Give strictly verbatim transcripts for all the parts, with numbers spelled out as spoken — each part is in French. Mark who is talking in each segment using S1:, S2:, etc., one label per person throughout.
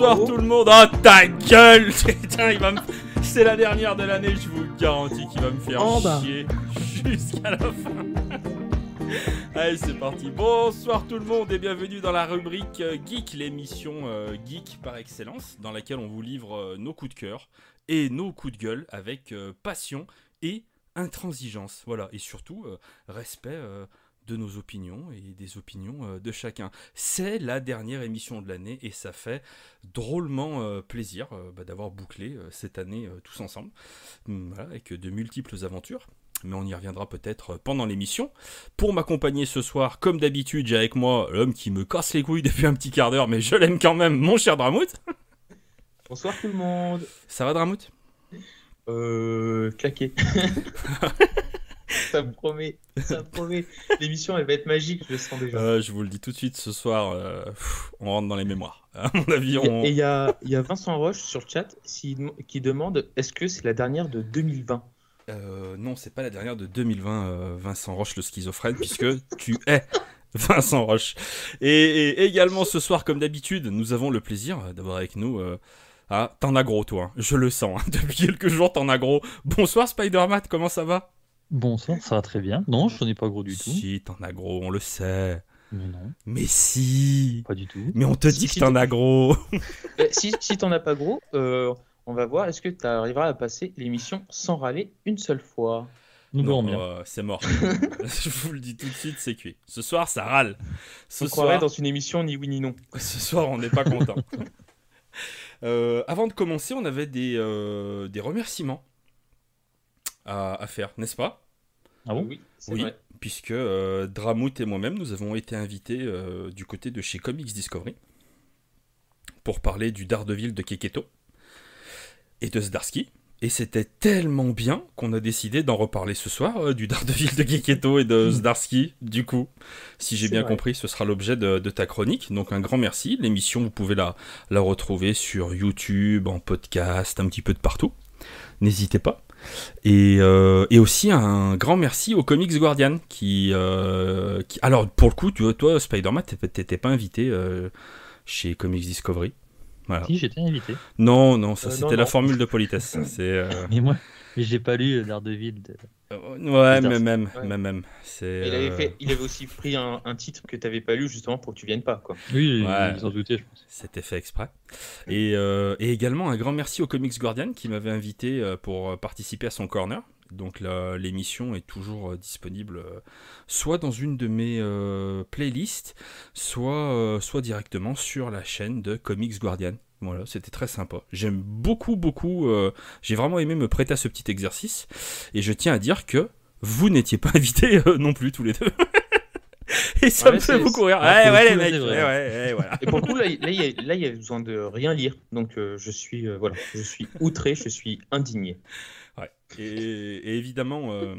S1: Bonsoir tout le monde. Oh ta gueule. Putain, il va me... C'est la dernière de l'année, je vous garantis qu'il va me faire oh bah. chier jusqu'à la fin. Allez, c'est parti. Bonsoir tout le monde et bienvenue dans la rubrique Geek, l'émission euh, Geek par excellence, dans laquelle on vous livre euh, nos coups de cœur et nos coups de gueule avec euh, passion et intransigeance. Voilà, et surtout euh, respect euh, de nos opinions et des opinions euh, de chacun. C'est la dernière émission de l'année et ça fait drôlement euh, plaisir euh, bah, d'avoir bouclé euh, cette année euh, tous ensemble, voilà, avec de multiples aventures. Mais on y reviendra peut-être pendant l'émission. Pour m'accompagner ce soir, comme d'habitude, j'ai avec moi l'homme qui me casse les couilles depuis un petit quart d'heure, mais je l'aime quand même, mon cher Dramout.
S2: Bonsoir tout le monde.
S1: Ça va, Dramout ?
S2: Euh... Claqué. Ça me promet, ça me promet. L'émission, elle va être magique, je le sens déjà.
S1: Euh, je vous le dis tout de suite, ce soir, euh, pff, on rentre dans les mémoires. À mon avis, on...
S2: Et il y a, y a Vincent Roche sur le chat qui, qui demande, est-ce que c'est la dernière de deux mille vingt ?
S1: Euh, non, c'est pas la dernière de deux mille vingt, euh, Vincent Roche le schizophrène, puisque tu es Vincent Roche. Et, et également ce soir, comme d'habitude, nous avons le plaisir d'avoir avec nous... Euh, ah, t'en as gros, toi, hein. Je le sens. Hein. Depuis quelques jours, t'en as gros. Bonsoir, Spider-Man, comment ça va ?
S3: Bonsoir, ça va très bien. Non, je n'en ai pas gros du tout.
S1: Si, t'en as gros, on le sait.
S3: Mais non.
S1: Mais si.
S3: Pas du tout.
S1: Mais on te
S2: si,
S1: dit
S2: si
S1: que t'en
S2: as
S1: gros.
S2: si, si t'en as pas gros, euh, on va voir, est-ce que tu arriveras à passer l'émission sans râler une seule fois ?
S3: Nous
S1: Non,
S3: verrons bien.
S1: Euh, c'est mort. Je vous le dis tout de suite, c'est cuit. Ce soir, ça râle. Ce
S2: on
S1: soir,
S2: croirait dans une émission ni oui ni non.
S1: Ce soir, on n'est pas content. euh, avant de commencer, on avait des, euh, des remerciements à, à faire, n'est-ce pas ?
S3: Ah bon ?
S2: Oui, c'est
S1: Oui,
S2: vrai.
S1: puisque euh, Dramout et moi-même, nous avons été invités euh, du côté de chez Comics Discovery pour parler du Daredevil de Keketo et de Zdarsky. Et c'était tellement bien qu'on a décidé d'en reparler ce soir, euh, du Daredevil de Keketo et de Zdarsky. Du coup, si j'ai
S2: C'est
S1: bien
S2: vrai.
S1: compris, ce sera l'objet de, de ta chronique. Donc un grand merci. L'émission, vous pouvez la, la retrouver sur YouTube, en podcast, un petit peu de partout. N'hésitez pas. Et, euh, et aussi un grand merci au Comics Guardian qui, euh, qui... Alors pour le coup, tu vois, toi Spider-Man, t'étais pas invité euh, chez Comics Discovery. Voilà.
S3: Si, j'étais invité.
S1: Non, non, ça
S2: Euh,
S1: c'était
S2: non,
S1: la
S2: non.
S1: formule de politesse. C'est, euh...
S3: Mais moi, mais j'ai pas lu Daredevil. De...
S1: euh, ouais, mais
S3: Zdarsky.
S1: même,
S2: Ouais.
S1: même, même. C'est,
S2: Il avait,
S1: euh,
S2: fait, il avait aussi pris un, un titre que tu n'avais pas lu justement pour que tu viennes pas, quoi.
S3: Oui,
S1: Ouais.
S3: ils en doutaient, je pense.
S1: C'était fait exprès. Et, euh, et également un grand merci au Comics Guardian qui m'avait invité euh, pour participer à son corner. Donc la, l'émission est toujours euh, disponible euh, soit dans une de mes euh, playlists, soit, euh, soit directement sur la chaîne de Comics Guardian. Voilà, c'était très sympa. J'aime beaucoup, beaucoup. Euh, j'ai vraiment aimé me prêter à ce petit exercice. Et je tiens à dire que vous n'étiez pas invités euh, non plus tous les deux. Et ça
S2: Ouais,
S1: me fait
S2: c'est-
S1: beaucoup rire.
S3: Ah,
S1: Ouais,
S3: pour le
S1: ouais,
S3: coup,
S1: les
S3: là,
S1: mecs.
S3: c'est
S1: Ouais,
S3: vrai.
S1: ouais, ouais, voilà.
S2: Et pour le coup, là, il là, il y a- là, il y a besoin de rien lire. Donc, euh, je suis euh, voilà, je suis outré, je suis indigné.
S1: Ouais. Et, et évidemment, euh,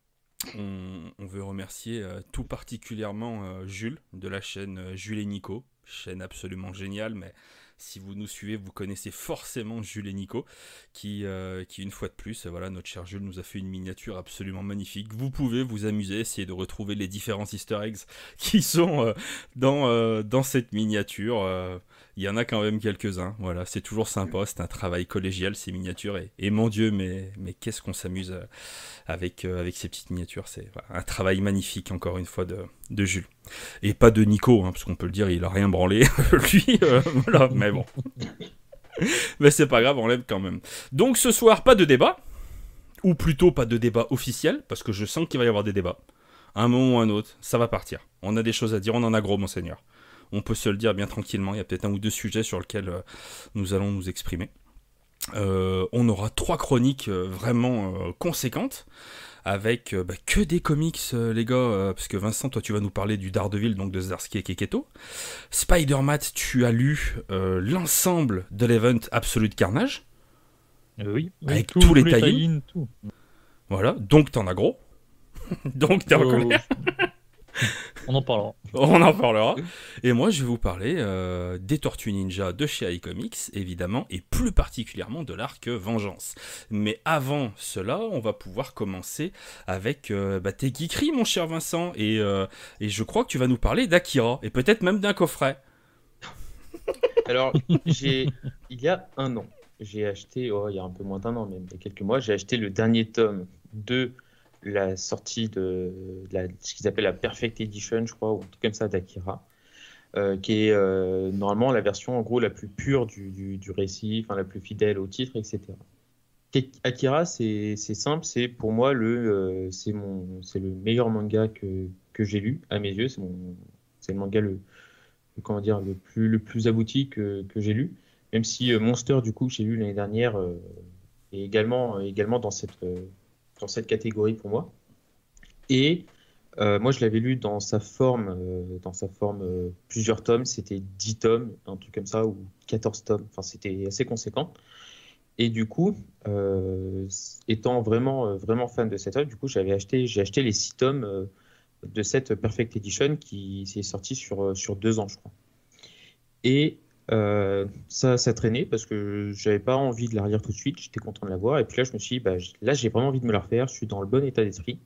S1: on, on veut remercier euh, tout particulièrement euh, Jules de la chaîne euh, Jules et Nico, chaîne absolument géniale, mais si vous nous suivez, vous connaissez forcément Jules et Nico, qui, euh, qui une fois de plus, euh, voilà, notre cher Jules nous a fait une miniature absolument magnifique. Vous pouvez vous amuser, essayer de retrouver les différents easter eggs qui sont euh, dans, euh, dans cette miniature. euh, Il y en a quand même quelques-uns, voilà, c'est toujours sympa, c'est un travail collégial ces miniatures, et, et mon Dieu, mais, mais qu'est-ce qu'on s'amuse euh, avec, euh, avec ces petites miniatures, c'est voilà, un travail magnifique encore une fois de, de Jules. Et pas de Nico, hein, parce qu'on peut le dire, il a rien branlé, lui, euh, voilà, mais bon. Mais c'est pas grave, on l'aime quand même. Donc ce soir, pas de débat, ou plutôt pas de débat officiel, parce que je sens qu'il va y avoir des débats. À un moment ou un autre, ça va partir. On a des choses à dire, on en a gros, monseigneur. On peut se le dire bien tranquillement, il y a peut-être un ou deux sujets sur lesquels euh, nous allons nous exprimer. Euh, on aura trois chroniques euh, vraiment euh, conséquentes, avec euh, bah, que des comics, euh, les gars, euh, parce que Vincent, toi tu vas nous parler du Daredevil, donc de Zdarsky et Keketo. Spider-Man, tu as lu euh, l'ensemble de l'event Absolute Carnage,
S3: Euh, oui, oui,
S1: avec
S3: tout-
S1: tous les
S3: tie-in,
S1: tie-ins.
S3: tout.
S1: Voilà, donc t'en as gros. Donc t'es en
S3: Euh,
S1: colère.
S3: On en parlera.
S1: On en parlera. Et moi, je vais vous parler euh, des Tortues Ninja de chez iComics, évidemment, et plus particulièrement de l'arc Vengeance. Mais avant cela, on va pouvoir commencer avec euh, bah, tes geekeries, mon cher Vincent. Et, euh, et je crois que tu vas nous parler d'Akira, et peut-être même d'un coffret.
S2: Alors, j'ai, il y a un an, j'ai acheté, oh, il y a un peu moins d'un an, même il y a quelques mois, j'ai acheté le dernier tome de la sortie de, de la, ce qu'ils appellent la Perfect Edition, je crois, ou un truc comme ça, d'Akira, euh, qui est euh, normalement la version en gros la plus pure du, du, du récit, enfin la plus fidèle au titre, et cetera. Akira, c'est c'est simple, c'est pour moi le, euh, c'est mon, c'est le meilleur manga que, que j'ai lu à mes yeux. C'est mon, c'est le manga le, le- comment dire, le plus, le plus abouti que, que j'ai lu. Même si euh, Monster, du coup, que j'ai lu l'année dernière, euh, est également, également dans cette, euh, dans cette catégorie pour moi. Et euh, moi, je l'avais lu dans sa forme, euh, dans sa forme euh, plusieurs tomes. C'était dix tomes, un truc comme ça, ou quatorze tomes. Enfin, c'était assez conséquent. Et du coup, euh, étant vraiment, euh, vraiment fan de cette œuvre, du coup, j'avais acheté, j'ai acheté les six tomes euh, de cette Perfect Edition qui s'est sortie sur, euh, sur deux ans, je crois. Et euh, ça, ça traînait parce que j'avais pas envie de la relire tout de suite. J'étais content de la voir. Et puis là, je me suis dit, bah, j- là, j'ai vraiment envie de me la refaire. Je suis dans le bon état d'esprit.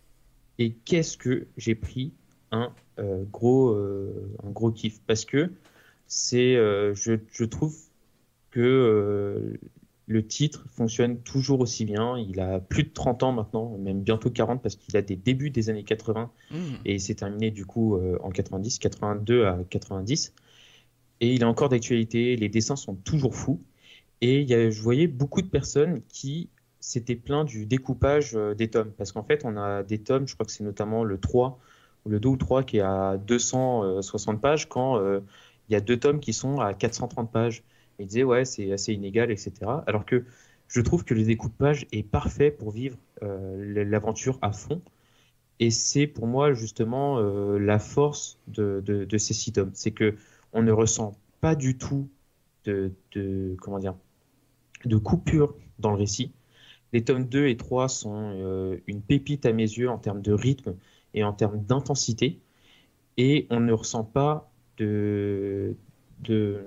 S2: Et qu'est-ce que j'ai pris un euh, gros, euh, un gros kiff parce que c'est, euh, je, je trouve que euh, le titre fonctionne toujours aussi bien. Il a plus de trente ans maintenant, même bientôt quarante, parce qu'il a des débuts des années quatre-vingts
S1: Hmm.
S2: et il s'est terminé du coup euh, en quatre-vingt-dix, quatre-vingt-deux à quatre-vingt-dix. Et il est encore d'actualité, les dessins sont toujours fous. Et il y a, je voyais beaucoup de personnes qui s'étaient plaints du découpage euh, des tomes. Parce qu'en fait, on a des tomes, je crois que c'est notamment le trois, ou le deux ou trois qui est à deux cent soixante pages, quand euh, il y a deux tomes qui sont à quatre cent trente pages. Et ils disaient, ouais, c'est assez inégal, et cetera. Alors que je trouve que le découpage est parfait pour vivre euh, l'aventure à fond. Et c'est pour moi justement euh, la force de, de, de ces six tomes. C'est que on ne ressent pas du tout de, de, comment dire, de coupure dans le récit. Les tomes deux et trois sont euh, une pépite à mes yeux en termes de rythme et en termes d'intensité. Et on ne ressent pas de, de,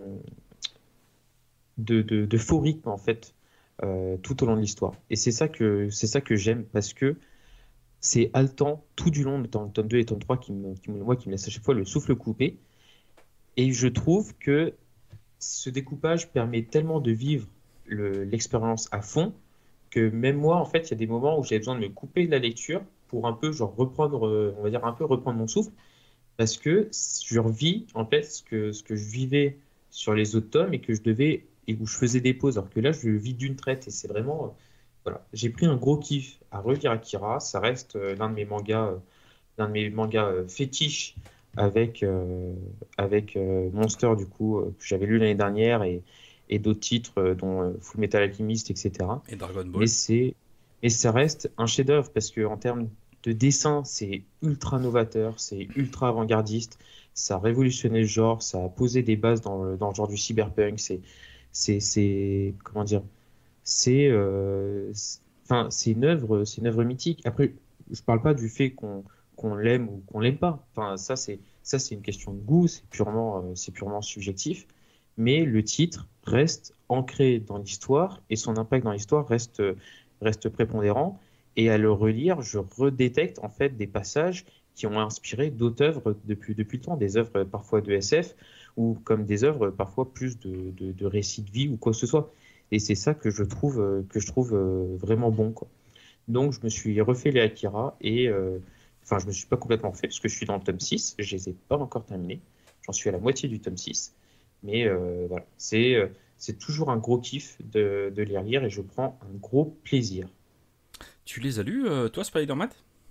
S2: de, de, de faux rythme en fait euh, tout au long de l'histoire. Et c'est ça que, c'est ça que j'aime parce que c'est haletant tout du long dans le tome deux et tome trois qui me, qui me, moi, qui me laisse à chaque fois le souffle coupé. Et je trouve que ce découpage permet tellement de vivre le- l'expérience à fond que même moi, en fait, il y a des moments où j'avais besoin de me couper de la lecture pour un peu, genre, reprendre, euh, on va dire, un peu reprendre mon souffle, parce que je revis, en fait, ce que, ce que je vivais sur les autres tomes et que je devais, et où je faisais des pauses, alors que là, je le vis d'une traite, et c'est vraiment, euh, voilà. J'ai pris un gros kiff à relire Akira, ça reste euh, l'un de mes mangas, euh, l'un de mes mangas euh, fétiches avec, euh, avec euh, Monster, du coup, euh, que j'avais lu l'année dernière, et, et d'autres titres, euh, dont euh, Full Metal Alchemist, et cetera.
S1: Et Dragon
S2: Mais
S1: Ball.
S2: c'est, mais ça reste un chef-d'œuvre parce que en termes de dessin, c'est ultra novateur, c'est ultra avant-gardiste, ça a révolutionné le genre, ça a posé des bases dans le, dans le genre du cyberpunk, c'est, c'est, c'est, comment dire, c'est, euh, c'est- enfin, c'est une œuvre, c'est une œuvre mythique. Après, je parle pas du fait qu'on qu'on l'aime ou qu'on l'aime pas. Enfin, ça, c'est, ça, c'est une question de goût, c'est purement, euh, c'est purement subjectif. Mais le titre reste ancré dans l'histoire et son impact dans l'histoire reste, reste prépondérant. Et à le relire, je redétecte en fait des passages qui ont inspiré d'autres œuvres depuis, depuis le temps, des œuvres parfois de S F ou comme des œuvres parfois plus de, de, de récits de vie ou quoi que ce soit. Et c'est ça que je trouve, euh, que je trouve euh, vraiment bon, quoi. Donc, je me suis refait les Akira et, euh, enfin, je me suis pas complètement refait parce que je suis dans le tome six. Je les ai pas encore terminés. J'en suis à la moitié du tome six. Mais euh, voilà, c'est euh, c'est toujours un gros kiff de, de les relire et je prends un gros plaisir.
S1: Tu les as lus, euh, toi, Spider-Man?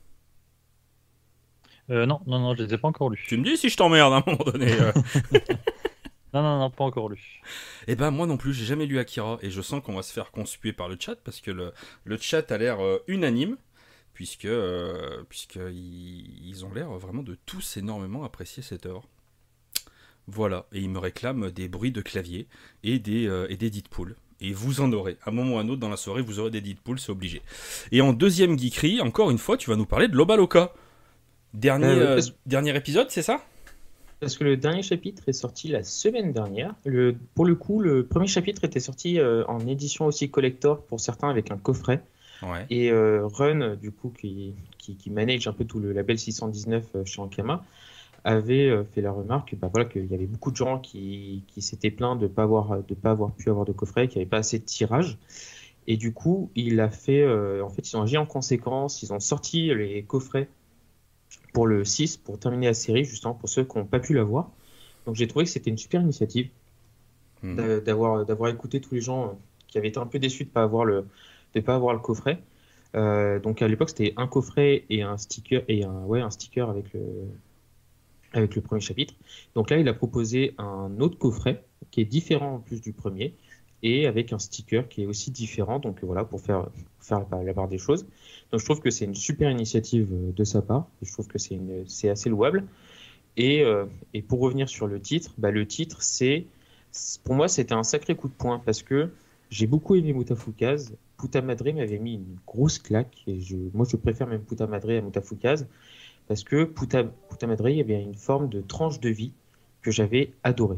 S3: Euh, non, non, non, je les ai pas encore
S1: Tu me
S3: lus.
S1: dis si je t'emmerde à un moment donné. euh.
S3: Non, non, non, pas encore lus.
S1: Eh ben moi non plus, j'ai jamais lu Akira et je sens qu'on va se faire conspuer par le chat parce que le, le chat a l'air euh, unanime puisque euh, puisque ils, ils ont l'air vraiment de tous énormément apprécier cette œuvre. Voilà, et ils me réclament des bruits de clavier et des euh, et des Deadpool. Et vous en aurez. À un moment ou à un autre dans la soirée, vous aurez des Deadpool, c'est obligé. Et en deuxième geekerie, encore une fois, tu vas nous parler de Lobaloka. Dernier,
S2: Euh, ouais,
S1: euh,
S2: parce,
S1: dernier épisode, c'est ça?
S2: parce que le dernier chapitre est sorti la semaine dernière. Le, pour le coup, le premier chapitre était sorti euh, en édition aussi collector pour certains avec un coffret.
S1: Ouais.
S2: Et euh, Run, du coup, qui, qui, qui manage un peu tout le label six cent dix-neuf euh, chez Ankama, avait euh, fait la remarque bah, voilà, qu'il y avait beaucoup de gens qui, qui s'étaient plaints de ne pas avoir, de pas avoir pu avoir de coffret, qu'il n'y avait pas assez de tirage. Et du coup, il a fait, euh, en fait, ils ont agi en conséquence, ils ont sorti les coffrets pour le six, pour terminer la série, justement pour ceux qui n'ont pas pu l'avoir. Donc j'ai trouvé que c'était une super initiative
S1: Mhm.
S2: d'a- d'avoir d'avoir écouté tous les gens euh, qui avaient été un peu déçus de pas avoir le de pas avoir le coffret. Euh, donc à l'époque c'était un coffret et un sticker et un ouais un sticker avec le avec le premier chapitre. Donc là il a proposé un autre coffret qui est différent en plus du premier et avec un sticker qui est aussi différent. Donc voilà pour faire pour faire la, la part des choses. Donc je trouve que c'est une super initiative euh, de sa part. Je trouve que c'est une c'est assez louable. Et, euh, et pour revenir sur le titre, bah, le titre, c'est, pour moi, c'était un sacré coup de poing parce que j'ai beaucoup aimé Mutafukaz. Puta Madre m'avait mis une grosse claque et je, moi, je préfère même Puta Madre à Mutafukaz parce que Puta, Puta Madre, il y avait une forme de tranche de vie que j'avais adoré.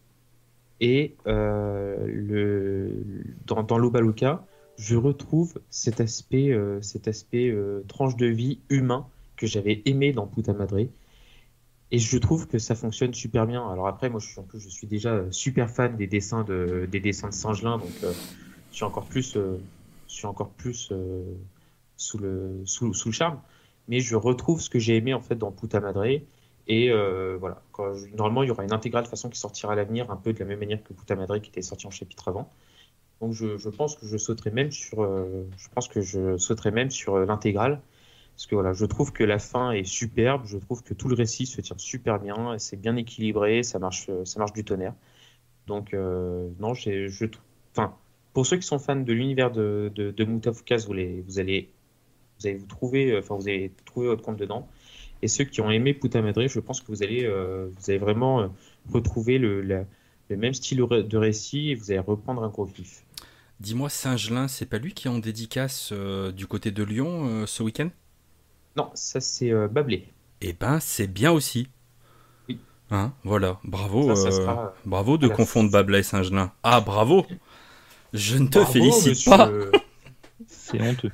S2: Et euh, le, dans, dans l'Obaluka, je retrouve cet aspect, euh, cet aspect euh, tranche de vie humain que j'avais aimé dans Puta Madre. Et je trouve que ça fonctionne super bien. Alors après, moi, je suis, en plus, je suis déjà super fan des dessins de, des dessins de Singelin, donc euh, je suis encore plus, euh, je suis encore plus euh, sous le, sous, sous le charme. Mais je retrouve ce que j'ai aimé en fait dans Puta Madre. Et euh, voilà. Quand je- normalement, il y aura une intégrale de façon qui sortira à l'avenir, un peu de la même manière que Puta Madre qui était sorti en chapitre avant. Donc je, je pense que je sauterai même sur, euh, je pense que je sauterai même sur euh, l'intégrale. Parce que voilà, je trouve que la fin est superbe, je trouve que tout le récit se tient super bien, et c'est bien équilibré, ça marche, euh, ça marche du tonnerre. Donc euh, non, j'ai, je, trou- enfin, pour ceux qui sont fans de l'univers de, de, de Mutafukaz, vous, les, vous allez, vous allez vous trouver, euh, enfin vous allez trouver votre compte dedans. Et ceux qui ont aimé Puta Madre, je pense que vous allez, euh, vous allez vraiment euh, retrouver le, la- le même style de récit et vous allez reprendre un gros kiff.
S1: Dis-moi, Singelin, c'est pas lui qui est en dédicace euh, du côté de Lyon euh, ce week-end?
S2: Non, ça c'est euh, Bablé.
S1: Eh ben, c'est bien aussi.
S2: Oui,
S1: Hein, voilà, bravo,
S2: ça, ça
S1: euh,
S2: sera
S1: bravo de
S2: à la
S1: confondre
S2: f-
S1: Babla et Singelin. Ah, bravo! Je ne te
S2: Bravo,
S1: félicite pas!
S2: monsieur.
S3: C'est honteux.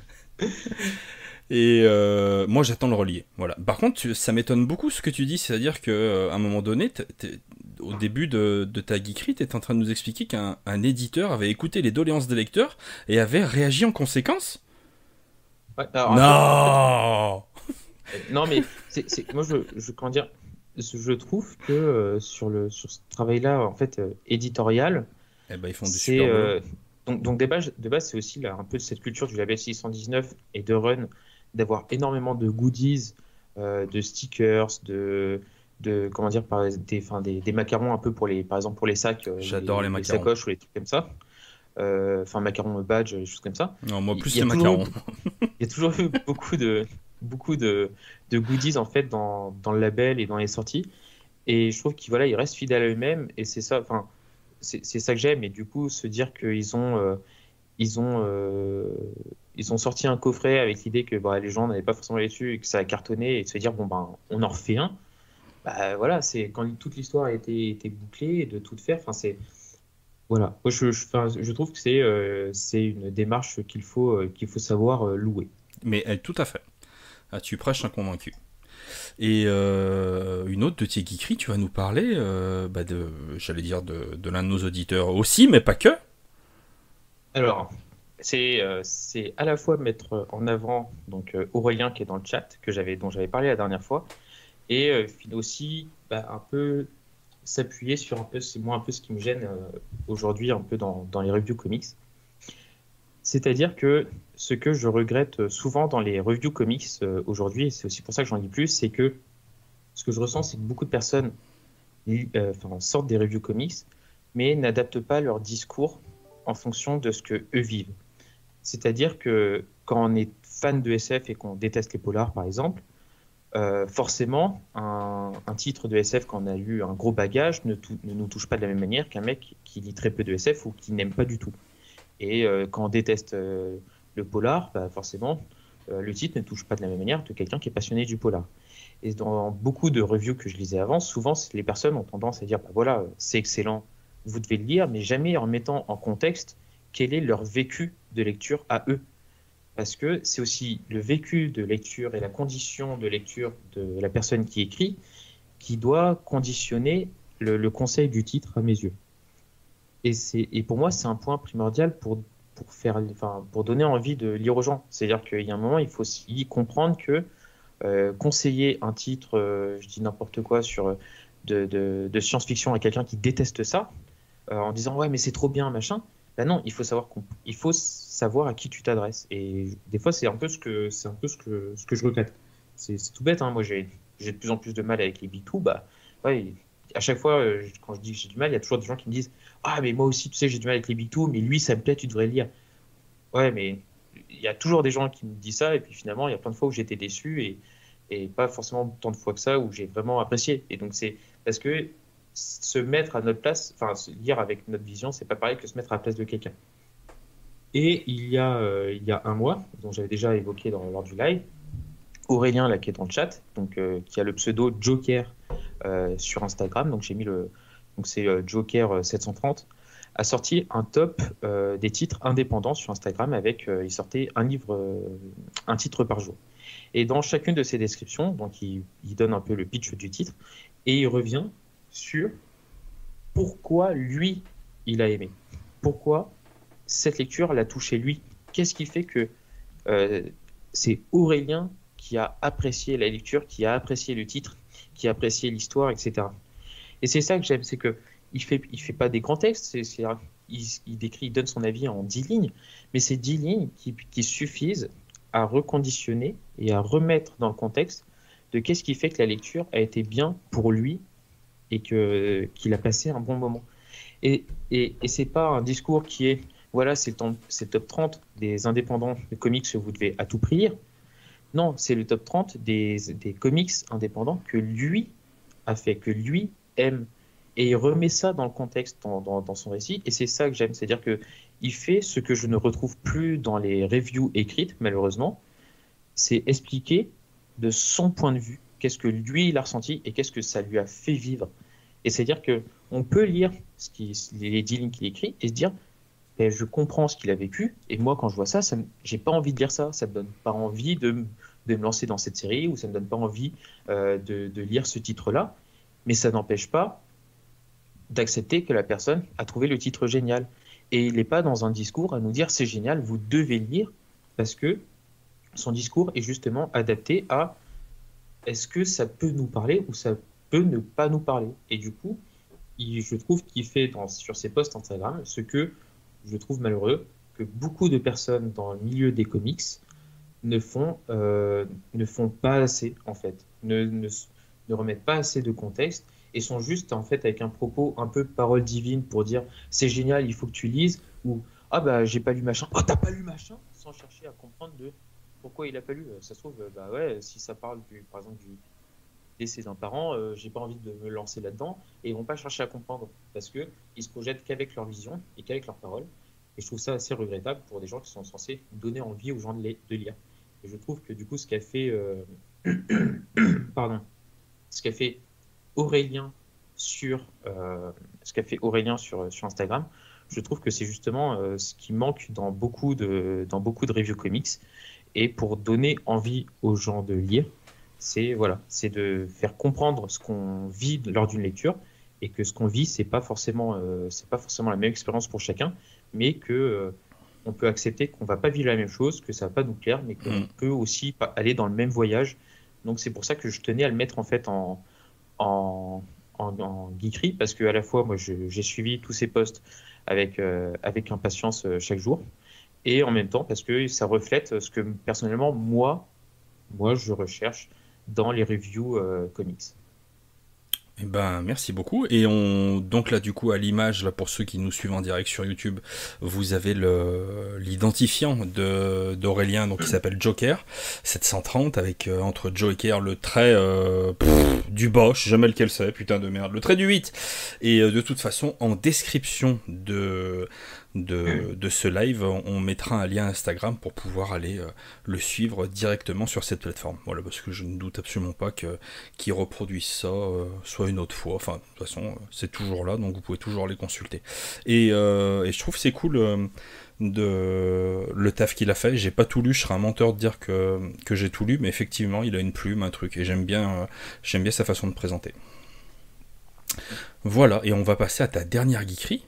S1: Et euh, moi, j'attends le relier. Voilà. Par contre, tu- ça m'étonne beaucoup ce que tu dis, c'est-à-dire qu'à un moment donné, t'es- t'es- au début de, de ta geekerie, tu es en train de nous expliquer qu'un un éditeur avait écouté les doléances des lecteurs et avait réagi en conséquence.
S2: Ouais, alors, en fait, en fait,
S1: Non!
S2: euh, non, mais c'est, c'est, moi, je, je, comment dire, je je trouve que euh, sur le, sur ce travail-là, en fait, euh, éditorial,
S1: Eh ben, ils font du
S2: c'est
S1: super boulot.
S2: euh, donc, donc de base, de base, c'est aussi là, un peu cette culture du label six cent dix-neuf et de Run d'avoir énormément de goodies, euh, de stickers, de, de comment dire, par, des, enfin, des, des macarons un peu pour les, par exemple pour les sacs, euh, ou
S1: J'adore
S2: les,
S1: les
S2: ou les
S1: macarons.
S2: sacoches ou les trucs comme ça. Euh, Enfin, macarons badge, des choses comme ça.
S1: Non, moi,
S2: Il
S1: plus
S2: y
S1: les
S2: a toujours eu
S1: macarons.
S2: il y a toujours eu beaucoup de, beaucoup de, de goodies en fait dans, dans le label et dans les sorties. Et je trouve qu'ils voilà, ils restent fidèles à eux-mêmes et c'est ça, enfin, c'est c'est ça que j'aime. Et du coup, se dire qu'ils ont, euh, ils ont, euh, ils ont sorti un coffret avec l'idée que bah, les gens n'avaient pas forcément allé dessus et que ça a cartonné et de se dire bon ben, on en refait un. Bah voilà, c'est quand toute l'histoire a été, été bouclée et de tout faire. Enfin, c'est voilà. Moi, je, je, enfin, je trouve que c'est euh, c'est une démarche qu'il faut, euh, qu'il faut savoir euh, louer.
S1: Mais eh, tout à fait. Ah, tu prêches un convaincu. Et euh, une autre de tes geekeries, tu vas nous parler, euh, bah de, j'allais dire, de, de l'un de nos auditeurs aussi, mais pas que.
S2: Alors, c'est euh, c'est à la fois mettre en avant donc euh, Aurélien qui est dans le chat que j'avais dont j'avais parlé la dernière fois et euh, aussi bah, un peu s'appuyer sur un peu c'est moi un peu ce qui me gêne euh, aujourd'hui un peu dans, dans les reviews comics. C'est-à-dire que ce que je regrette souvent dans les reviews comics euh, aujourd'hui et c'est aussi pour ça que j'en dis plus, c'est que ce que je ressens c'est que beaucoup de personnes li- euh, enfin, sortent des reviews comics mais n'adaptent pas leur discours en fonction de ce que eux vivent. C'est-à-dire que quand on est fan de S F et qu'on déteste les polars, par exemple, euh, forcément, un, un titre de S F, quand on a eu un gros bagage, ne, tou- ne nous touche pas de la même manière qu'un mec qui lit très peu de S F ou qui n'aime pas du tout. Et euh, quand on déteste euh, le polar, bah, forcément, euh, le titre ne touche pas de la même manière que quelqu'un qui est passionné du polar. Et dans beaucoup de reviews que je lisais avant, souvent, c'est- les personnes ont tendance à dire, bah, voilà, c'est excellent, vous devez le lire, mais jamais en mettant en contexte quel est leur vécu de lecture à eux. Parce que c'est aussi le vécu de lecture et la condition de lecture de la personne qui écrit qui doit conditionner le, le conseil du titre à mes yeux. Et, c'est, et pour moi, c'est un point primordial pour, pour, faire, enfin, pour donner envie de lire aux gens. C'est-à-dire qu'il y a un moment, il faut y comprendre que euh, conseiller un titre, euh, je dis n'importe quoi, sur, de, de, de science-fiction à quelqu'un qui déteste ça, euh, en disant ouais, mais c'est trop bien, machin. Ben non, il faut savoir, il faut savoir à qui tu t'adresses. Et des fois, c'est un peu ce que, c'est un peu ce que, ce que je regrette. C'est, c'est tout bête, hein. Moi, j'ai, j'ai de plus en plus de mal avec les big two. Bah, ouais, à chaque fois, euh, quand je dis que j'ai du mal, il y a toujours des gens qui me disent ah, mais moi aussi, tu sais, j'ai du mal avec les big two, mais lui, ça me plaît, tu devrais le lire. Ouais, mais il y a toujours des gens qui me disent ça, et puis finalement, il y a plein de fois où j'étais déçu, et, et pas forcément tant de fois que ça où j'ai vraiment apprécié. Et donc, c'est parce que se mettre à notre place, enfin, se lire avec notre vision, c'est pas pareil que se mettre à la place de quelqu'un. Et il y a, euh, il y a un mois, dont j'avais déjà évoqué dans, lors du live, Aurélien, là, qui est dans le chat, donc, euh, qui a le pseudo Joker euh, sur Instagram, donc j'ai mis le, donc c'est euh, Joker sept cent trente, a sorti un top euh, des titres indépendants sur Instagram avec, euh, il sortait un livre, euh, un titre par jour. Et dans chacune de ses descriptions, donc il, il donne un peu le pitch du titre, et il revient sur pourquoi lui, il a aimé. Pourquoi cette lecture l'a touché lui. Qu'est-ce qui fait que euh, c'est Aurélien qui a apprécié la lecture, qui a apprécié le titre, qui a apprécié l'histoire, et cetera. Et c'est ça que j'aime, c'est que il fait, il fait pas des grands textes, c'est, c'est, il, il décrit, il donne son avis en dix lignes, mais c'est dix lignes qui, qui suffisent à reconditionner et à remettre dans le contexte de qu'est-ce qui fait que la lecture a été bien pour lui et que, qu'il a passé un bon moment. Et, et, et c'est pas un discours qui est, voilà, c'est le, temps, c'est le top trente des indépendants de comics que vous devez à tout prix lire. Non, c'est le top trente des, des comics indépendants que lui a fait, que lui aime. Et il remet ça dans le contexte, dans, dans, dans son récit. Et c'est ça que j'aime. C'est-à-dire qu'il fait ce que je ne retrouve plus dans les reviews écrites, malheureusement. C'est expliquer de son point de vue qu'est-ce que lui, il a ressenti et qu'est-ce que ça lui a fait vivre. Et c'est-à-dire qu'on peut lire ce qui, les dix lignes qu'il écrit et se dire ben, je comprends ce qu'il a vécu. Et moi, quand je vois ça, ça me, j'ai pas envie de lire ça. Ça me donne pas envie de, de me lancer dans cette série ou ça me donne pas envie euh, de, de lire ce titre-là. Mais ça n'empêche pas d'accepter que la personne a trouvé le titre génial. Et il n'est pas dans un discours à nous dire c'est génial, vous devez le lire, parce que son discours est justement adapté à est-ce que ça peut nous parler ou ça peut ne pas nous parler. Et du coup, il, je trouve qu'il fait dans, sur ses posts Instagram ce que je trouve malheureux, que beaucoup de personnes dans le milieu des comics ne font, euh, ne font pas assez, en fait, ne, ne, ne remettent pas assez de contexte et sont juste en fait avec un propos un peu parole divine pour dire c'est génial, il faut que tu lises, ou ah bah j'ai pas lu machin, oh t'as pas lu machin, sans chercher à comprendre de pourquoi il a pas lu. Ça se trouve, bah ouais, si ça parle du, par exemple du décès d'un parent, euh, j'ai pas envie de me lancer là-dedans, et ils vont pas chercher à comprendre parce que ils se projettent qu'avec leur vision et qu'avec leurs paroles. Et je trouve ça assez regrettable pour des gens qui sont censés donner envie aux gens de, les, de lire. Et je trouve que du coup ce qu'a fait euh... pardon, ce qu'a fait Aurélien sur euh, ce qu'a fait Aurélien sur, sur Instagram, je trouve que c'est justement euh, ce qui manque dans beaucoup de dans beaucoup de reviews comics. Et pour donner envie aux gens de lire, c'est voilà, c'est de faire comprendre ce qu'on vit lors d'une lecture et que ce qu'on vit c'est pas forcément euh, c'est pas forcément la même expérience pour chacun, mais que euh, on peut accepter qu'on va pas vivre la même chose, que ça va pas nous plaire, mais qu'on mmh. peut aussi aller dans le même voyage. Donc c'est pour ça que je tenais à le mettre en fait en En, en, en geekery, parce que à la fois moi je, j'ai suivi tous ces posts avec, euh, avec impatience euh, chaque jour, et en même temps parce que ça reflète ce que personnellement moi, moi je recherche dans les reviews euh, comics.
S1: Eh ben, merci beaucoup. Et on, donc là, du coup, à l'image, là, pour ceux qui nous suivent en direct sur YouTube, vous avez le, l'identifiant de, d'Aurélien, donc qui s'appelle Joker sept cent trente, avec euh, entre Joker le trait euh, pff, du Bosch, jamais lequel c'est, putain de merde, le trait du huit. Et euh, de toute façon, en description de de, de ce live, on, on mettra un lien Instagram pour pouvoir aller euh, le suivre directement sur cette plateforme. Voilà, parce que je ne doute absolument pas que, qu'ils reproduisent ça euh, soit une autre fois. Enfin, de toute façon, euh, c'est toujours là, donc vous pouvez toujours les consulter. Et, euh, et je trouve que c'est cool euh, de le taf qu'il a fait. J'ai pas tout lu, je serais un menteur de dire que, que j'ai tout lu, mais effectivement, il a une plume, un truc, et j'aime bien, euh, j'aime bien sa façon de présenter. Voilà, et on va passer à ta dernière geekerie.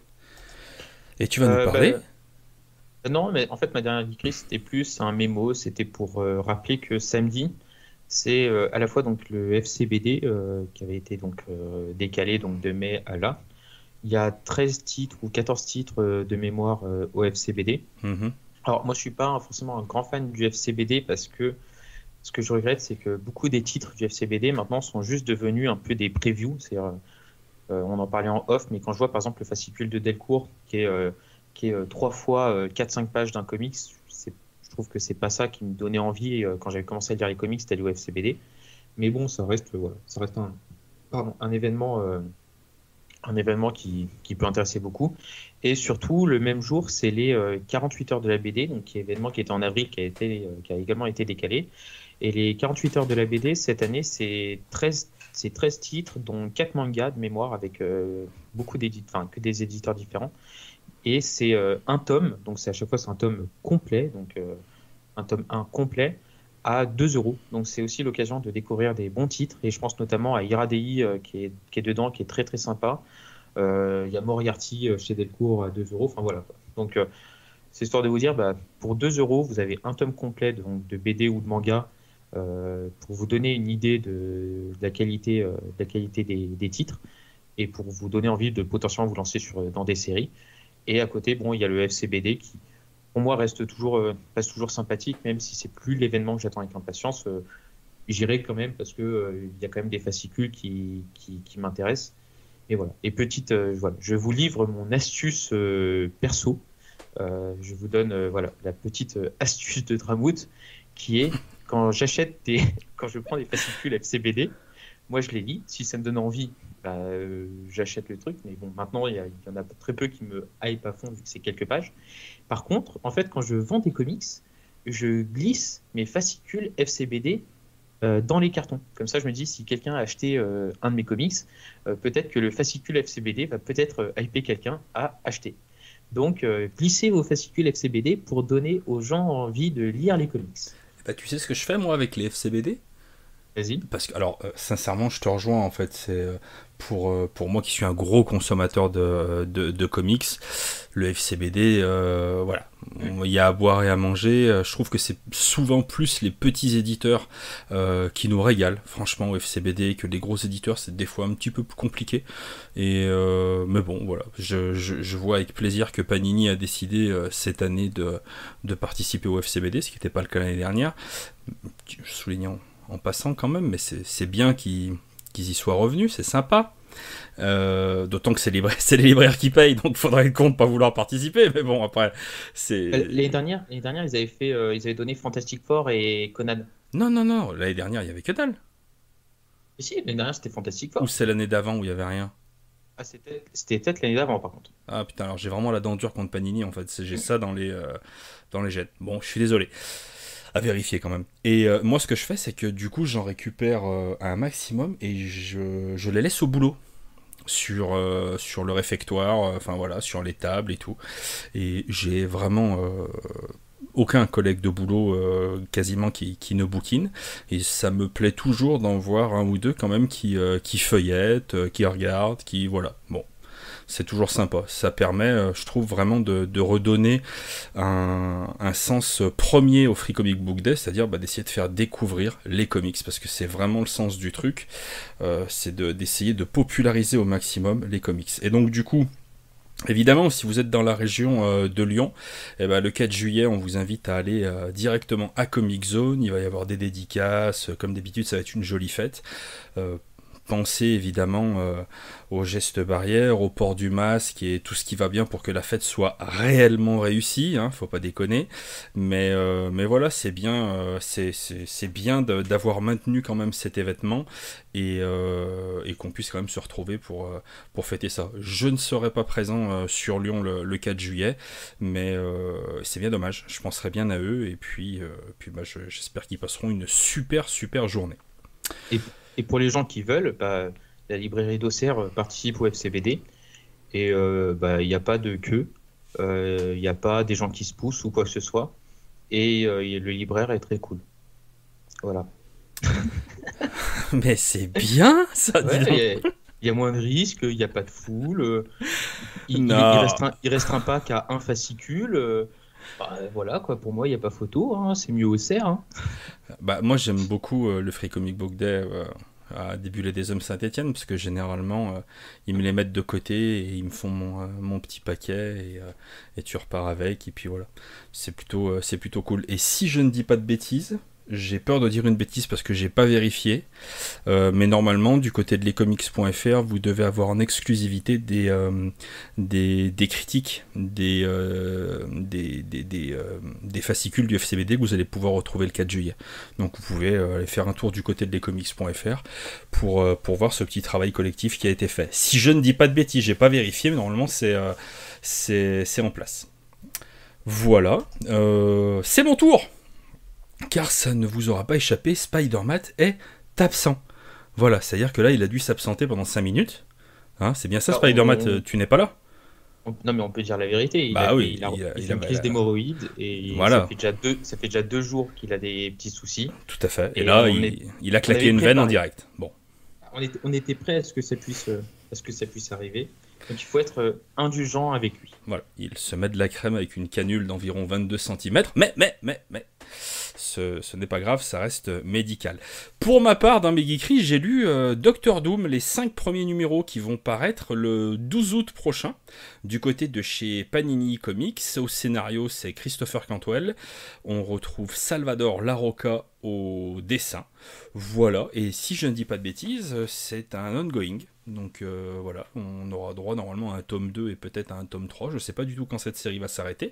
S1: Et tu vas
S2: Euh,
S1: nous parler.
S2: bah, non, mais en fait, ma dernière geekerie, c'était plus un mémo. C'était pour euh, rappeler que samedi, c'est euh, à la fois donc le F C B D euh, qui avait été donc euh, décalé donc de mai à là. Il y a treize titres ou quatorze titres euh, de mémoire euh, au F C B D.
S1: Mhm.
S2: Alors, moi, je suis pas forcément un grand fan du F C B D parce que ce que je regrette, c'est que beaucoup des titres du F C B D maintenant sont juste devenus un peu des previews. C'est-à-dire, euh, on en parlait en off, mais quand je vois par exemple le fascicule de Delcourt qui est, euh, qui est euh, trois fois euh, quatre cinq pages d'un comics, c'est- je trouve que c'est pas ça qui me donnait envie euh, quand j'avais commencé à lire les comics, c'était le F C B D. Mais bon, ça reste, euh, voilà, ça reste un, pardon, un événement, euh, un événement qui, qui peut intéresser beaucoup. Et surtout, le même jour, c'est les euh, quarante-huit heures de la B D, donc qui est événement qui était en avril, qui a, été, euh, qui a également été décalé. Et les quarante-huit heures de la B D, cette année, c'est treize, c'est treize titres, dont quatre mangas de mémoire, avec euh, beaucoup d'éditeurs, enfin, que des éditeurs différents. Et c'est euh, un tome, donc c'est à chaque fois c'est un tome complet, donc euh, un tome un complet, à deux euros. Donc c'est aussi l'occasion de découvrir des bons titres, et je pense notamment à Iradei euh, qui, est, qui est dedans, qui est très très sympa. Euh, Il y a Moriarty euh, chez Delcourt à deux euros, enfin voilà, quoi. Donc euh, c'est histoire de vous dire, bah, pour deux euros, vous avez un tome complet de, donc, de B D ou de manga euh, pour vous donner une idée de, de la qualité, euh, de la qualité des, des titres et pour vous donner envie de potentiellement vous lancer sur, dans des séries. Et à côté, bon, il y a le F C B D qui, pour moi, reste toujours, euh, reste toujours sympathique, même si c'est plus l'événement que j'attends avec impatience. Euh, J'irai quand même parce que euh, il y a quand même des fascicules qui, qui, qui m'intéressent. Et voilà. Et petite, euh, voilà, je vous livre mon astuce euh, perso. Euh, je vous donne euh, voilà la petite euh, astuce de Dramout qui est quand j'achète des, quand je prends des fascicules F C B D, moi je les lis. Si ça me donne envie, bah, euh, j'achète le truc. Mais bon, maintenant il y, a- il y en a très peu qui me hype à fond vu que c'est quelques pages. Par contre, en fait, quand je vends des comics, je glisse mes fascicules F C B D euh, dans les cartons. Comme ça, je me dis, si quelqu'un a acheté euh, un de mes comics, euh, peut-être que le fascicule F C B D va peut-être euh, hyper quelqu'un à acheter. Donc, euh, glissez vos fascicules F C B D pour donner aux gens envie de lire les comics.
S1: Bah, tu sais ce que je fais moi avec les F C B D?
S2: Vas-y.
S1: Parce que, alors, euh, sincèrement, je te rejoins en fait. C'est euh, pour, euh, pour moi qui suis un gros consommateur de, de, de comics, le F C B D, euh, voilà. Il y a à boire et à manger. Euh, Je trouve que c'est souvent plus les petits éditeurs euh, qui nous régalent, franchement, au F C B D, que les gros éditeurs, c'est des fois un petit peu plus compliqué. Et, euh, mais bon, voilà. Je, je, je vois avec plaisir que Panini a décidé euh, cette année de, de participer au F C B D, ce qui n'était pas le cas l'année dernière. Soulignant en passant quand même, mais c'est c'est bien qu'ils qu'ils y soient revenus, c'est sympa. Euh, D'autant que c'est les, libraires- c'est les libraires qui payent, donc il faudrait être con de pas vouloir participer, mais bon, après, c'est...
S2: Euh, L'année dernière, l'année dernière, ils avaient fait, euh, ils avaient donné Fantastic Four et Conan.
S1: Non, non, non, l'année dernière, il y avait que dalle.
S2: Et si, l'année dernière, c'était Fantastic
S1: Ou
S2: Four.
S1: c'est l'année d'avant où il y avait rien.
S2: Ah, c'était c'était peut-être l'année d'avant, par contre.
S1: Ah putain, alors j'ai vraiment la dent dure contre Panini, en fait, C'est- j'ai ça dans les, euh, dans les jets. Bon, je suis désolé. À vérifier quand même. Et euh, moi, ce que je fais, c'est que du coup, j'en récupère euh, un maximum et je, je les laisse au boulot. Sur, euh, sur le réfectoire, euh, enfin voilà, sur les tables et tout. Et j'ai vraiment euh, aucun collègue de boulot euh, quasiment qui, qui ne bouquine. Et ça me plaît toujours d'en voir un ou deux quand même qui, euh, qui feuillettent, euh, qui regardent, qui voilà. Bon, c'est toujours sympa. Ça permet, euh, je trouve, vraiment de, de redonner un, un sens premier au Free Comic Book Day, c'est-à-dire bah, d'essayer de faire découvrir les comics, parce que c'est vraiment le sens du truc, euh, c'est de- d'essayer de populariser au maximum les comics. Et donc du coup, évidemment, si vous êtes dans la région euh, de Lyon, eh ben, le quatre juillet, on vous invite à aller euh, directement à Comic Zone, il va y avoir des dédicaces, comme d'habitude, ça va être une jolie fête. Euh, penser évidemment euh, aux gestes barrières, au port du masque et tout ce qui va bien pour que la fête soit réellement réussie, hein, faut pas déconner. Mais, euh, mais voilà, c'est bien, euh, c'est, c'est, c'est bien de, d'avoir maintenu quand même cet événement et, euh, et qu'on puisse quand même se retrouver pour, euh, pour fêter ça. Je ne serai pas présent euh, sur Lyon le, le quatre juillet, mais euh, c'est bien dommage. Je penserai bien à eux et puis, euh, puis bah, je, j'espère qu'ils passeront une super super journée.
S2: Et, et pour les gens qui veulent, bah, la librairie d'Auxerre euh, participe au F C B D et euh, bah, il n'y a pas de queue, euh, il n'y a pas des gens qui se poussent ou quoi que ce soit. Et euh, le libraire est très cool. Voilà.
S1: Mais c'est bien ça, dis
S2: Ouais,
S1: donc.
S2: il y a- il y a moins de risques, il n'y a pas de foule, euh, il, il,
S1: Non.
S2: il restreint, il restreint pas qu'à un fascicule. euh, bah, voilà, quoi, pour moi, il n'y a pas photo, hein, c'est mieux Auxerre. Hein.
S1: Bah, moi j'aime beaucoup euh, le Free Comic Book Day euh, à Début des Hommes Saint-Etienne parce que généralement euh, ils me les mettent de côté et ils me font mon, euh, mon petit paquet et, euh, et tu repars avec et puis voilà. C'est plutôt, euh, c'est plutôt cool. Et si je ne dis pas de bêtises, j'ai peur de dire une bêtise parce que j'ai pas vérifié, euh, mais normalement du côté de lescomics point f r vous devez avoir en exclusivité des, euh, des, des critiques des, euh, des, des, des, euh, des fascicules du F C B D que vous allez pouvoir retrouver le quatre juillet. Donc vous pouvez euh, aller faire un tour du côté de lescomics point f r pour, euh, pour voir ce petit travail collectif qui a été fait. Si je ne dis pas de bêtises, j'ai pas vérifié, mais normalement c'est, euh, c'est, c'est en place. Voilà, euh, c'est mon tour. Car ça ne vous aura pas échappé, Spider-Man est absent. Voilà, c'est-à-dire que là, il a dû s'absenter pendant cinq minutes. Hein, c'est bien ça,
S2: Ah,
S1: Spider-Man,
S2: on-
S1: tu n'es pas là?
S2: On- Non, mais on peut dire la vérité. Il
S1: Bah
S2: a,
S1: oui,
S2: il a,
S1: il a-
S2: il
S1: il
S2: fait
S1: a-
S2: une crise
S1: il a-
S2: d'hémorroïdes et
S1: Voilà.
S2: ça fait déjà deux, ça fait déjà deux jours qu'il a des petits soucis.
S1: Tout à fait. Et,
S2: Et
S1: là,
S2: on
S1: il,
S2: est-
S1: il a
S2: on
S1: claqué
S2: avait
S1: une veine en
S2: préparé.
S1: direct. Bon.
S2: On était, on était prêt à ce que ça puisse, euh, à ce que ça puisse arriver. Donc il faut être euh, indulgent avec lui.
S1: Voilà, il se met de la crème avec une canule d'environ vingt-deux centimètres, mais, mais, mais, mais, ce, ce n'est pas grave, ça reste médical. Pour ma part, dans mes geekeries, j'ai lu euh, Doctor Doom, les cinq premiers numéros qui vont paraître le douze août prochain, du côté de chez Panini Comics. Au scénario, c'est Christopher Cantwell. On retrouve Salvador Larroca au dessin. Voilà, et si je ne dis pas de bêtises, c'est un ongoing. Donc euh, voilà, on aura droit normalement à un tome deux et peut-être à un tome trois. Je ne sais pas du tout quand cette série va s'arrêter.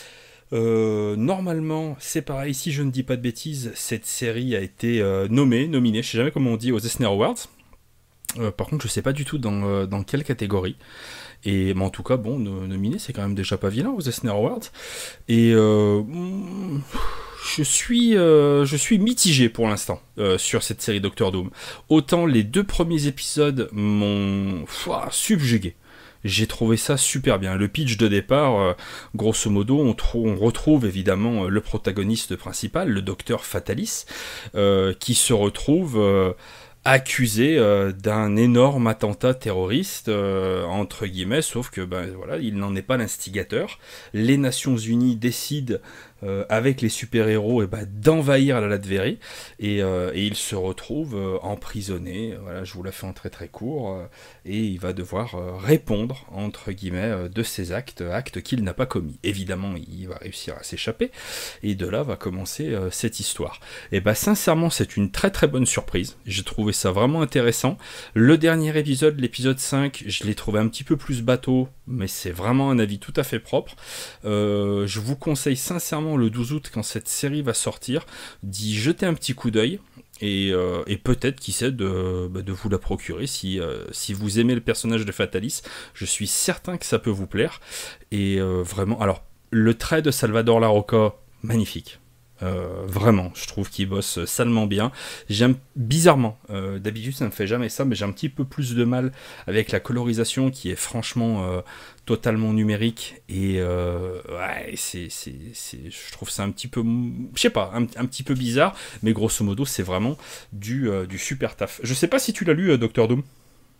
S1: Euh, normalement, c'est pareil, si je ne dis pas de bêtises, cette série a été euh, nommée, nominée, je ne sais jamais comment on dit, aux Eisner Awards. Euh, par contre, je ne sais pas du tout dans, euh, dans quelle catégorie. Et mais en tout cas, bon, no- nominé, c'est quand même déjà pas vilain aux Eisner Awards. Et euh, mm, je suis, euh, je suis mitigé pour l'instant euh, sur cette série Doctor Doom. Autant les deux premiers épisodes m'ont ouah, subjugué. J'ai trouvé ça super bien. Le pitch de départ, euh, grosso modo, on, trou- on retrouve évidemment euh, le protagoniste principal, le docteur Fatalis, euh, qui se retrouve euh, accusé euh, d'un énorme attentat terroriste, euh, entre guillemets, sauf que ben, voilà, il n'en est pas l'instigateur. Les Nations Unies décident, euh, avec les super-héros, eh ben, d'envahir la Latverie, et, euh, et il se retrouve euh, emprisonné. Voilà, je vous la fais en très très court, euh, et il va devoir euh, répondre, entre guillemets, euh, de ses actes, actes qu'il n'a pas commis. Évidemment, il va réussir à s'échapper, et de là va commencer euh, cette histoire. Et bah sincèrement, c'est une très très bonne surprise. J'ai trouvé ça vraiment intéressant. Le dernier épisode, l'épisode cinq, je l'ai trouvé un petit peu plus bateau, mais c'est vraiment un avis tout à fait propre. Euh, je vous conseille sincèrement le douze août, quand cette série va sortir, d'y jeter un petit coup d'œil. Et, euh, et peut-être, qui sait, de, bah, de vous la procurer si, euh, si vous aimez le personnage de Fatalis. Je suis certain que ça peut vous plaire. Et euh, vraiment, alors, le trait de Salvador Larroca, magnifique. Euh, vraiment, je trouve qu'il bosse salement bien. J'aime bizarrement, euh, d'habitude ça ne me fait jamais ça, mais j'ai un petit peu plus de mal avec la colorisation qui est franchement euh, totalement numérique. Et euh, ouais, c'est, c'est, c'est, je trouve ça un petit peu, je sais pas, un, un petit peu bizarre, mais grosso modo, c'est vraiment du, euh, du super taf. Je sais pas si tu l'as lu, euh, Doctor Doom.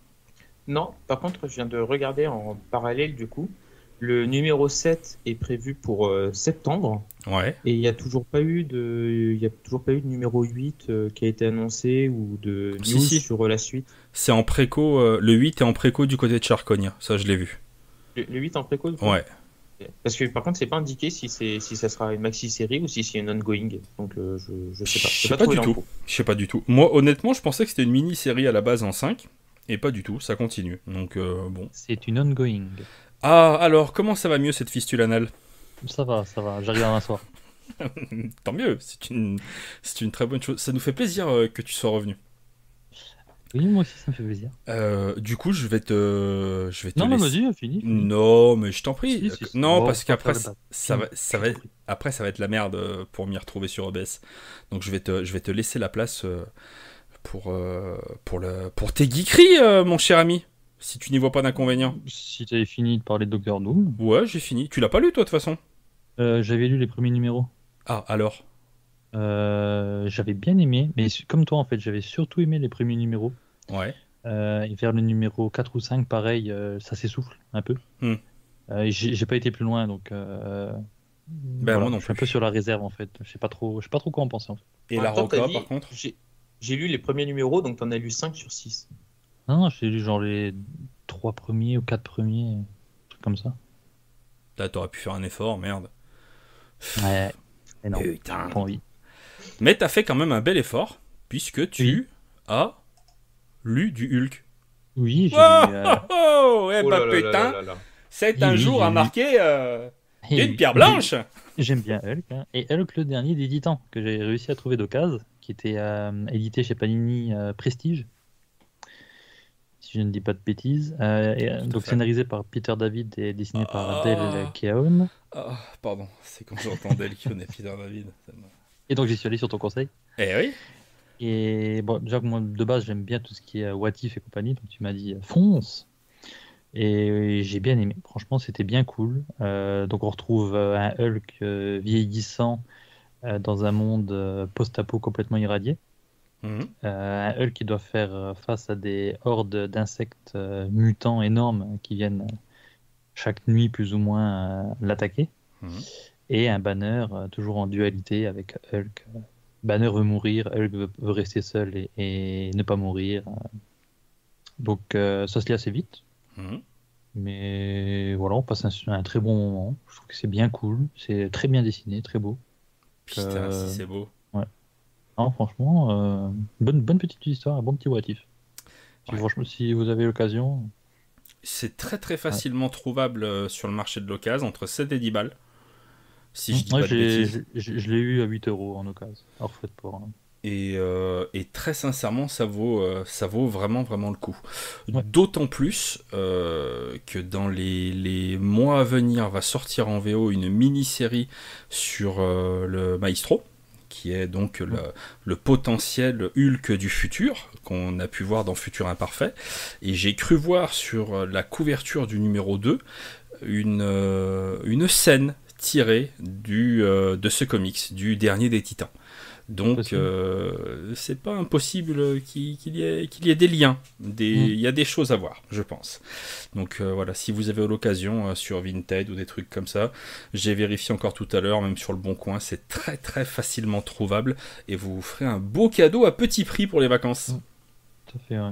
S2: Non, par contre, je viens de regarder en parallèle du coup. Le numéro sept est prévu pour euh, septembre
S1: Ouais.
S2: et il n'y a toujours pas eu de, il y a toujours pas eu de numéro huit euh, qui a été annoncé ou de
S1: Si,
S2: news
S1: si.
S2: sur euh, la suite.
S1: C'est en préco, euh, le huit est en préco du côté de Charconia, ça je l'ai vu.
S2: Le, le huit en préco du coup
S1: Ouais.
S2: Parce que par contre, c'est pas indiqué si c'est si ça sera une maxi-série ou si c'est une ongoing. Donc euh, je, je sais pas.
S1: Je
S2: J'ai
S1: sais
S2: pas
S1: pas
S2: trouvé
S1: du tout.
S2: l'info.
S1: Je sais pas du tout. Moi, honnêtement, je pensais que c'était une mini-série à la base en cinq. Et pas du tout, ça continue. Donc, euh, bon.
S3: C'est une ongoing.
S1: Ah, alors, comment ça va mieux cette fistule anale?
S3: Ça va, ça va, j'arrive à m'asseoir.
S1: Tant mieux, c'est une, c'est une très bonne chose. Ça nous fait plaisir euh, que tu sois revenu.
S3: Oui, moi aussi, ça me fait plaisir.
S1: Euh, du coup, je vais te, je vais te
S3: Non, non,
S1: laisser.
S3: vas-y, fini. fini.
S1: Non, mais je t'en prie.
S3: Si, si, si.
S1: Non,
S3: Bon,
S1: parce
S3: faut
S1: qu'après,
S3: faire le
S1: ça,
S3: bas.
S1: va, ça
S3: Fini,
S1: va
S3: j'ai
S1: être,
S3: compris.
S1: après, ça va être la merde euh, pour m'y retrouver sur O B S. Donc, je vais te, je vais te laisser la place euh, pour, euh, pour, le, pour tes geekeries, euh, mon cher ami. Si tu n'y vois pas d'inconvénient.
S3: Si t'avais fini de parler de Doctor Doom,
S1: Ouais, j'ai fini. Tu l'as pas lu, toi, de toute façon?
S3: euh, j'avais lu les premiers numéros.
S1: Ah, alors.
S3: Euh, j'avais bien aimé, mais su- comme toi, en fait, j'avais surtout aimé les premiers numéros.
S1: Ouais.
S3: Euh, et vers le numéro quatre ou cinq, pareil, euh, ça s'essouffle un peu.
S1: Hmm.
S3: Euh, et j'ai j'ai pas été plus loin, donc euh,
S1: Ben,
S3: voilà,
S1: moi non
S3: je suis un
S1: plus.
S3: peu sur la réserve, en fait. Je sais pas trop, je sais pas trop quoi en penser, en fait.
S1: Et
S2: En
S1: la
S2: même temps, t'as
S1: Roca,
S2: dit,
S1: par contre?
S2: j'ai j'ai lu les premiers numéros, donc t'en as lu cinq sur six.
S3: Non, non, j'ai lu genre les trois premiers ou quatre premiers, un truc comme ça.
S1: Là, t'aurais pu faire un effort, merde.
S3: Ouais, mais non,
S1: Putain.
S3: pas envie.
S1: Mais t'as fait quand même un bel effort, puisque tu
S3: Oui.
S1: as lu du Hulk.
S3: Oui, j'ai
S1: Oh,
S3: lu.
S1: oh,
S3: euh,
S1: oh, eh
S2: Oh
S1: bah
S2: là là là
S1: putain,
S2: là là là.
S1: c'est
S3: oui,
S1: un
S3: oui,
S1: jour
S3: j'ai
S1: à
S3: lu.
S1: marquer euh,
S3: Eh
S1: d'une
S3: oui,
S1: pierre
S3: j'ai-
S1: blanche.
S3: J'aime bien Hulk, hein. Et Hulk, le dernier des Titans, que j'ai réussi à trouver d'occasion, qui était euh, édité chez Panini euh, Prestige, si je ne dis pas de bêtises. Euh, et, euh,
S1: Tout à
S3: donc
S1: fait.
S3: scénarisé par Peter David et dessiné par Dale
S1: Ah,
S3: Keown.
S1: ah, pardon, c'est quand j'entendais le Kion et Peter David. ça m'a-
S3: Et donc j'y suis allé sur ton conseil.
S1: Eh oui.
S3: Et bon, déjà que moi de base j'aime bien tout ce qui est euh, What If et compagnie, donc tu m'as dit euh, fonce. Et j'ai bien aimé. Franchement, c'était bien cool. Euh, donc on retrouve euh, un Hulk euh, vieillissant euh, dans un monde euh, post-apo complètement irradié.
S1: Mhm.
S3: Euh, un Hulk qui doit faire euh, face à des hordes d'insectes euh, mutants énormes qui viennent euh, chaque nuit plus ou moins euh, l'attaquer.
S1: Mhm.
S3: Et un Banner euh, toujours en dualité avec Hulk. Banner veut mourir, Hulk veut, veut rester seul et, et ne pas mourir. Donc euh, ça se lit assez vite.
S1: Mhm.
S3: Mais voilà, on passe un, un très bon moment. Je trouve que c'est bien cool. C'est très bien dessiné, très beau.
S1: Putain,
S3: Euh,
S1: si c'est beau.
S3: Ouais. Non, franchement, euh, bonne, bonne petite histoire, un bon petit what if. Si,
S1: Ouais.
S3: franchement, si vous avez l'occasion.
S1: C'est très très facilement trouvable euh, sur le marché de l'occasion, entre sept et dix balles. Si je dis
S3: Ouais,
S1: pas de
S3: j'ai-
S1: bêtises.
S3: j'ai- je l'ai eu à huit euros en occasion, hors frais de port. Hein.
S1: Et, euh, et très sincèrement, ça vaut, euh, ça vaut vraiment, vraiment le coup.
S3: Ouais.
S1: D'autant plus euh, que dans les, les mois à venir va sortir en V O une mini-série sur euh, le Maestro, qui est donc le, le potentiel Hulk du futur, qu'on a pu voir dans Futur Imparfait. Et j'ai cru voir sur la couverture du numéro deux une, euh, une scène tirée du, euh, de ce comics, du dernier des Titans. Donc,
S3: Possible.
S1: euh, c'est pas impossible qu'il qu'il y, ait- qu'il y ait des liens. Des-
S3: Mm.
S1: Il y a des choses à voir, je pense. Donc, euh, voilà, si vous avez l'occasion euh, sur Vinted ou des trucs comme ça, j'ai vérifié encore tout à l'heure, même sur le Bon Coin, c'est très très facilement trouvable et vous vous ferez un beau cadeau à petit prix pour les vacances.
S3: Mm. Tout à fait, ouais.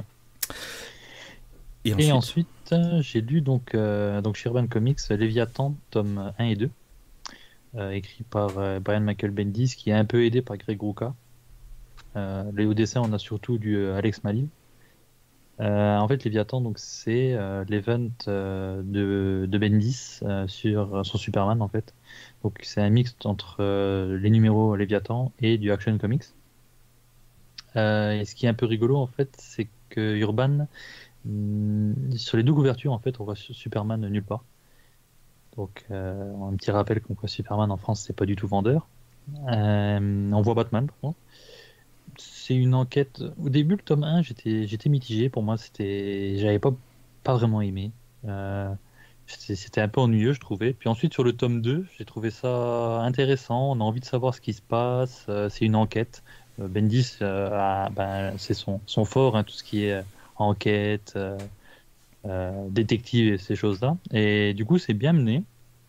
S1: Et ensuite,
S3: Et ensuite, euh, j'ai lu donc, euh, donc chez Urban Comics Léviathan, tome un et deux, euh, écrit par euh, Brian Michael Bendis, qui est un peu aidé par Greg Rucka. Euh, les au dessin, on a surtout du euh, Alex Malin. Euh, en fait, Léviathan, donc c'est euh, l'event euh, de, de Bendis euh, sur son Superman, en fait. Donc c'est un mix entre euh, les numéros Léviathan et du Action Comics. Euh, et ce qui est un peu rigolo, en fait, c'est que Urban, mm, sur les deux couvertures, en fait, on voit Su- Superman nulle part. Donc, euh, un petit rappel comme quoi Superman en France, c'est pas du tout vendeur. Euh, on voit Batman, par contre. C'est une enquête. Au début, le tome un, j'étais, j'étais mitigé. Pour moi, c'était, j'avais pas, pas vraiment aimé. Euh, c'était, c'était un peu ennuyeux, je trouvais. Puis ensuite, sur le tome deux, j'ai trouvé ça intéressant. On a envie de savoir ce qui se passe. Euh, c'est une enquête. Euh, Bendis, euh, a- ben, c'est son, son fort, hein, tout ce qui est euh, enquête, euh, euh, détective et ces choses-là. Et du coup, c'est bien mené.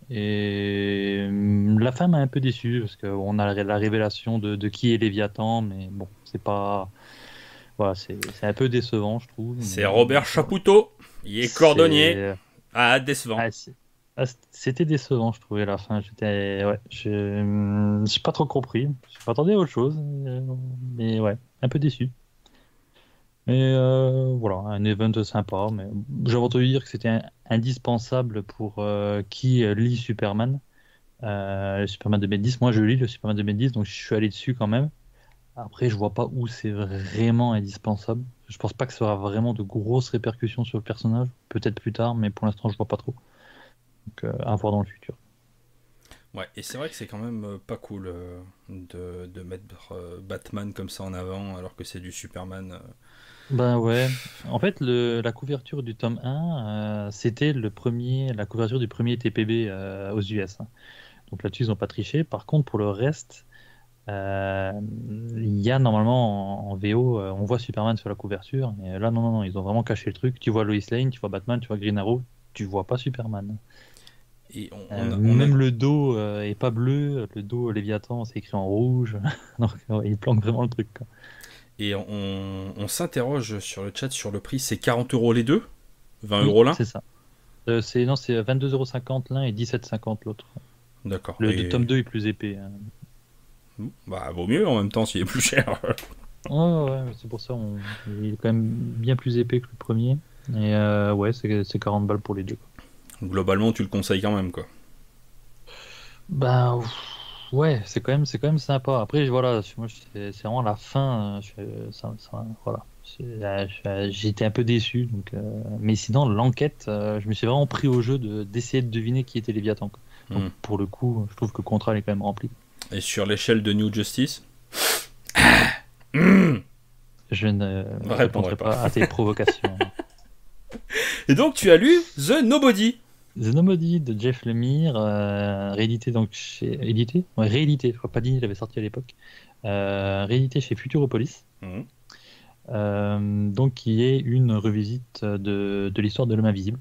S3: Et hum, la fin m'a un peu déçu parce qu'on a la, la révélation de, de qui est Léviathan, mais bon, c'est pas. Voilà, c'est c'est un peu décevant, je trouve.
S1: c'est
S3: mais-
S1: Robert Chapoutot, il est cordonnier.
S3: C'est
S1: Ah, décevant.
S3: ah, c'est- Ah, c'était décevant, je trouvais, la fin. J'étais, ouais, j'ai hum, j'ai pas trop compris. Je m'attendais à autre chose, euh, mais ouais, un peu déçu. Mais euh, voilà, un event sympa. Mais j'avais entendu dire que c'était un- indispensable pour euh, qui euh, lit Superman. Euh, le Superman de Bendis. Moi, je lis le Superman de Bendis, donc je suis allé dessus quand même. Après, je vois pas où c'est vraiment indispensable. Je pense pas que ça aura vraiment de grosses répercussions sur le personnage. Peut-être plus tard, mais pour l'instant, je vois pas trop. Donc, euh, à voir dans le futur.
S1: Ouais, et c'est vrai que c'est quand même euh, pas cool euh, de, de mettre euh, Batman comme ça en avant alors que c'est du Superman. euh.
S3: Ben ouais. En fait, le, la couverture du tome un, euh, c'était le premier, la couverture du premier T P B euh, aux U S, hein. Donc là-dessus, ils n'ont pas triché. Par contre, pour le reste, euh, il y a normalement en, en V O, euh, on voit Superman sur la couverture. Et là, non, non, non, ils ont vraiment caché le truc. Tu vois Lois Lane, tu vois Batman, tu vois Green Arrow, tu vois pas Superman.
S1: Et on, on
S3: Euh,
S1: a, on a-
S3: même le dos euh, est pas bleu, le dos Léviathan, c'est écrit en rouge. Donc, ouais, ils planquent vraiment le truc, quoi.
S1: et on, on s'interroge sur le chat sur le prix. C'est quarante euros les deux? vingt
S3: Oui,
S1: euros l'un?
S3: c'est ça. Euh, c'est, non, c'est vingt-deux euros cinquante l'un et dix-sept euros cinquante l'autre.
S1: D'accord.
S3: Le, le
S1: Et
S3: tome deux est plus épais, hein.
S1: bah, vaut mieux en même temps s'il est plus cher.
S3: Ouais, ouais, ouais, c'est pour ça, on- il est quand même bien plus épais que le premier. Et euh, ouais, c'est, c'est quarante balles pour les deux, quoi.
S1: Globalement, tu le conseilles quand même, quoi.
S3: Bah ouf, ouais, c'est quand même, c'est quand même sympa. Après, voilà, moi, c'est, c'est vraiment la fin. euh, je- ça- ça- voilà. C'est- euh, je- J'ai été un peu déçu. Donc, euh, mais sinon, l'enquête, euh, je me suis vraiment pris au jeu de, d'essayer de deviner qui était Léviathan, quoi. Donc
S1: Hmm.
S3: pour le coup, je trouve que le contrat est quand même rempli.
S1: Et sur l'échelle de New Justice? Hmm.
S3: Je ne
S1: Je répondrai
S3: répondrai
S1: pas.
S3: pas à tes provocations.
S1: Et donc, tu as lu The Nobody?
S3: The Nobody de Jeff Lemire, euh, réédité donc chez. Édité? Ouais, réédité, je crois pas Dini l'avait sorti à l'époque. Euh, réédité chez Futuropolis.
S1: Hmm.
S3: Euh, donc qui est une revisite de, de l'histoire de l'homme invisible.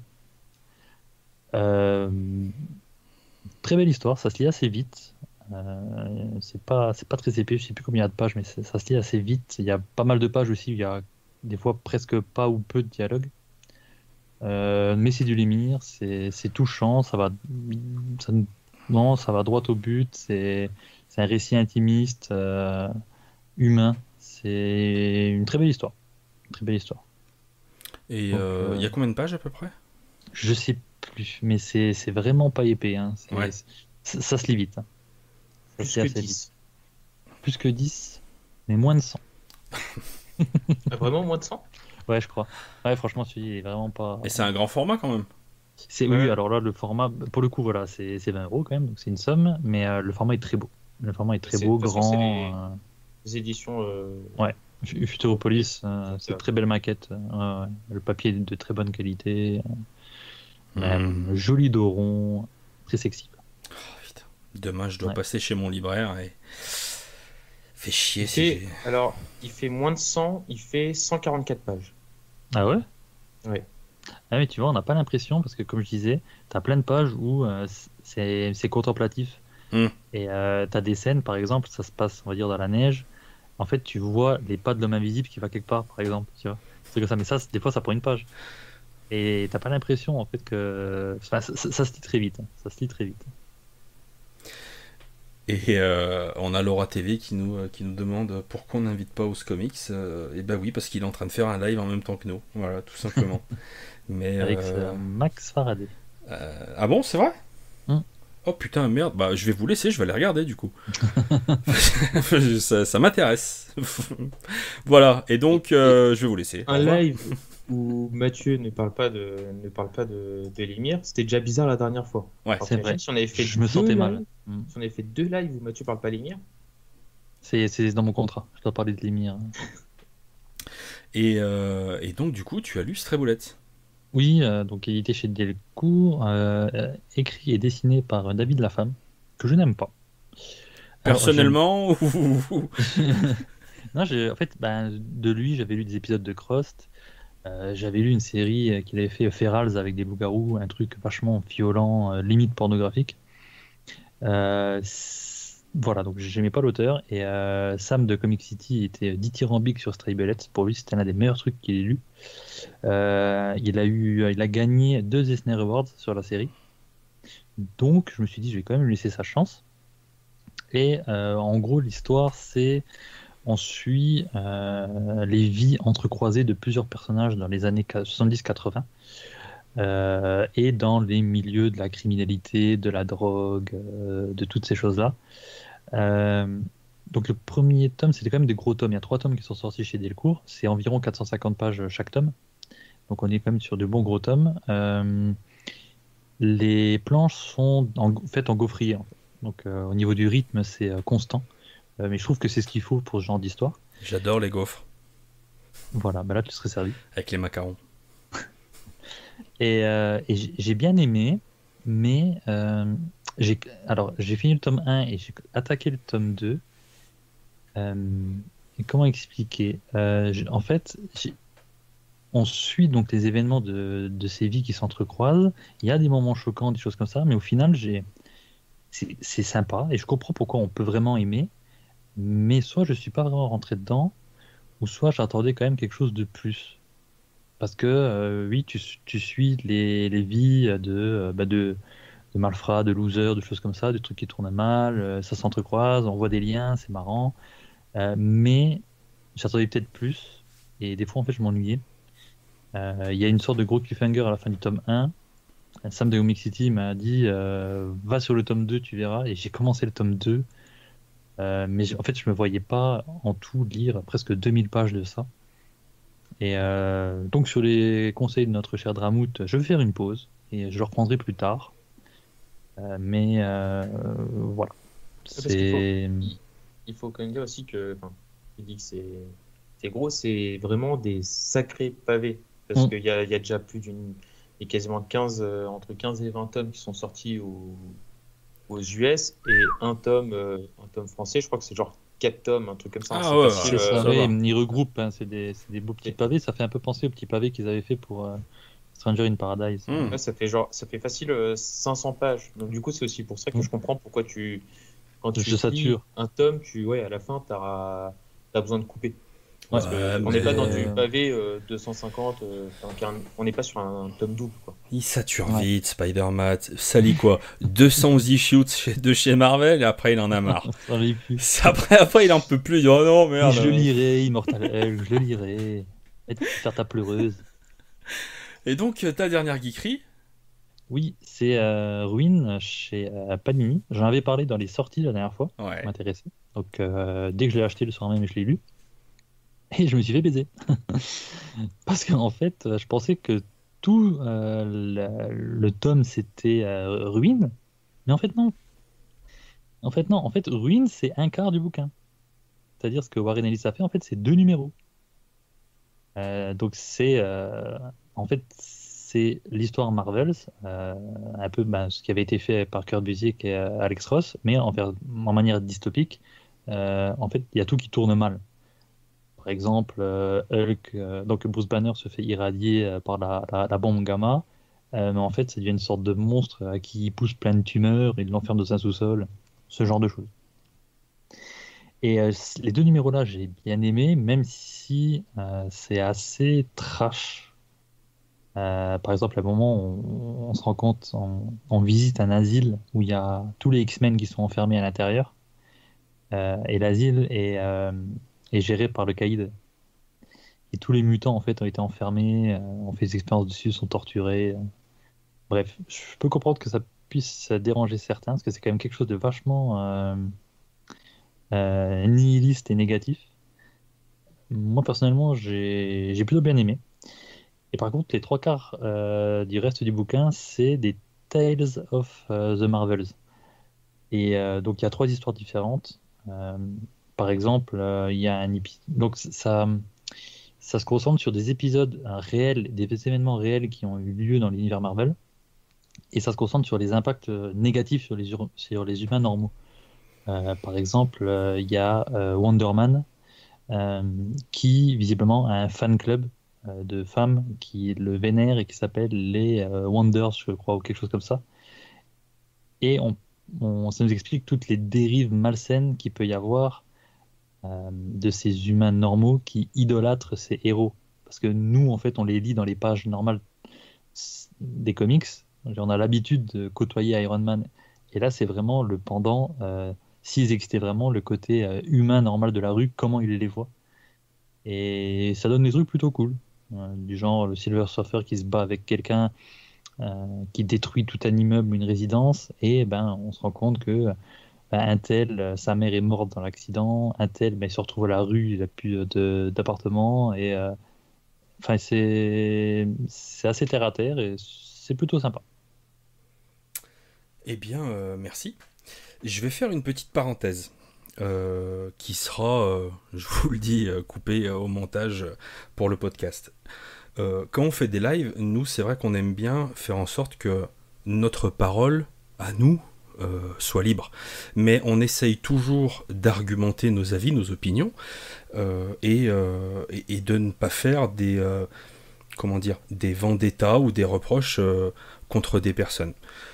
S3: Euh, Très belle histoire, ça se lit assez vite. Euh, c'est pas, c'est pas très épais, je sais plus combien il y a de pages, mais c'est- ça se lit assez vite. Il y a pas mal de pages aussi, où il y a des fois presque pas ou peu de dialogue. Euh, mais c'est du Lemire, c'est c'est touchant, ça va, ça, non, ça va droit au but, c'est c'est un récit intimiste, euh, humain, c'est une très belle histoire, une très belle histoire.
S1: Et il
S3: Donc,
S1: euh,
S3: euh,
S1: y a combien de pages à peu près?
S3: je sais plus, mais c'est c'est vraiment pas épais, hein. C'est-
S1: Ouais.
S3: c'est- ça se lit vite, hein. Ça se
S2: Plus
S3: lit
S2: que
S3: assez vite.
S2: dix.
S3: Plus que dix, mais moins de cent.
S2: Ah, vraiment moins de cent?
S3: Ouais, je crois. Ouais, franchement, celui-là est vraiment pas.
S1: Et c'est un grand format quand même.
S3: C'est oui,
S2: Ouais.
S3: alors là, le format, pour le coup, voilà, c'est c'est vingt euros quand même, donc c'est une somme, mais euh, le format est très beau. Le format est très
S2: C'est-
S3: beau,
S2: de toute façon, c'est
S3: grand.
S2: les- Les éditions. euh,
S3: euh, ouais, Fu- Futuropolis, euh,
S2: c'est
S3: c'est
S2: ça.
S3: très belle maquette. euh, ouais, ouais. Le papier est de très bonne qualité, euh,
S1: Hmm.
S3: même joli dos rond, très sexy, quoi.
S1: Oh, putain. Demain, je dois
S3: Ouais.
S1: passer chez mon libraire et. Fait chier
S2: Il
S1: si
S2: fait,
S1: j'ai.
S2: alors, il fait moins de cent, il fait cent quarante-quatre pages.
S3: Ah ouais?
S2: Ouais.
S3: Ah mais tu vois, on n'a pas l'impression, parce que comme je disais, tu as plein de pages où euh, c'est c'est contemplatif.
S1: Hmm.
S3: Et euh, tu as des scènes, par exemple, ça se passe, on va dire, dans la neige. En fait, tu vois les pas de l'homme invisible qui va quelque part, par exemple. Tu vois, c'est comme ça. Mais ça, c'est- des fois, ça prend une page. Et t'as pas l'impression, en fait, que. Enfin, ça, ça- ça se lit très vite, hein. Ça se lit très vite.
S1: Et euh, on a Laura T V qui nous, euh, qui nous demande pourquoi on n'invite pas House Comics. Euh, et bah oui, parce qu'il est en train de faire un live en même temps que nous. Voilà, tout simplement. Mais,
S3: Avec
S1: euh,
S3: euh, Max Faraday.
S1: euh, ah bon, c'est vrai?
S3: Hmm.
S1: Oh putain, merde. Bah je vais vous laisser, je vais aller regarder du coup. ça ça m'intéresse. Voilà, et donc euh, je vais vous laisser. Au
S2: Un
S1: revoir.
S2: live où Mathieu ne parle pas de, ne parle pas de, de Lemire, c'était déjà bizarre la dernière fois.
S1: Ouais.
S2: Alors,
S3: C'est
S2: t'imagines
S3: vrai.
S2: Si on avait fait
S3: Je me
S2: deux
S3: sentais mal.
S2: lives-
S3: Hmm.
S2: Si on avait fait deux lives où Mathieu parle pas Lemire,
S3: C'est c'est dans mon contrat. Je dois parler de l'émir.
S1: Et, euh, et donc du coup, tu as lu Stréboulette.
S3: Oui, euh, donc édité chez Delcourt, euh, euh, écrit et dessiné par David Lafemme, que je n'aime pas. Alors,
S1: Personnellement, ou-
S3: j'aime- non, j'ai- en fait, ben, de lui, j'avais lu des épisodes de Crost. Euh, j'avais lu une série euh, qu'il avait fait, Ferals, avec des loups-garous, un truc vachement violent, euh, limite pornographique. Euh, c- voilà, donc j'aimais pas l'auteur. Et euh, Sam de Comic City était dithyrambique sur Stray Bullets. Pour lui, c'était l'un des meilleurs trucs qu'il ait lu. Euh, il a eu, il a gagné deux Eisner Awards sur la série. Donc, je me suis dit, je vais quand même lui laisser sa chance. Et euh, en gros, l'histoire, c'est on suit euh, les vies entrecroisées de plusieurs personnages dans les années soixante-dix quatre-vingts euh, et dans les milieux de la criminalité, de la drogue, euh, de toutes ces choses-là. Euh, donc le premier tome, c'était quand même des gros tomes. Il y a trois tomes qui sont sortis chez Delcourt. C'est environ quatre cent cinquante pages chaque tome. Donc on est quand même sur de bons gros tomes. Euh, les planches sont en, faites en gaufrier. En fait. Donc euh, au niveau du rythme, c'est euh, constant. Euh, mais je trouve que c'est ce qu'il faut pour ce genre d'histoire.
S1: J'adore les gaufres.
S3: Voilà, bah là tu serais servi.
S1: Avec les macarons.
S3: Et, euh, et j'ai bien aimé, mais euh, j'ai alors j'ai fini le tome un et j'ai attaqué le tome deux. Euh, et comment expliquer euh, je, En fait, on suit donc les événements de, de ces vies qui s'entrecroisent. Il y a des moments choquants, des choses comme ça, mais au final, j'ai c'est sympa et je comprends pourquoi on peut vraiment aimer. Mais soit je suis pas vraiment rentré dedans, ou soit j'attendais quand même quelque chose de plus. Parce que euh, oui, tu, tu suis les, les vies de, euh, bah de, de malfrats, de losers, de choses comme ça, de trucs qui tournent mal, euh, ça s'entrecroise, on voit des liens, c'est marrant. Euh, mais j'attendais peut-être plus, et des fois en fait je m'ennuyais. Euh, Il y a une sorte de gros cliffhanger à la fin du tome un. Sam de Comic City m'a dit euh, va sur le tome deux, tu verras, et j'ai commencé le tome deux. Euh, mais en fait je me voyais pas en tout lire presque deux mille pages de ça. Et euh, donc sur les conseils de notre cher Dramout, je vais faire une pause et je le reprendrai plus tard. Euh, mais euh, voilà.
S2: C'est... Il, il faut quand même dire aussi que, enfin, il dit que c'est, c'est gros, c'est vraiment des sacrés pavés. Parce mm. qu'il y a, il y a déjà plus d'une, il y a quasiment quinze, euh, entre quinze et vingt tomes qui sont sortis au, aux U S et un tome, euh, un tome français, je crois que c'est genre quatre tomes, un truc comme ça.
S3: Ah ouais, facile, ouais, ça, euh, ouais, ils regroupent, hein, c'est des, des beaux petits pavés, ça fait un peu penser aux petits pavés qu'ils avaient fait pour euh, Stranger in Paradise.
S2: Mmh. Ouais, ça fait genre, ça fait facile euh, cinq cents pages. Donc du coup, c'est aussi pour ça que mmh. je comprends pourquoi tu, quand tu lis un tome, tu, ouais, à la fin, tu as besoin de couper. Parce ouais, que, on n'est pas dans du pavé euh, deux cent cinquante, euh, on n'est pas sur un tome double. Quoi.
S1: Il sature ouais. vite, Spider-Man. Ça lit quoi deux cents issues de chez Marvel et après il en a marre. après, après il en peut plus. Il dit, oh non, merde.
S3: Je le lirai, Immortal Hulk, je le lirai. Faire ta pleureuse.
S1: Et donc, ta dernière geekerie?
S3: Oui, c'est euh, Ruin chez euh, Panini. J'en avais parlé dans les sorties la dernière fois.
S1: Ouais.
S3: Ça m'intéressait. Donc, euh, dès que je l'ai acheté le soir même, je l'ai lu. Et je me suis fait baiser. Parce qu'en fait, je pensais que tout euh, le, le tome, c'était euh, Ruin. Mais en fait, non. En fait, non. En fait, Ruin, c'est un quart du bouquin. C'est-à-dire, ce que Warren Ellis a fait, en fait, c'est deux numéros. Euh, donc, c'est... Euh, en fait, c'est l'histoire Marvels, euh, un peu ben, ce qui avait été fait par Kurt Busiek et euh, Alex Ross, mais en, en manière dystopique. Euh, en fait, il y a tout qui tourne mal. Par exemple, euh, Hulk, euh, donc Bruce Banner se fait irradier euh, par la, la, la bombe gamma, euh, mais en fait, ça devient une sorte de monstre à qui il pousse plein de tumeurs, il l'enferme dans un sous-sol, ce genre de choses. Et euh, les deux numéros-là, j'ai bien aimé, même si euh, c'est assez trash. Euh, par exemple, à un moment, on, on se rend compte, on, on visite un asile où il y a tous les X-Men qui sont enfermés à l'intérieur, euh, et l'asile est euh, est géré par le Caïd. Et tous les mutants en fait ont été enfermés, euh, on fait des expériences dessus, sont torturés. Euh. Bref, je peux comprendre que ça puisse déranger certains, parce que c'est quand même quelque chose de vachement euh, euh, nihiliste et négatif. Moi personnellement, j'ai plutôt bien aimé. Et par contre, les trois quarts euh, du reste du bouquin, c'est des Tales of uh, the Marvels. Et euh, donc il y a trois histoires différentes. Euh, Par exemple, il euh, y a un épisode. Donc ça, ça se concentre sur des épisodes euh, réels, des événements réels qui ont eu lieu dans l'univers Marvel, et ça se concentre sur les impacts euh, négatifs sur les, sur les humains normaux. Euh, par exemple, il euh, y a euh, Wonder Man euh, qui visiblement a un fan club euh, de femmes qui le vénèrent et qui s'appelle les euh, Wonders, je crois, ou quelque chose comme ça. Et on, on, ça nous explique toutes les dérives malsaines qu'il peut y avoir Euh, de ces humains normaux qui idolâtrent ces héros. Parce que nous, en fait, on les lit dans les pages normales des comics, On a l'habitude de côtoyer Iron Man. Et là, c'est vraiment le pendant. Euh, S'ils existaient vraiment, le côté euh, humain normal de la rue, comment ils les voient. Et ça donne des trucs plutôt cool. Euh, du genre le Silver Surfer qui se bat avec quelqu'un euh, qui détruit tout un immeuble ou une résidence. Et ben, on se rend compte que ben, un tel, euh, sa mère est morte dans l'accident. Un tel, ben, il se retrouve à la rue, il n'a plus de- d'appartement. Et euh, enfin, c'est c'est assez terre à terre et c'est plutôt sympa.
S1: Eh bien, euh, merci. Je vais faire une petite parenthèse euh, qui sera, euh, je vous le dis, euh, coupée euh, au montage euh, pour le podcast. Euh, quand on fait des lives, nous, c'est vrai qu'on aime bien faire en sorte que notre parole, à nous, euh, soit libre. Mais on essaye toujours d'argumenter nos avis, nos opinions, euh, et, euh, et, et de ne pas faire des, euh, comment dire, des vendettas ou des reproches euh, contre des personnes.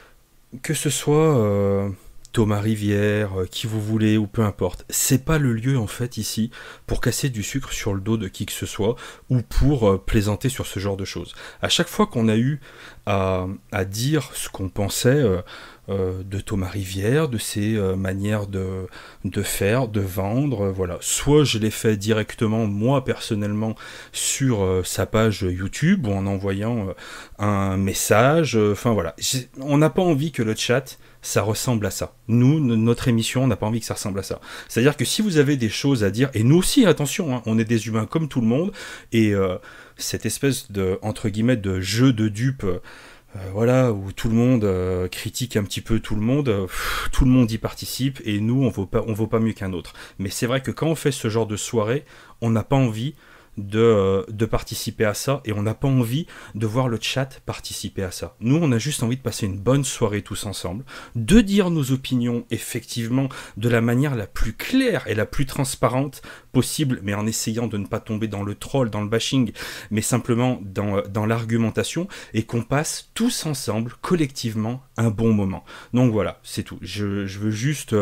S1: Que ce soit euh, Thomas Rivière, euh, qui vous voulez, ou peu importe, c'est pas le lieu en fait ici pour casser du sucre sur le dos de qui que ce soit ou pour euh, plaisanter sur ce genre de choses. À chaque fois qu'on a eu à, à dire ce qu'on pensait euh, euh, de Thomas Rivière, de ses euh, manières de, de faire, de vendre, euh, voilà. Soit je l'ai fait directement, moi personnellement, sur euh, sa page YouTube ou en envoyant euh, un message, enfin euh, voilà. J'ai, on n'a pas envie que le chat ça ressemble à ça. Nous, notre émission, on n'a pas envie que ça ressemble à ça. C'est-à-dire que si vous avez des choses à dire, et nous aussi, attention, hein, on est des humains comme tout le monde, et euh, cette espèce de, entre guillemets, de jeu de dupes, euh, voilà, où tout le monde euh, critique un petit peu tout le monde, euh, pff, tout le monde y participe, et nous, on vaut pas, on vaut pas mieux qu'un autre. Mais c'est vrai que quand on fait ce genre de soirée, on n'a pas envie de, euh, de participer à ça, et on n'a pas envie de voir le chat participer à ça. Nous, on a juste envie de passer une bonne soirée tous ensemble, de dire nos opinions, effectivement, de la manière la plus claire et la plus transparente possible, mais en essayant de ne pas tomber dans le troll, dans le bashing, mais simplement dans, dans l'argumentation, et qu'on passe tous ensemble, collectivement, un bon moment. Donc voilà, c'est tout. Je, je veux juste...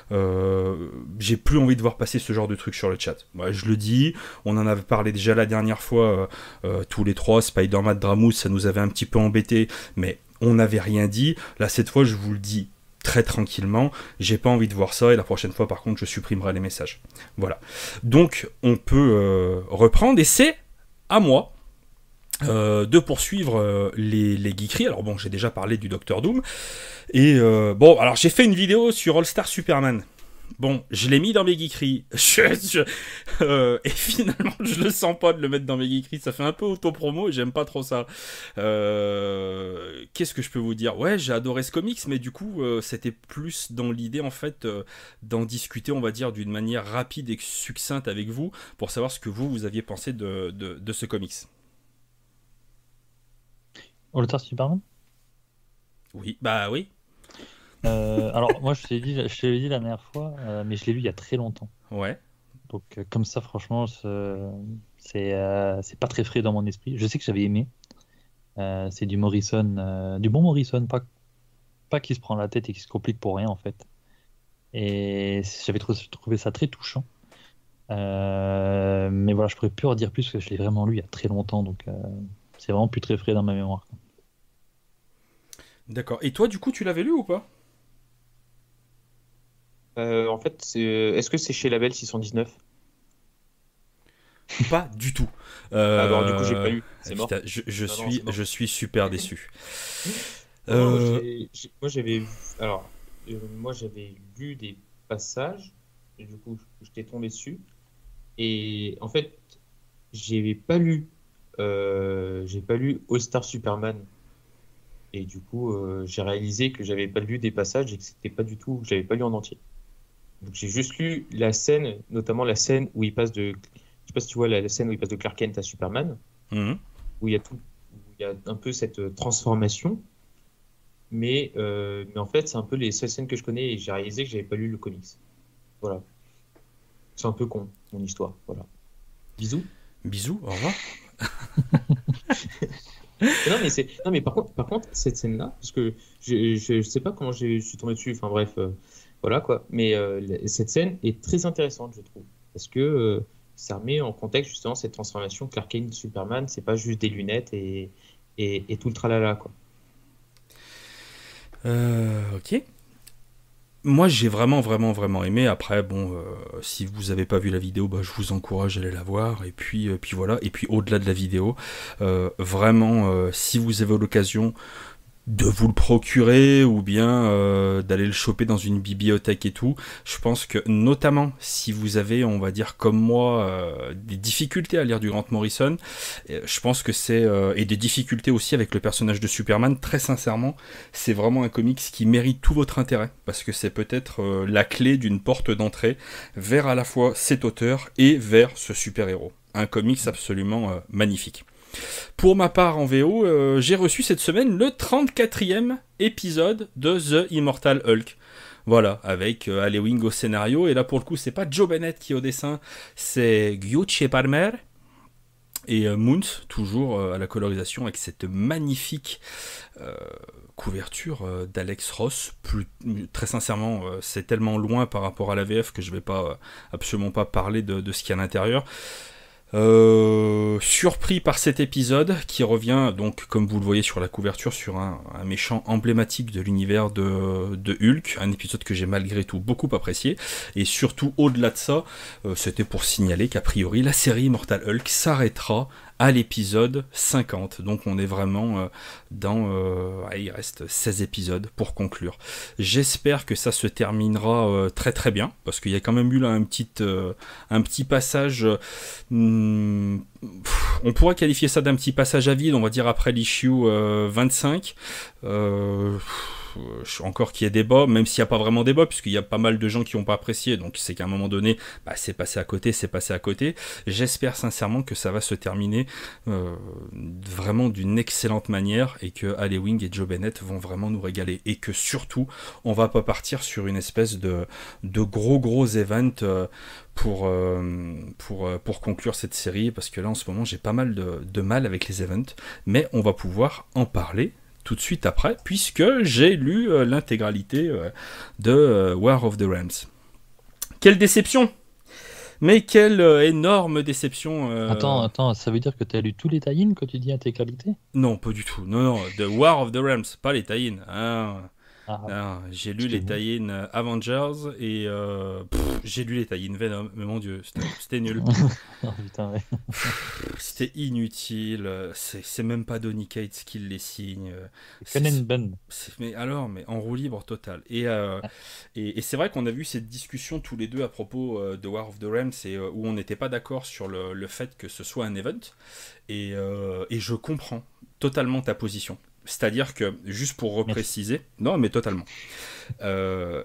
S1: Euh, j'ai plus envie de voir passer ce genre de truc sur le chat. Moi, je le dis, on en avait parlé déjà la dernière fois, euh, euh, tous les trois, Spider-Man, Dramous, ça nous avait un petit peu embêté, mais on n'avait rien dit. Là, cette fois, je vous le dis très tranquillement, j'ai pas envie de voir ça, et la prochaine fois, par contre, je supprimerai les messages. Voilà. Donc, on peut euh, reprendre, et c'est à moi euh, de poursuivre euh, les, les geekeries. Alors bon, j'ai déjà parlé du Docteur Doom, et euh, bon, alors j'ai fait une vidéo sur All Star Superman. Bon, je l'ai mis dans mes geekeries. Je, je, euh, et finalement, je le sens pas de le mettre dans mes geekeries. Ça fait un peu auto-promo et j'aime pas trop ça. Euh, qu'est-ce que je peux vous dire ? Ouais, j'ai adoré ce comics, mais du coup, euh, c'était plus dans l'idée, en fait, euh, d'en discuter, on va dire, d'une manière rapide et succincte avec vous, pour savoir ce que vous, vous aviez pensé de, de, de ce comics.
S3: All Star Superman ?
S1: Oui, bah oui.
S3: Euh, alors, moi, je t'ai dit, je te l'ai dit la dernière fois, euh, mais je l'ai lu il y a très longtemps.
S1: Ouais.
S3: Donc, euh, comme ça, franchement, c'est euh, c'est pas très frais dans mon esprit. Je sais que j'avais aimé. Euh, c'est du Morrison, euh, du bon Morrison, pas, pas qui se prend la tête et qui se complique pour rien, en fait. Et j'avais trouvé, trouvé ça très touchant. Euh, mais voilà, je pourrais plus en dire plus parce que je l'ai vraiment lu il y a très longtemps. Donc, euh, c'est vraiment plus très frais dans ma mémoire.
S1: D'accord. Et toi, du coup, tu l'avais lu ou pas ?
S2: Euh, en fait, c'est... est-ce que c'est chez Label six cent dix-neuf ?
S1: Pas du tout.
S2: Euh... Ah bah, du coup, j'ai
S1: Euh...
S2: pas lu. C'est mort.
S1: Putain, je, je,
S2: Ah non,
S1: suis,
S2: c'est mort.
S1: je suis super déçu.
S2: Non,
S1: euh...
S2: j'ai- j'ai- moi, j'avais vu... Alors, euh, moi, j'avais lu des passages. Et du coup, je t'ai tombé dessus. Et en fait, j'ai pas lu... Euh... J'ai pas lu All Star Superman. Et du coup, euh, j'ai réalisé que j'avais pas lu des passages et que c'était pas du tout... J'avais pas lu en entier. Donc, j'ai juste lu la scène, notamment la scène où il passe de... Je sais pas si tu vois la, la scène où il passe de Clark Kent à Superman,
S1: mmh.
S2: où il y a tout, où il y a un peu cette transformation, mais, euh, mais en fait, c'est un peu les seules scènes que je connais et j'ai réalisé que j'avais pas lu le comics. Voilà. C'est un peu con, mon histoire. Voilà. Bisous.
S1: Bisous, au revoir.
S2: non, mais c'est... non, mais par contre, par contre cette scène-là, parce que je, je, je sais pas comment je suis tombé dessus, enfin bref, euh, voilà quoi, mais euh, cette scène est très intéressante, je trouve, parce que euh, ça remet en contexte justement cette transformation. Clark Kent Superman, c'est pas juste des lunettes et, et, et tout le tralala quoi.
S1: Euh, ok. Moi, j'ai vraiment, vraiment, vraiment aimé. Après, bon, euh, si vous n'avez pas vu la vidéo, bah, je vous encourage à aller la voir. Et puis, euh, puis voilà. Et puis, au-delà de la vidéo, euh, vraiment, euh, si vous avez l'occasion de vous le procurer ou bien euh, d'aller le choper dans une bibliothèque et tout, je pense que notamment si vous avez, on va dire comme moi, euh, des difficultés à lire du Grant Morrison, euh, je pense que c'est euh, et des difficultés aussi avec le personnage de Superman, très sincèrement, c'est vraiment un comics qui mérite tout votre intérêt parce que c'est peut-être euh, la clé d'une porte d'entrée vers à la fois cet auteur et vers ce super-héros. Un comics absolument euh, magnifique. Pour ma part en V O, euh, j'ai reçu cette semaine le trente-quatrième épisode de The Immortal Hulk. Voilà, avec euh, Ale Wing au scénario. Et là, pour le coup, c'est pas Joe Bennett qui est au dessin, c'est Giuseppe Palmer. Et euh, Moons, toujours euh, à la colorisation, avec cette magnifique euh, couverture euh, d'Alex Ross. Plus, très sincèrement, euh, c'est tellement loin par rapport à la V F que je vais pas, euh, absolument pas parler de, de ce qu'il y a à l'intérieur. Euh, surpris par cet épisode qui revient donc comme vous le voyez sur la couverture sur un, un méchant emblématique de l'univers de, de Hulk, un épisode que j'ai malgré tout beaucoup apprécié et surtout au-delà de ça euh, c'était pour signaler qu'a priori la série Immortal Hulk s'arrêtera à l'épisode cinquante, donc on est vraiment euh, dans euh, ah, il reste seize épisodes pour conclure. J'espère que ça se terminera euh, très très bien parce qu'il y a quand même eu là un petit, euh, un petit passage euh, hmm, pff, on pourrait qualifier ça d'un petit passage à vide, on va dire après l'issue euh, vingt-cinq. euh, encore qu'il y ait débat, même s'il n'y a pas vraiment débat, puisqu'il y a pas mal de gens qui n'ont pas apprécié, donc c'est qu'à un moment donné, bah, c'est passé à côté, c'est passé à côté. J'espère sincèrement que ça va se terminer euh, vraiment d'une excellente manière, et que Ale Wing et Joe Bennett vont vraiment nous régaler, et que surtout, on va pas partir sur une espèce de, de gros gros event euh, pour, euh, pour, euh, pour conclure cette série, parce que là en ce moment j'ai pas mal de, de mal avec les events, mais on va pouvoir en parler tout de suite après, puisque j'ai lu euh, l'intégralité euh, de euh, War of the Realms. Quelle déception! Mais quelle euh, énorme déception! euh...
S3: Attends, attends, ça veut dire que tu as lu tous les tie-ins quand tu dis intégralité?
S1: Non, pas du tout. Non, non, de War of the Realms, pas les tie-ins. Hein.
S3: Ah,
S1: Non, j'ai lu les tie-in Avengers et euh, pff, j'ai lu les tie-in Venom, mais mon dieu, c'était, c'était nul.
S3: oh, putain, ouais.
S1: C'était inutile, c'est, c'est même pas Donny Cates qui les signe. C'est,
S3: Conan Ben.
S1: c'est, mais alors, mais en roue libre totale. Et, euh,
S3: Ah.
S1: et, et c'est vrai qu'on a vu cette discussion tous les deux à propos euh, de War of the Realms et, euh, où on n'était pas d'accord sur le, le fait que ce soit un event. Et, euh, et je comprends totalement ta position. C'est-à-dire que, juste pour repréciser, Merci. non mais totalement, euh,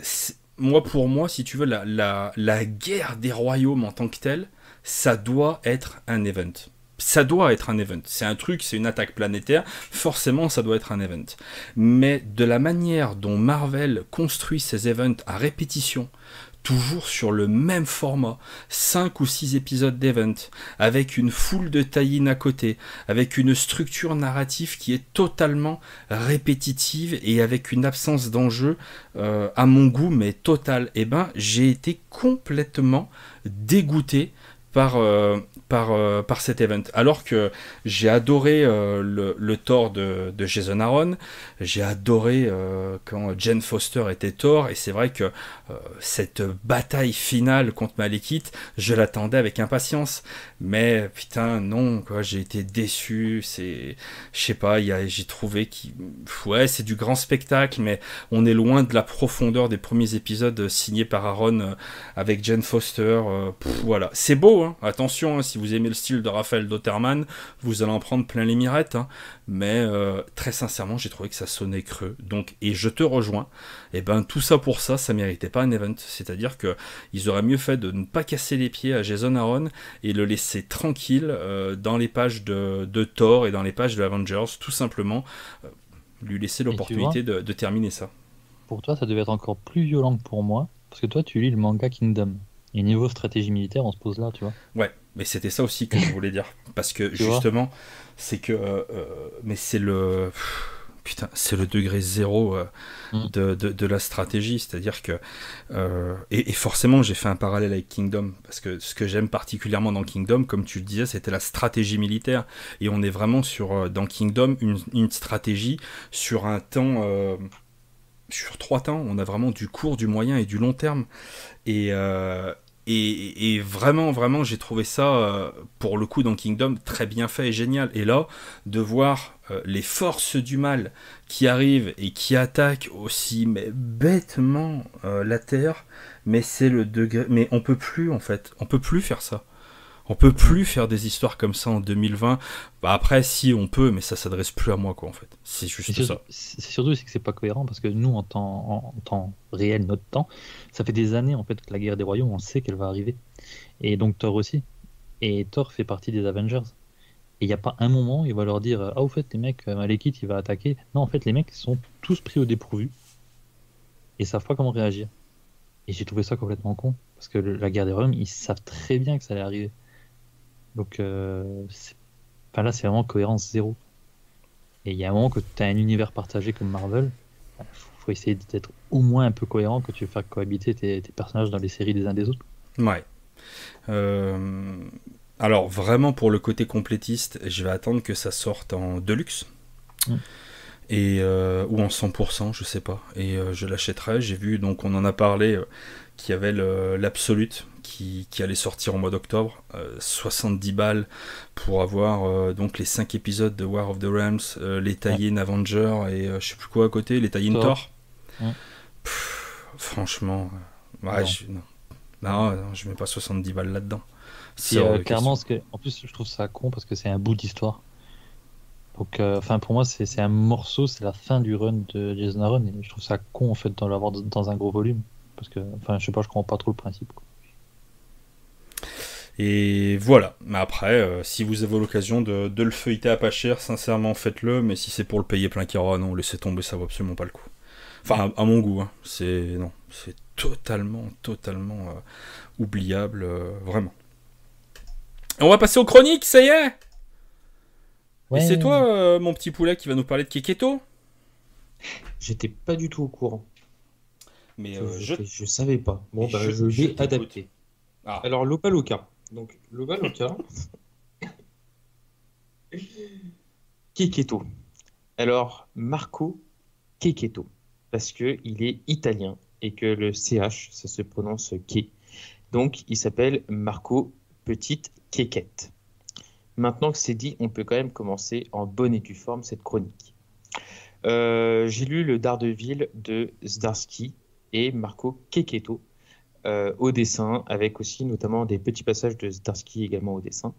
S1: moi pour moi, si tu veux, la, la, la guerre des royaumes en tant que telle, ça doit être un event. Ça doit être un event. C'est un truc, c'est une attaque planétaire, forcément ça doit être un event. Mais de la manière dont Marvel construit ses events à répétition, toujours sur le même format, cinq ou six épisodes d'event, avec une foule de tie-in à côté, avec une structure narrative qui est totalement répétitive et avec une absence d'enjeu euh, à mon goût, mais totale. Et ben, j'ai été complètement dégoûté par, euh, par, euh, par cet event. Alors que j'ai adoré euh, le, le Thor de, de Jason Aaron, j'ai adoré euh, quand Jane Foster était Thor, et c'est vrai que euh, cette bataille finale contre Malekith, je l'attendais avec impatience. Mais putain, non, quoi, j'ai été déçu. C'est, je sais pas, y a, j'ai trouvé qu'il, ouais, c'est du grand spectacle, mais on est loin de la profondeur des premiers épisodes signés par Aaron euh, avec Jane Foster. Euh, pff, voilà, c'est beau, hein. Attention, hein, si vous aimez le style de Raphaël Dotterman, vous allez en prendre plein les mirettes. Hein. Mais euh, très sincèrement, j'ai trouvé que ça sonnait creux. Donc, et je te rejoins. Et ben tout ça pour ça, ça méritait pas un event. C'est-à-dire que ils auraient mieux fait de ne pas casser les pieds à Jason Aaron et le laisser tranquille euh, dans les pages de, de Thor et dans les pages de Avengers, tout simplement euh, lui laisser l'opportunité de, de terminer ça.
S3: Pour toi, ça devait être encore plus violent que pour moi, parce que toi, tu lis le manga Kingdom. Et niveau stratégie militaire, on se pose là, tu vois. Ouais,
S1: mais c'était ça aussi que je voulais dire. Parce que tu justement, vois c'est que... Euh, mais c'est le... Putain, c'est le degré zéro euh, mm. de, de, de la stratégie, c'est-à-dire que euh, et, et forcément j'ai fait un parallèle avec Kingdom, parce que ce que j'aime particulièrement dans Kingdom, comme tu le disais, c'était la stratégie militaire, et on est vraiment sur dans Kingdom une, une stratégie sur un temps euh, sur trois temps, on a vraiment du court, du moyen et du long terme. Et, euh, et, et vraiment, vraiment, j'ai trouvé ça, euh, pour le coup, dans Kingdom, très bien fait et génial. Et là, de voir euh, les forces du mal qui arrivent et qui attaquent aussi, mais bêtement, euh, la Terre, mais c'est le degré... Mais on peut plus, en fait. On peut plus faire ça. On peut plus faire des histoires comme ça en deux mille vingt. Bah après, si on peut, mais ça s'adresse plus à moi, quoi, en fait. C'est juste
S3: C'est
S1: ça.
S3: surtout, c'est surtout c'est que c'est pas cohérent parce que nous, en temps, en, en temps réel, notre temps, ça fait des années en fait que la guerre des royaumes, on sait qu'elle va arriver. Et donc Thor aussi. Et Thor fait partie des Avengers. Et il n'y a pas un moment, il va leur dire ah, au fait, les mecs, Malekith, il va attaquer. Non, en fait, les mecs sont tous pris au dépourvu et savent pas comment réagir. Et j'ai trouvé ça complètement con parce que le- la guerre des royaumes, ils savent très bien que ça allait arriver. Donc euh, c'est- enfin, là, c'est vraiment cohérence zéro. Et il y a un moment que tu as un univers partagé comme Marvel, il faut, faut essayer d'être au moins un peu cohérent quand tu veux faire cohabiter tes, tes personnages dans les séries des uns des autres.
S1: Ouais. Euh, Alors, vraiment, pour le côté complétiste, je vais attendre que ça sorte en Deluxe.
S3: Mm.
S1: Et, euh, ou en cent pour cent, je sais pas. Et euh, je l'achèterai. J'ai vu, donc on en a parlé, euh, qu'il y avait le- l'Absolute qui, qui allait sortir en mois d'octobre. Euh, soixante-dix balles pour avoir euh, donc les cinq épisodes de War of the Realms, euh, les tie-in Avenger et euh, je sais plus quoi à côté, les tie-in
S3: Thor.
S1: Thor.
S3: Mm.
S1: Pff, franchement, euh, ouais,
S3: Non.
S1: je, non. Non, non, je mets pas soixante-dix balles là-dedans.
S3: Puis
S1: C'est hors
S3: euh,
S1: de
S3: clairement,
S1: question.
S3: ce que, en plus, je trouve ça con parce que c'est un bout d'histoire. Donc, euh, enfin, pour moi, c'est c'est un morceau, c'est la fin du run de Jason Aaron. Et je trouve ça con en fait de l'avoir dans dans un gros volume. Parce que, enfin, je sais pas, je comprends pas trop le principe, quoi.
S1: Et voilà. Mais après, euh, si vous avez l'occasion de, de le feuilleter à pas cher, sincèrement, faites-le. Mais si c'est pour le payer plein carat, non, laissez tomber, ça vaut absolument pas le coup. Enfin, à, à mon goût, hein. C'est non, c'est totalement, totalement euh, oubliable, euh, vraiment. Et on va passer aux chroniques, ça y est. Et c'est toi, euh, mon petit poulet, qui va nous parler de Keketo.
S2: J'étais pas du tout au courant.
S1: Mais
S2: Je,
S1: euh,
S2: je,
S1: je,
S2: je savais pas. Bon,
S1: mais
S2: bah,
S1: je,
S2: je
S1: je
S2: vais
S1: t'écoute.
S2: adapter.
S1: Ah,
S2: Alors, Lopa Loca. Donc, Lopa Loca. Keketo. Alors, Marco Keketo. Parce qu'il est italien et que le C H, ça se prononce Ke. Donc, il s'appelle Marco Petite Kekette. Maintenant que c'est dit, on peut quand même commencer en bonne et due forme cette chronique. Euh, j'ai lu le Daredevil de Zdarsky et Marco Keketo euh, au dessin, avec aussi notamment des petits passages de Zdarsky également au dessin,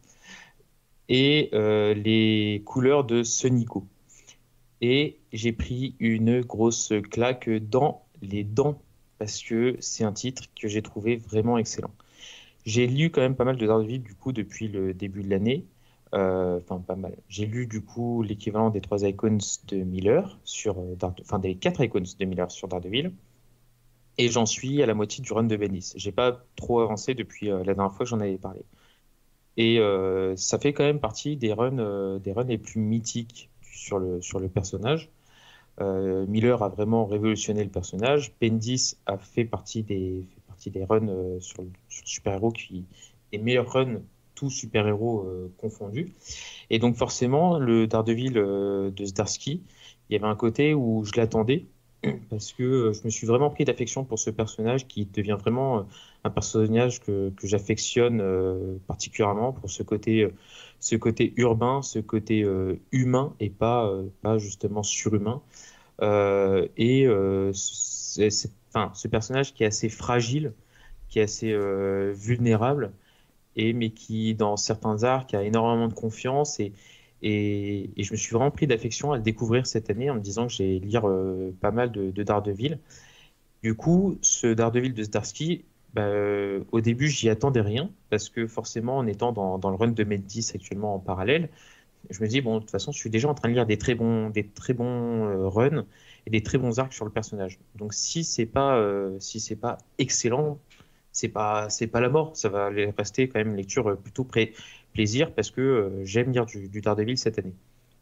S2: et euh, les couleurs de Sonico. Et j'ai pris une grosse claque dans les dents, parce que c'est un titre que j'ai trouvé vraiment excellent. J'ai lu quand même pas mal de Daredevil du coup depuis le début de l'année. Euh, Enfin, pas mal. J'ai lu du coup l'équivalent des trois icons de Miller sur euh, Darede- enfin des quatre icons de Miller sur Daredevil. Et j'en suis à la moitié du run de Bendis. J'ai pas trop avancé depuis euh, la dernière fois que j'en avais parlé. Et euh, ça fait quand même partie des runs, euh, des runs les plus mythiques sur le, sur le personnage. Euh, Miller a vraiment révolutionné le personnage. Bendis a fait partie des, fait partie des runs euh, sur, sur super-héros qui les meilleurs runs, tous super-héros euh, confondus. Et donc forcément, le Daredevil euh, de Zdarsky, il y avait un côté où je l'attendais parce que euh, je me suis vraiment pris d'affection pour ce personnage qui devient vraiment euh, un personnage que, que j'affectionne euh, particulièrement pour ce côté, euh, ce côté urbain, ce côté euh, humain et pas, euh, pas justement surhumain. Euh, et euh, c'est, c'est- enfin, ce personnage qui est assez fragile, qui est assez euh, vulnérable, et, mais qui, dans certains arcs, a énormément de confiance. Et, et, et je me suis vraiment pris d'affection à le découvrir cette année en me disant que j'ai lire euh, pas mal de, de Daredevil. Du coup, ce Daredevil de Zdarsky, bah, euh, au début, j'y attendais rien, parce que forcément, en étant dans, dans le run de Medis actuellement en parallèle, je me dis, bon, de toute façon, je suis déjà en train de lire des très bons, des très bons euh, runs et des très bons arcs sur le personnage. Donc, si c'est pas, euh, si c'est pas excellent, c'est pas, c'est pas la mort. Ça va aller- rester quand même une lecture euh, plutôt pré- plaisir parce que euh, j'aime lire du, du Daredevil cette année.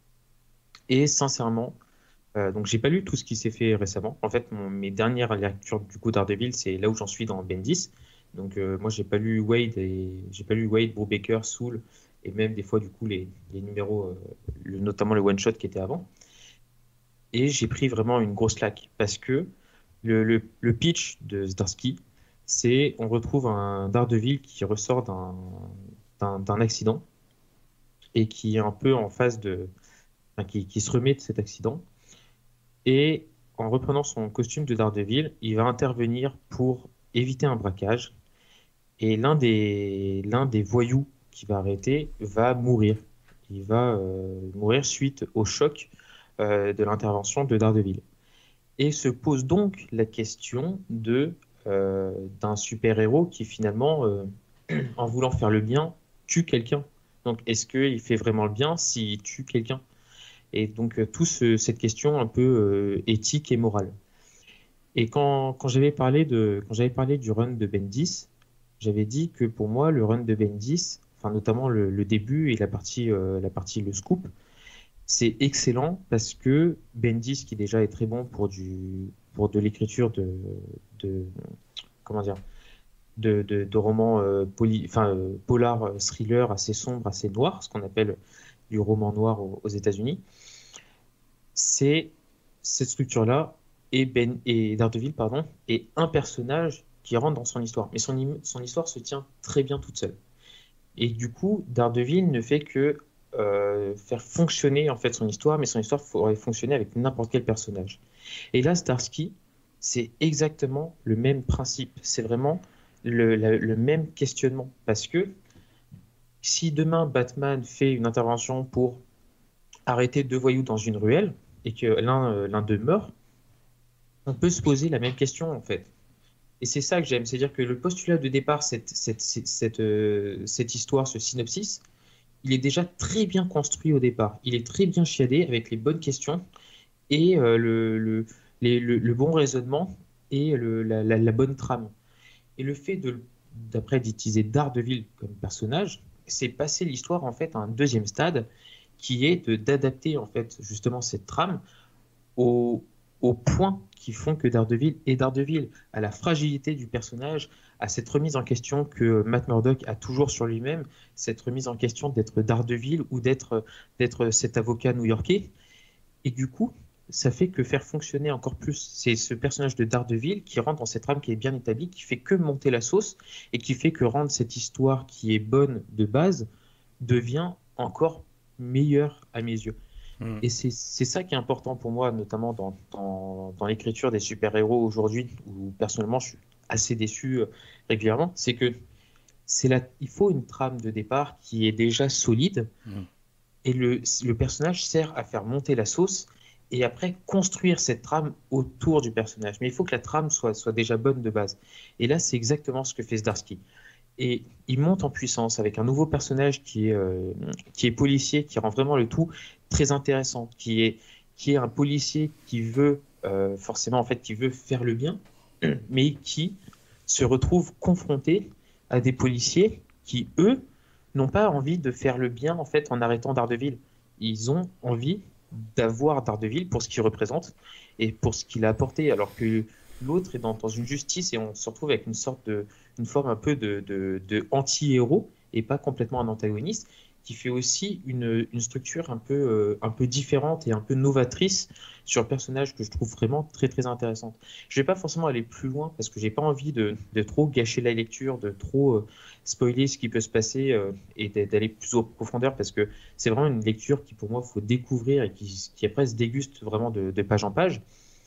S2: Et sincèrement, euh, donc j'ai pas lu tout ce qui s'est fait récemment. En fait, mon- mes dernières lectures du coup Daredevil, c'est là où j'en suis dans Bendis. Donc euh, moi, j'ai pas lu Wade et j'ai pas lu Wade, Brubaker, Soul et même des fois du coup les, les numéros, euh, le- notamment le one shot qui était avant. et j'ai pris vraiment une grosse claque parce que le, le, le pitch de Zdarsky, c'est on retrouve un Daredevil qui ressort d'un, d'un, d'un accident et qui est un peu en phase de, enfin, qui, qui se remet de cet accident. Et en reprenant son costume de Daredevil, il va intervenir pour éviter un braquage. Et l'un des, l'un des voyous qui va arrêter va mourir. Il va euh, mourir suite au choc euh, de l'intervention de Daredevil. Et se pose donc la question de, euh, d'un super-héros qui finalement, euh, en voulant faire le bien, tue quelqu'un. Donc est-ce qu'il fait vraiment le bien s'il tue quelqu'un? Et donc, euh, tout ce- cette question un peu euh, éthique et morale. Et quand, quand j'avais parlé de, quand j'avais parlé du run de Bendis, j'avais dit que pour moi, le run de Bendis, enfin, notamment le, le début et la partie, euh, la partie, le scoop, c'est excellent parce que Bendis, qui déjà est très bon pour, du, pour de l'écriture de, de, comment dire, de, de, de romans euh, poli, enfin, euh, polar, euh, thriller assez sombre, assez noir, ce qu'on appelle du roman noir aux, aux États-Unis, c'est cette structure-là et, ben, et Daredevil pardon, est un personnage qui rentre dans son histoire. Mais son, im- son histoire se tient très bien toute seule. Et du coup, Daredevil ne fait que euh, faire fonctionner en fait son histoire, mais son histoire pourrait fonctionner avec n'importe quel personnage. Et là, Starsky, c'est exactement le même principe. C'est vraiment le, la- le même questionnement. Parce que si demain Batman fait une intervention pour arrêter deux voyous dans une ruelle et que l'un euh, l'un d'eux meurt, on peut se poser la même question en fait. Et c'est ça que j'aime, c'est-à-dire que le postulat de départ, cette, cette, cette, cette, euh, cette histoire, ce synopsis, il est déjà très bien construit au départ. Il est très bien chiadé avec les bonnes questions et euh, le, le, les- le, le bon raisonnement et le, la, la, la bonne trame. Et le fait de, d'après d'utiliser Daredevil comme personnage, c'est passer l'histoire en fait à un deuxième stade qui est de, d'adapter en fait justement cette trame aux, aux points qui font que Daredevil est Daredevil, à la fragilité du personnage, à cette remise en question que Matt Murdock a toujours sur lui-même, cette remise en question d'être Daredevil ou d'être d'être cet avocat new-yorkais. Et du coup, ça fait que faire fonctionner encore plus, c'est ce personnage de Daredevil qui rentre dans cette trame qui est bien établie, qui fait que monter la sauce et qui fait que rendre cette histoire qui est bonne de base devient encore meilleure à mes yeux.
S1: Hmm.
S2: Et c'est c'est ça qui est important pour moi, notamment dans, dans, dans l'écriture des super-héros aujourd'hui, où personnellement je suis assez déçu euh, régulièrement, c'est que c'est la, il faut une trame de départ qui est déjà solide,
S1: Hmm.
S2: et le, le personnage sert à faire monter la sauce, et après construire cette trame autour du personnage. Mais il faut que la trame soit, soit déjà bonne de base. Et là, c'est exactement ce que fait Zdarsky. Et il monte en puissance avec un nouveau personnage qui est, euh, qui est policier, qui rend vraiment le tout très intéressant, qui est, qui est un policier qui veut euh, forcément en fait qui veut faire le bien, mais qui se retrouve confronté à des policiers qui eux n'ont pas envie de faire le bien en fait en arrêtant Daredevil. Ils ont envie d'avoir Daredevil pour ce qu'il représente et pour ce qu'il a apporté, alors que l'autre est dans, dans une justice et on se retrouve avec une sorte de une forme un peu de, de, de anti-héros et pas complètement un antagoniste, qui fait aussi une, une structure un peu, euh, un peu différente et un peu novatrice sur le personnage que je trouve vraiment très très intéressante. Je vais pas forcément aller plus loin parce que j'ai pas envie de, de trop gâcher la lecture, de trop euh, spoiler ce qui peut se passer euh, et d'aller plus en profondeur parce que c'est vraiment une lecture qui pour moi faut découvrir et qui, qui après se déguste vraiment de, de page en page.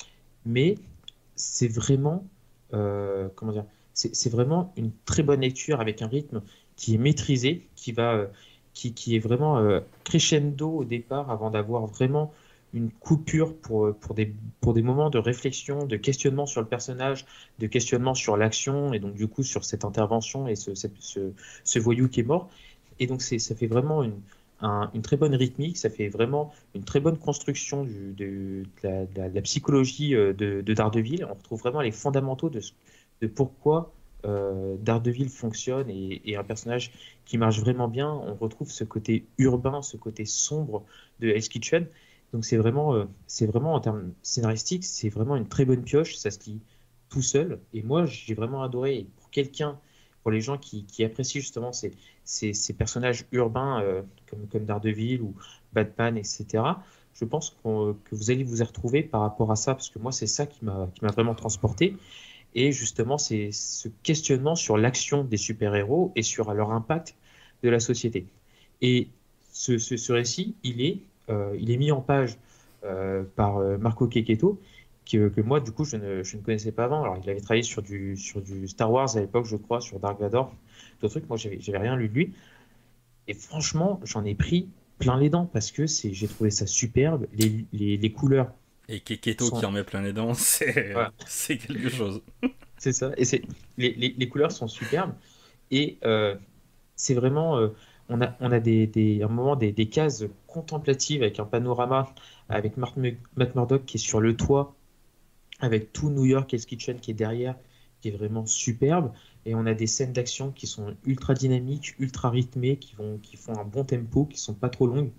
S2: Mais c'est vraiment, euh, comment dire, c'est c'est vraiment une très bonne lecture avec un rythme qui est maîtrisé, qui va, euh, qui, qui est vraiment euh, crescendo au départ avant d'avoir vraiment une coupure pour, euh, pour des, pour des moments de réflexion, de questionnement sur le personnage, de questionnement sur l'action et donc du coup sur cette intervention et ce, ce, ce, ce voyou qui est mort. Et donc c'est, ça fait vraiment une, un- une très bonne rythmique, ça fait vraiment une très bonne construction du- de, de la, de la- de la psychologie euh, de, de Daredevil. On retrouve vraiment les fondamentaux de, ce- de pourquoi euh, Daredevil fonctionne et, et un personnage qui marche vraiment bien. On retrouve ce côté urbain, ce côté sombre de Hell's Kitchen. Donc c'est vraiment, euh, c'est vraiment en termes scénaristiques, c'est vraiment une très bonne pioche. Ça se lit tout seul. Et moi, j'ai vraiment adoré. Et pour quelqu'un, pour les gens qui, qui apprécient justement ces, ces, ces personnages urbains euh, comme, comme Daredevil ou Batman, et cetera. je pense qu'on- que vous allez vous y retrouver par rapport à ça, parce que moi, c'est ça qui m'a qui m'a vraiment transporté. Et justement, c'est ce questionnement sur l'action des super-héros et sur leur impact de la société. Et ce, ce- ce récit, il est, euh, il est mis en page euh, par euh, Marco Checchetto, que, que moi, du coup, je ne, je ne connaissais pas avant. Alors, il avait travaillé sur du, sur du Star Wars à l'époque, je crois, sur Dark Vador, d'autres trucs. Moi, j'avais j'avais rien lu de lui. Et franchement, j'en ai pris plein les dents parce que c'est, j'ai trouvé ça superbe. Les, les, les couleurs
S1: Et Keketo qui
S2: sont.
S1: en met plein les dents, c'est
S2: Voilà,
S1: c'est quelque chose.
S2: c'est ça. Et c'est, les, les, les couleurs sont superbes. Et euh, c'est vraiment. euh, on a, on a des, des, un moment des, des cases contemplatives avec un panorama avec Mark Mu- Matt Murdock qui est sur le toit, avec tout New York Hell's Kitchen qui est derrière, qui est vraiment superbe. Et on a des scènes d'action qui sont ultra dynamiques, ultra rythmées, qui vont, qui font un bon tempo, qui sont pas trop longues,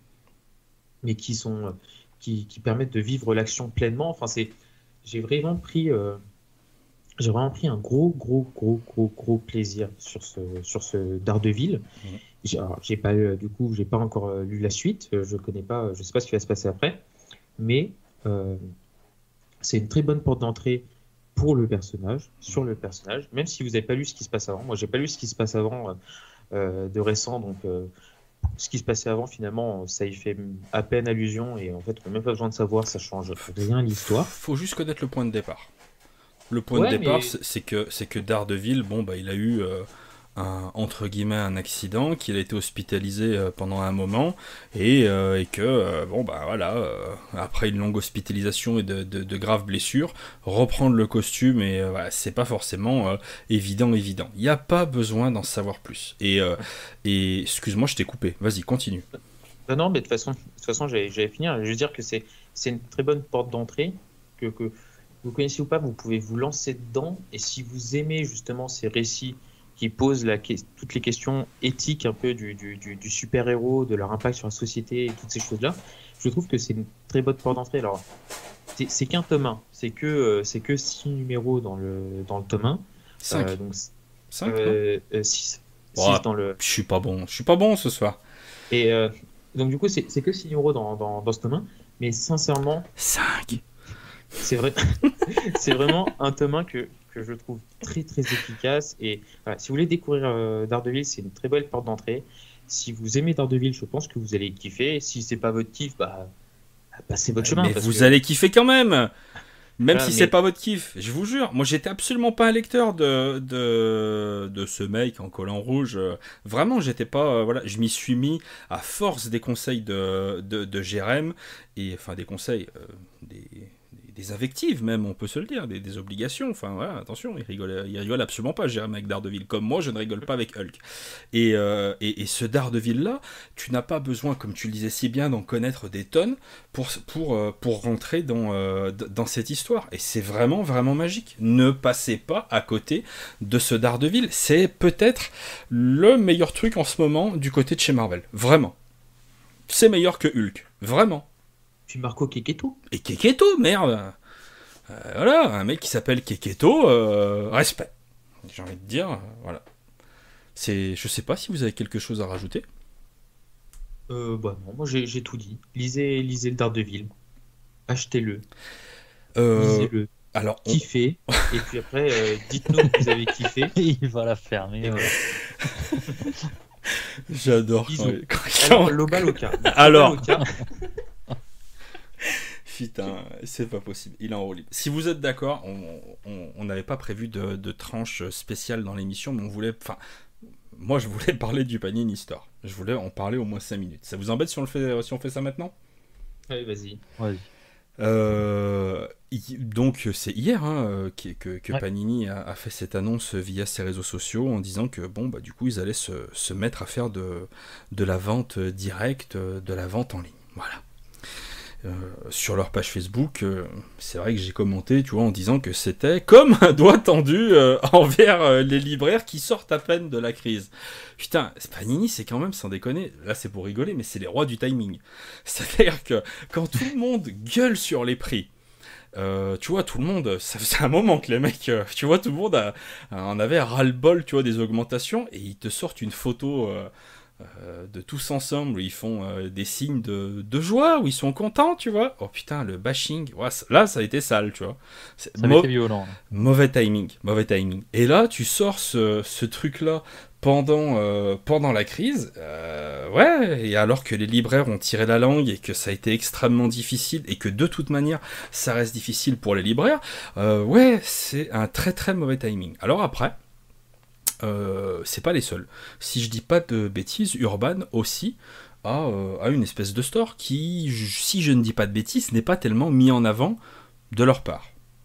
S2: mais qui sont, euh, qui, qui permettent de vivre l'action pleinement. Enfin, c'est, j'ai vraiment pris, euh, j'ai vraiment pris un gros, gros, gros, gros, gros plaisir sur ce, sur ce Daredevil.
S1: Mhm.
S2: J'ai, alors, j'ai pas, euh, du coup, j'ai pas encore euh, lu la suite. Euh, Je connais pas, je sais pas ce qui va se passer après, mais euh, c'est une très bonne porte d'entrée pour le personnage, sur le personnage, même si vous n'avez pas lu ce qui se passe avant. Moi, j'ai pas lu ce qui se passe avant euh, de récent, donc euh, ce qui se passait avant, finalement, ça y fait à peine allusion, et en fait, on n'a même pas besoin de savoir, ça change rien à l'histoire.
S1: Faut juste connaître le point de départ. Le point de
S2: Ouais,
S1: départ,
S2: mais
S1: c'est c'est que, c'est que Daredevil, bon, bah, il a eu euh, un, entre guillemets, un accident, qu'il a été hospitalisé euh, pendant un moment, et, euh, et que, euh, bon, bah voilà, euh, après une longue hospitalisation et de, de- de graves blessures, reprendre le costume, et euh, voilà, c'est pas forcément euh, évident, évident. Il n'y a pas besoin d'en savoir plus. Et, euh, et excuse-moi, je t'ai coupé. Vas-y, continue.
S2: non, non, mais de toute façon, de toute façon, j'allais j'allais finir. Je veux dire que c'est c'est une très bonne porte d'entrée, que, que vous connaissez ou pas, vous pouvez vous lancer dedans. Et si vous aimez justement ces récits qui posent la, que- toutes les questions éthiques un peu du, du, du, du super-héros, de leur impact sur la société et toutes ces choses-là, je trouve que c'est une très bonne porte d'entrée. Alors, c'est c'est qu'un tome un, c'est que, euh, c'est que six numéros dans le, dans le tome un.
S1: cinq.
S2: Euh, donc,
S1: cinq, non
S2: euh, euh, six.
S1: Oh,
S2: six dans le.
S1: je suis pas bon. Je suis pas bon ce soir.
S2: Et euh, donc, du coup, c'est c'est que six numéros dans, dans, dans ce tome un. Mais sincèrement,
S1: cinq.
S2: c'est vrai, c'est vraiment un tome un que, que je trouve très très efficace. Et voilà, si vous voulez découvrir euh, Daredevil, c'est une très belle porte d'entrée. Si vous aimez Daredevil, je pense que vous allez kiffer. Si c'est pas votre kiff, bah, bah, passez votre chemin.
S1: Mais
S2: parce
S1: vous
S2: que,
S1: allez kiffer quand même. Même
S2: voilà,
S1: si
S2: mais-
S1: c'est pas votre kiff, je vous jure, moi j'étais absolument pas un lecteur de, de, de ce mec en collant rouge. Euh, Vraiment, j'étais pas. Euh, voilà, je m'y suis mis à force des conseils de, de, de Jérém, et enfin des conseils, euh, des, des invectives même, on peut se le dire, des, des obligations. Enfin voilà, attention, il rigole, il rigole absolument pas, Jérém, avec Daredevil. Comme moi, je ne rigole pas avec Hulk. Et, euh, et, et ce Daredevil-là, tu n'as pas besoin, comme tu le disais si bien, d'en connaître des tonnes pour, pour, euh, pour rentrer dans, euh, dans cette histoire. Et c'est vraiment, vraiment magique. Ne passez pas à côté de ce Daredevil. C'est peut-être le meilleur truc en ce moment du côté de chez Marvel. Vraiment. C'est meilleur que Hulk. Vraiment.
S2: Puis Marco Checchetto.
S1: Et Keketo, merde. Euh, voilà, un mec qui s'appelle Keketo, euh, respect. J'ai envie de dire, euh, voilà. C'est, je sais pas si vous avez quelque chose à rajouter.
S2: Euh, bah non, moi j'ai j'ai tout dit. Lisez, lisez le Daredevil. Achetez-le.
S1: Euh,
S2: Lisez-le.
S1: alors, on-
S2: Kiffez. Et puis après, euh, dites-nous que vous avez kiffé.
S3: Il va la fermer.
S2: Et
S3: ouais.
S2: voilà.
S1: j'adore quand,
S2: Bisous.
S1: quand-
S2: Alors, Lobaloka.
S1: Alors.
S2: Lobaloka.
S1: Putain, c'est pas possible, il est en roue libre. Si vous êtes d'accord, on on- on n'avait pas prévu de, de tranche spéciale dans l'émission, mais on voulait. Enfin, moi je voulais parler du Panini Store. Je voulais en parler au moins cinq minutes. Ça vous embête si on, le fait, si on fait ça maintenant?
S2: Allez, vas-y.
S3: Vas-y.
S1: Euh, hi- donc c'est hier hein, euh, qui- que, que
S3: Ouais.
S1: Panini a, a fait cette annonce via ses réseaux sociaux en disant que bon bah du coup ils allaient se, se mettre à faire de, de la vente directe, de la vente en ligne. Voilà. Euh, sur leur page Facebook, euh, c'est vrai que j'ai commenté, tu vois, en disant que c'était comme un doigt tendu euh, envers euh, les libraires qui sortent à peine de la crise. Putain, Panini, c'est quand même, sans déconner, là c'est pour rigoler, mais c'est les rois du timing. C'est-à-dire que quand tout le monde gueule sur les prix, euh, tu vois, tout le monde, ça faisait un moment que les mecs, euh, tu vois, tout le monde a, en avait ras-le-bol, tu vois, des augmentations, et ils te sortent une photo... euh, euh, de tous ensemble, où ils font euh, des signes de, de joie, où ils sont contents, tu vois. Oh putain, le bashing, ouais, là ça a été sale, tu vois. C'est
S3: Ça avait été violent. Là.
S1: Mauvais timing, mauvais timing. Et là, tu sors ce, ce truc-là pendant, euh, pendant la crise, euh, ouais, et alors que les libraires ont tiré la langue et que ça a été extrêmement difficile et que de toute manière, ça reste difficile pour les libraires, euh, ouais, c'est un très très mauvais timing. Alors après, euh, c'est pas les seuls. Si je dis pas de bêtises, Urban aussi a, euh, a une espèce de store qui, si je ne dis pas de bêtises, n'est pas tellement mis en avant de leur part.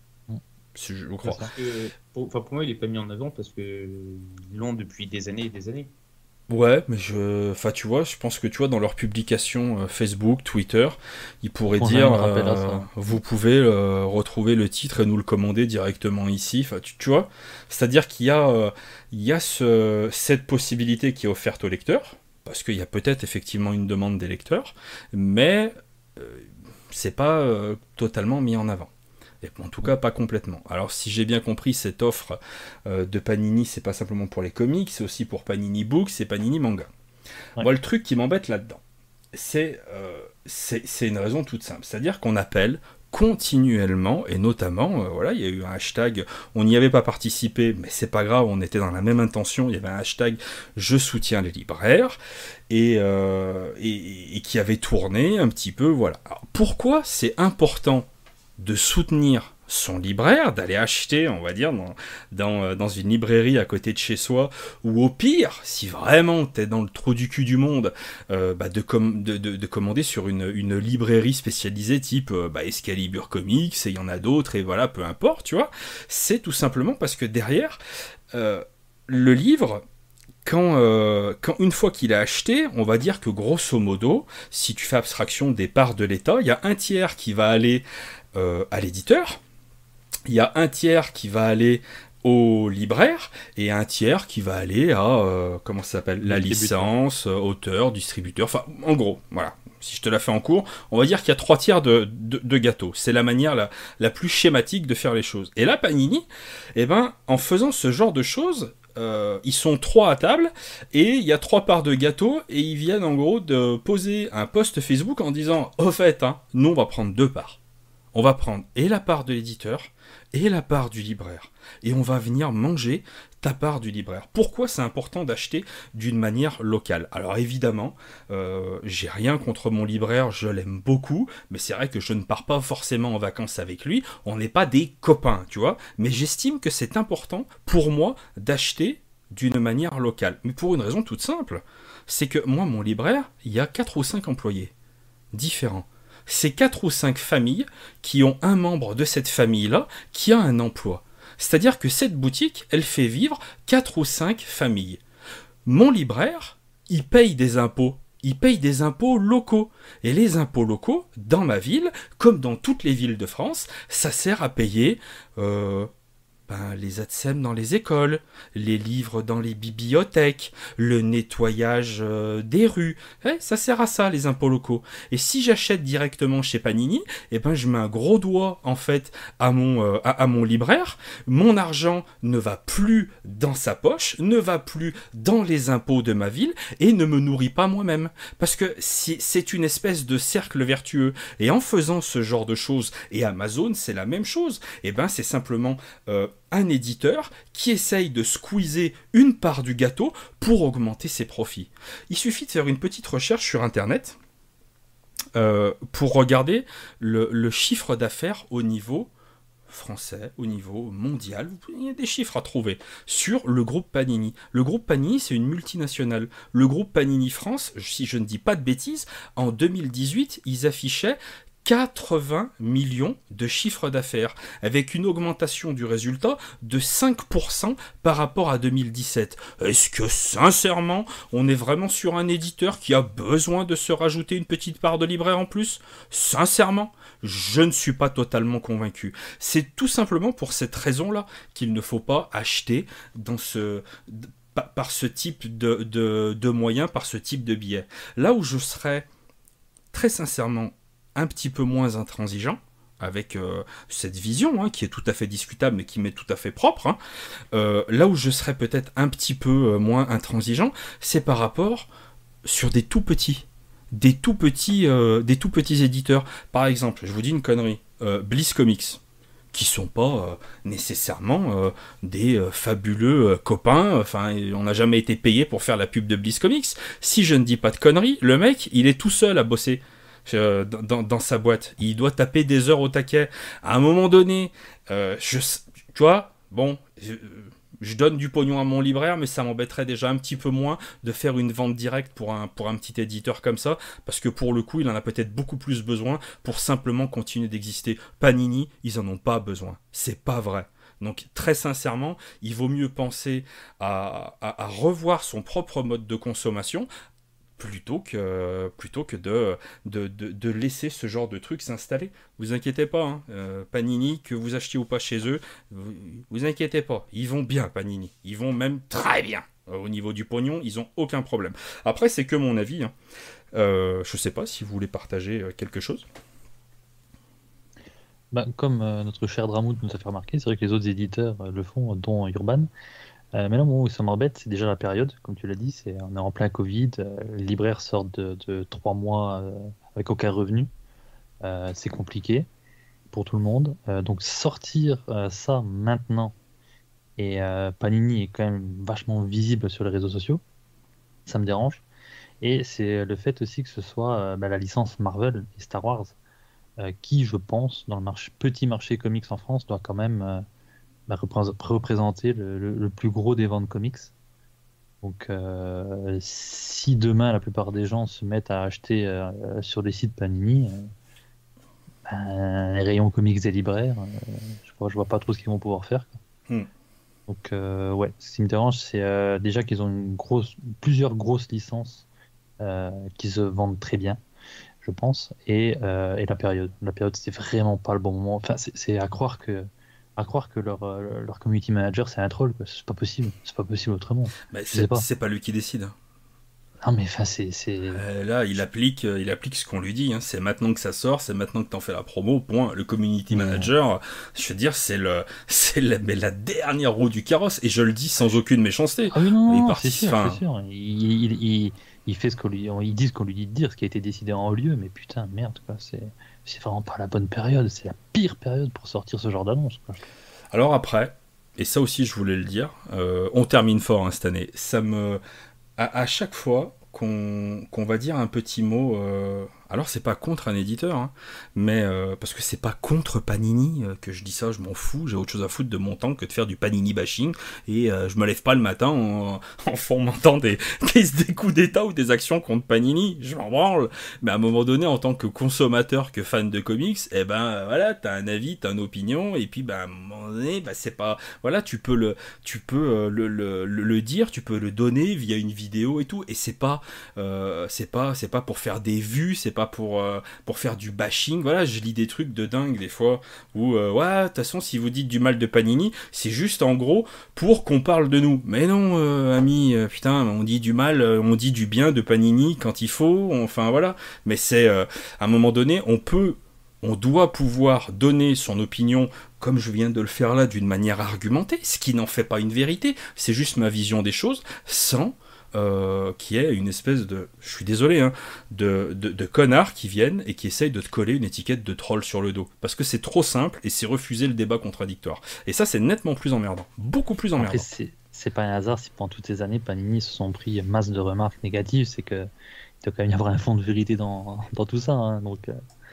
S1: Si je crois.
S2: Parce que, pour, enfin, pour moi, il n'est pas mis en avant parce qu'ils l'ont depuis des années et des années.
S1: Ouais, mais je, enfin, tu vois, je pense que tu vois dans leurs publications euh, Facebook, Twitter, ils pourraient
S3: On a
S1: dire,
S3: un rappel à
S1: euh,
S3: ça.
S1: vous pouvez euh, retrouver le titre et nous le commander directement ici. Enfin, tu, tu vois, c'est-à-dire qu'il y a, euh, il y a ce, cette possibilité qui est offerte aux lecteurs, parce qu'il y a peut-être effectivement une demande des lecteurs, mais euh, c'est pas euh, totalement mis en avant. Et en tout cas, pas complètement. Alors, si j'ai bien compris, cette offre euh, de Panini, c'est pas simplement pour les comics, c'est aussi pour Panini Books et Panini Manga.
S3: Ouais.
S1: Moi, le truc qui m'embête là-dedans, c'est, euh, c'est, c'est une raison toute simple. C'est-à-dire qu'on appelle continuellement, et notamment, euh, voilà, il y a eu un hashtag, on n'y avait pas participé, mais c'est pas grave, on était dans la même intention, il y avait un hashtag « Je soutiens les libraires », et, euh, et, et qui avait tourné un petit peu, voilà. Alors, pourquoi c'est important de soutenir son libraire, d'aller acheter, on va dire, dans, dans, dans une librairie à côté de chez soi, ou au pire, si vraiment t'es dans le trou du cul du monde, euh, bah de, com- de, de, de commander sur une, une librairie spécialisée type euh, bah, Excalibur Comics, et il y en a d'autres, et voilà, peu importe, tu vois. C'est tout simplement parce que derrière, euh, le livre... Quand, euh, quand une fois qu'il est acheté, on va dire que grosso modo, si tu fais abstraction des parts de l'État, il y a un tiers qui va aller euh, à l'éditeur, il y a un tiers qui va aller au libraire, et un tiers qui va aller à, euh, comment ça s'appelle, la licence, euh, auteur, distributeur, enfin, en gros, voilà. Si je te la fais en cours, on va dire qu'il y a trois tiers de, de, de gâteau. C'est la manière la, la plus schématique de faire les choses. Et là, Panini, eh ben, en faisant ce genre de choses, Euh, ils sont trois à table et il y a trois parts de gâteau et ils viennent en gros de poser un post Facebook en disant au fait, hein, nous on va prendre deux parts. On va prendre et la part de l'éditeur et la part du libraire et on va venir manger ta part du libraire. Pourquoi c'est important d'acheter d'une manière locale? Alors évidemment, euh, j'ai rien contre mon libraire, je l'aime beaucoup, mais c'est vrai que je ne pars pas forcément en vacances avec lui, on n'est pas des copains, tu vois, mais j'estime que c'est important pour moi d'acheter d'une manière locale. Mais pour une raison toute simple, c'est que moi, mon libraire, il y a quatre ou cinq employés différents. C'est quatre ou cinq familles qui ont un membre de cette famille-là qui a un emploi. C'est-à-dire que cette boutique, elle fait vivre quatre ou cinq familles. Mon libraire, il paye des impôts. Il paye des impôts locaux. Et les impôts locaux, dans ma ville, comme dans toutes les villes de France, ça sert à payer euh, ben, les A T S E M dans les écoles, les livres dans les bibliothèques, le nettoyage euh, des rues. Eh, ça sert à ça, les impôts locaux. Et si j'achète directement chez Panini, eh ben, je mets un gros doigt en fait à mon, euh, à, à mon libraire. Mon argent ne va plus dans sa poche, ne va plus dans les impôts de ma ville et ne me nourrit pas moi-même. Parce que si, c'est une espèce de cercle vertueux. Et en faisant ce genre de choses, et Amazon, c'est la même chose, eh ben, c'est simplement... Euh, un éditeur qui essaye de squeezer une part du gâteau pour augmenter ses profits. Il suffit de faire une petite recherche sur Internet euh, pour regarder le, le chiffre d'affaires au niveau français, au niveau mondial. Il y a des chiffres à trouver sur le groupe Panini. Le groupe Panini, c'est une multinationale. Le groupe Panini France, si je ne dis pas de bêtises, en deux mille dix-huit, ils affichaient quatre-vingts millions de chiffre d'affaires, avec une augmentation du résultat de cinq pour cent par rapport à deux mille dix-sept. Est-ce que, sincèrement, on est vraiment sur un éditeur qui a besoin de se rajouter une petite part de libraire en plus? Sincèrement, je ne suis pas totalement convaincu. C'est tout simplement pour cette raison-là qu'il ne faut pas acheter dans ce... par ce type de, de, de moyens, par ce type de billets. Là où je serais très sincèrement un petit peu moins intransigeant, avec euh, cette vision, hein, qui est tout à fait discutable, mais qui m'est tout à fait propre, hein, euh, là où je serais peut-être un petit peu euh, moins intransigeant, c'est par rapport sur des tout petits, des tout petits, euh, des tout petits éditeurs. Par exemple, je vous dis une connerie, euh, Bliss Comics, qui sont pas euh, nécessairement euh, des euh, fabuleux euh, copains. Enfin, on n'a jamais été payé pour faire la pub de Bliss Comics. Si je ne dis pas de conneries, le mec, il est tout seul à bosser euh, dans, dans sa boîte. Il doit taper des heures au taquet. À un moment donné, euh, je, tu vois, bon, je, je donne du pognon à mon libraire, mais ça m'embêterait déjà un petit peu moins de faire une vente directe pour un, pour un petit éditeur comme ça, parce que pour le coup, il en a peut-être beaucoup plus besoin pour simplement continuer d'exister. Panini, ils en ont pas besoin. C'est pas vrai. Donc très sincèrement, il vaut mieux penser à, à, à revoir son propre mode de consommation, plutôt que, plutôt que de, de, de, de laisser ce genre de truc s'installer. Vous inquiétez pas, hein, euh, Panini, que vous achetiez ou pas chez eux, vous, vous inquiétez pas, ils vont bien, Panini, ils vont même très bien. Euh, au niveau du pognon, ils ont aucun problème. Après, c'est que mon avis, hein. euh, je sais pas si vous voulez partager euh, quelque chose.
S3: Bah, comme euh, notre cher Dramout nous a fait remarquer, c'est vrai que les autres éditeurs euh, le font, dont Urban. Euh, mais là, où ça m'embête, c'est déjà la période, comme tu l'as dit, c'est, on est en plein Covid, euh, les libraires sortent de, de trois mois euh, avec aucun revenu, euh, c'est compliqué pour tout le monde. Euh, donc sortir euh, ça maintenant, et euh, Panini est quand même vachement visible sur les réseaux sociaux, ça me dérange. Et c'est le fait aussi que ce soit euh, bah, la licence Marvel et Star Wars, euh, qui, je pense, dans le marché, petit marché comics en France, doit quand même... Euh, Bah, représenter le, le, le plus gros des ventes comics. Donc euh, si demain la plupart des gens se mettent à acheter euh, sur les sites Panini, euh, ben, les rayons comics des libraires, euh, je vois, je vois pas trop ce qu'ils vont pouvoir faire.
S1: Hmm.
S3: Donc euh, ouais, ce qui me dérange, c'est euh, déjà qu'ils ont une grosse, plusieurs grosses licences euh, qui se vendent très bien, je pense, et, euh, et la période. La période, c'était vraiment pas le bon moment. Enfin, c'est, c'est à croire que à croire que leur, leur community manager c'est un troll, quoi. C'est pas possible, c'est pas possible autrement.
S1: Bah,
S3: Je sais pas.
S1: C'est pas lui qui décide.
S3: Non mais enfin c'est... c'est...
S1: Euh, là il applique, euh, il applique ce qu'on lui dit, hein. C'est maintenant que ça sort, c'est maintenant que t'en fais la promo, point. Le community manager, je veux dire, c'est, le, c'est la, mais la dernière roue du carrosse, et je le dis sans aucune méchanceté.
S3: Ah oui non,
S1: il
S3: non
S1: partit,
S3: c'est sûr,
S1: fin...
S3: c'est sûr. Il, il, il, il fait ce qu'on lui, il dit ce qu'on lui dit de dire, ce qui a été décidé en haut lieu, mais putain merde quoi, c'est, c'est vraiment pas la bonne période, c'est la pire période pour sortir ce genre d'annonce, quoi.
S1: Alors après, et ça aussi je voulais le dire, euh, on termine fort hein, cette année. Ça me, à, à chaque fois qu'on, qu'on va dire un petit mot, euh, alors c'est pas contre un éditeur, hein, mais euh, parce que c'est pas contre Panini euh, que je dis ça, je m'en fous, j'ai autre chose à foutre de mon temps que de faire du Panini bashing, et euh, je me lève pas le matin en, en fomentant des, des, des coups d'état ou des actions contre Panini, je m'en branle. Mais à un moment donné, en tant que consommateur, que fan de comics, eh ben voilà, t'as un avis, t'as une opinion, et puis ben, à un moment donné, ben, c'est pas, voilà, tu peux le, tu peux euh, le, le, le, le dire, tu peux le donner via une vidéo et tout, et c'est pas, euh, c'est pas, c'est pas pour faire des vues, c'est pas pour, euh, pour faire du bashing. Voilà, je lis des trucs de dingue des fois où, euh, ouais, de toute façon, si vous dites du mal de Panini, c'est juste en gros pour qu'on parle de nous. Mais non, euh, ami, euh, putain, on dit du mal, euh, on dit du bien de Panini quand il faut, enfin voilà. Mais c'est, euh, à un moment donné, on peut, on doit pouvoir donner son opinion comme je viens de le faire là, d'une manière argumentée, ce qui n'en fait pas une vérité, c'est juste ma vision des choses, sans... Euh, qui est une espèce de, je suis désolé, hein, de, de, de connards qui viennent et qui essayent de te coller une étiquette de troll sur le dos. Parce que c'est trop simple et c'est refuser le débat contradictoire. Et ça, c'est nettement plus emmerdant. Beaucoup plus emmerdant.
S3: Après, c'est, c'est pas un hasard si pendant toutes ces années, Panini se sont pris masse de remarques négatives. C'est que il doit quand même y avoir un fond de vérité dans, dans tout ça. Hein, donc, euh,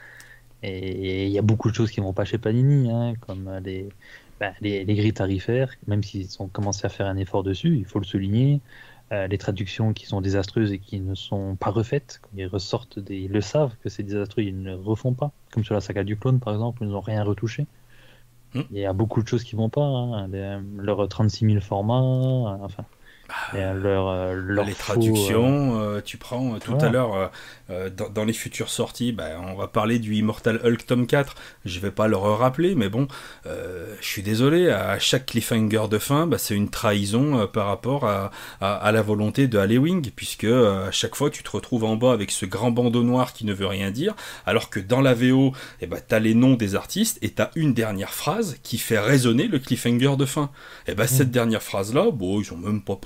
S3: et il y a beaucoup de choses qui vont pas chez Panini, hein, comme les, ben, les, les grilles tarifaires, même s'ils ont commencé à faire un effort dessus, il faut le souligner. Euh, les traductions qui sont désastreuses et qui ne sont pas refaites, quand ils ressortent des... ils le savent que c'est désastreux, ils ne le refont pas, comme sur la saga du clone par exemple, ils n'ont rien retouché. Mmh. Il y a beaucoup de choses qui vont pas, hein. Les... leurs trente-six mille formats, enfin
S1: euh,
S3: leur, euh, leur
S1: les
S3: faux,
S1: traductions, euh... Euh, tu prends euh, tout voilà. à l'heure euh, euh, dans, dans les futures sorties, bah, on va parler du Immortal Hulk tome quatre, je vais pas le rappeler, mais bon, euh, je suis désolé, à chaque cliffhanger de fin, bah, c'est une trahison euh, par rapport à, à, à la volonté de Halloween, puisque euh, à chaque fois tu te retrouves en bas avec ce grand bandeau noir qui ne veut rien dire, alors que dans la V O, eh bah, t'as les noms des artistes et t'as une dernière phrase qui fait résonner le cliffhanger de fin. Et bah, mmh. cette dernière phrase là, bon, ils ont même pas pris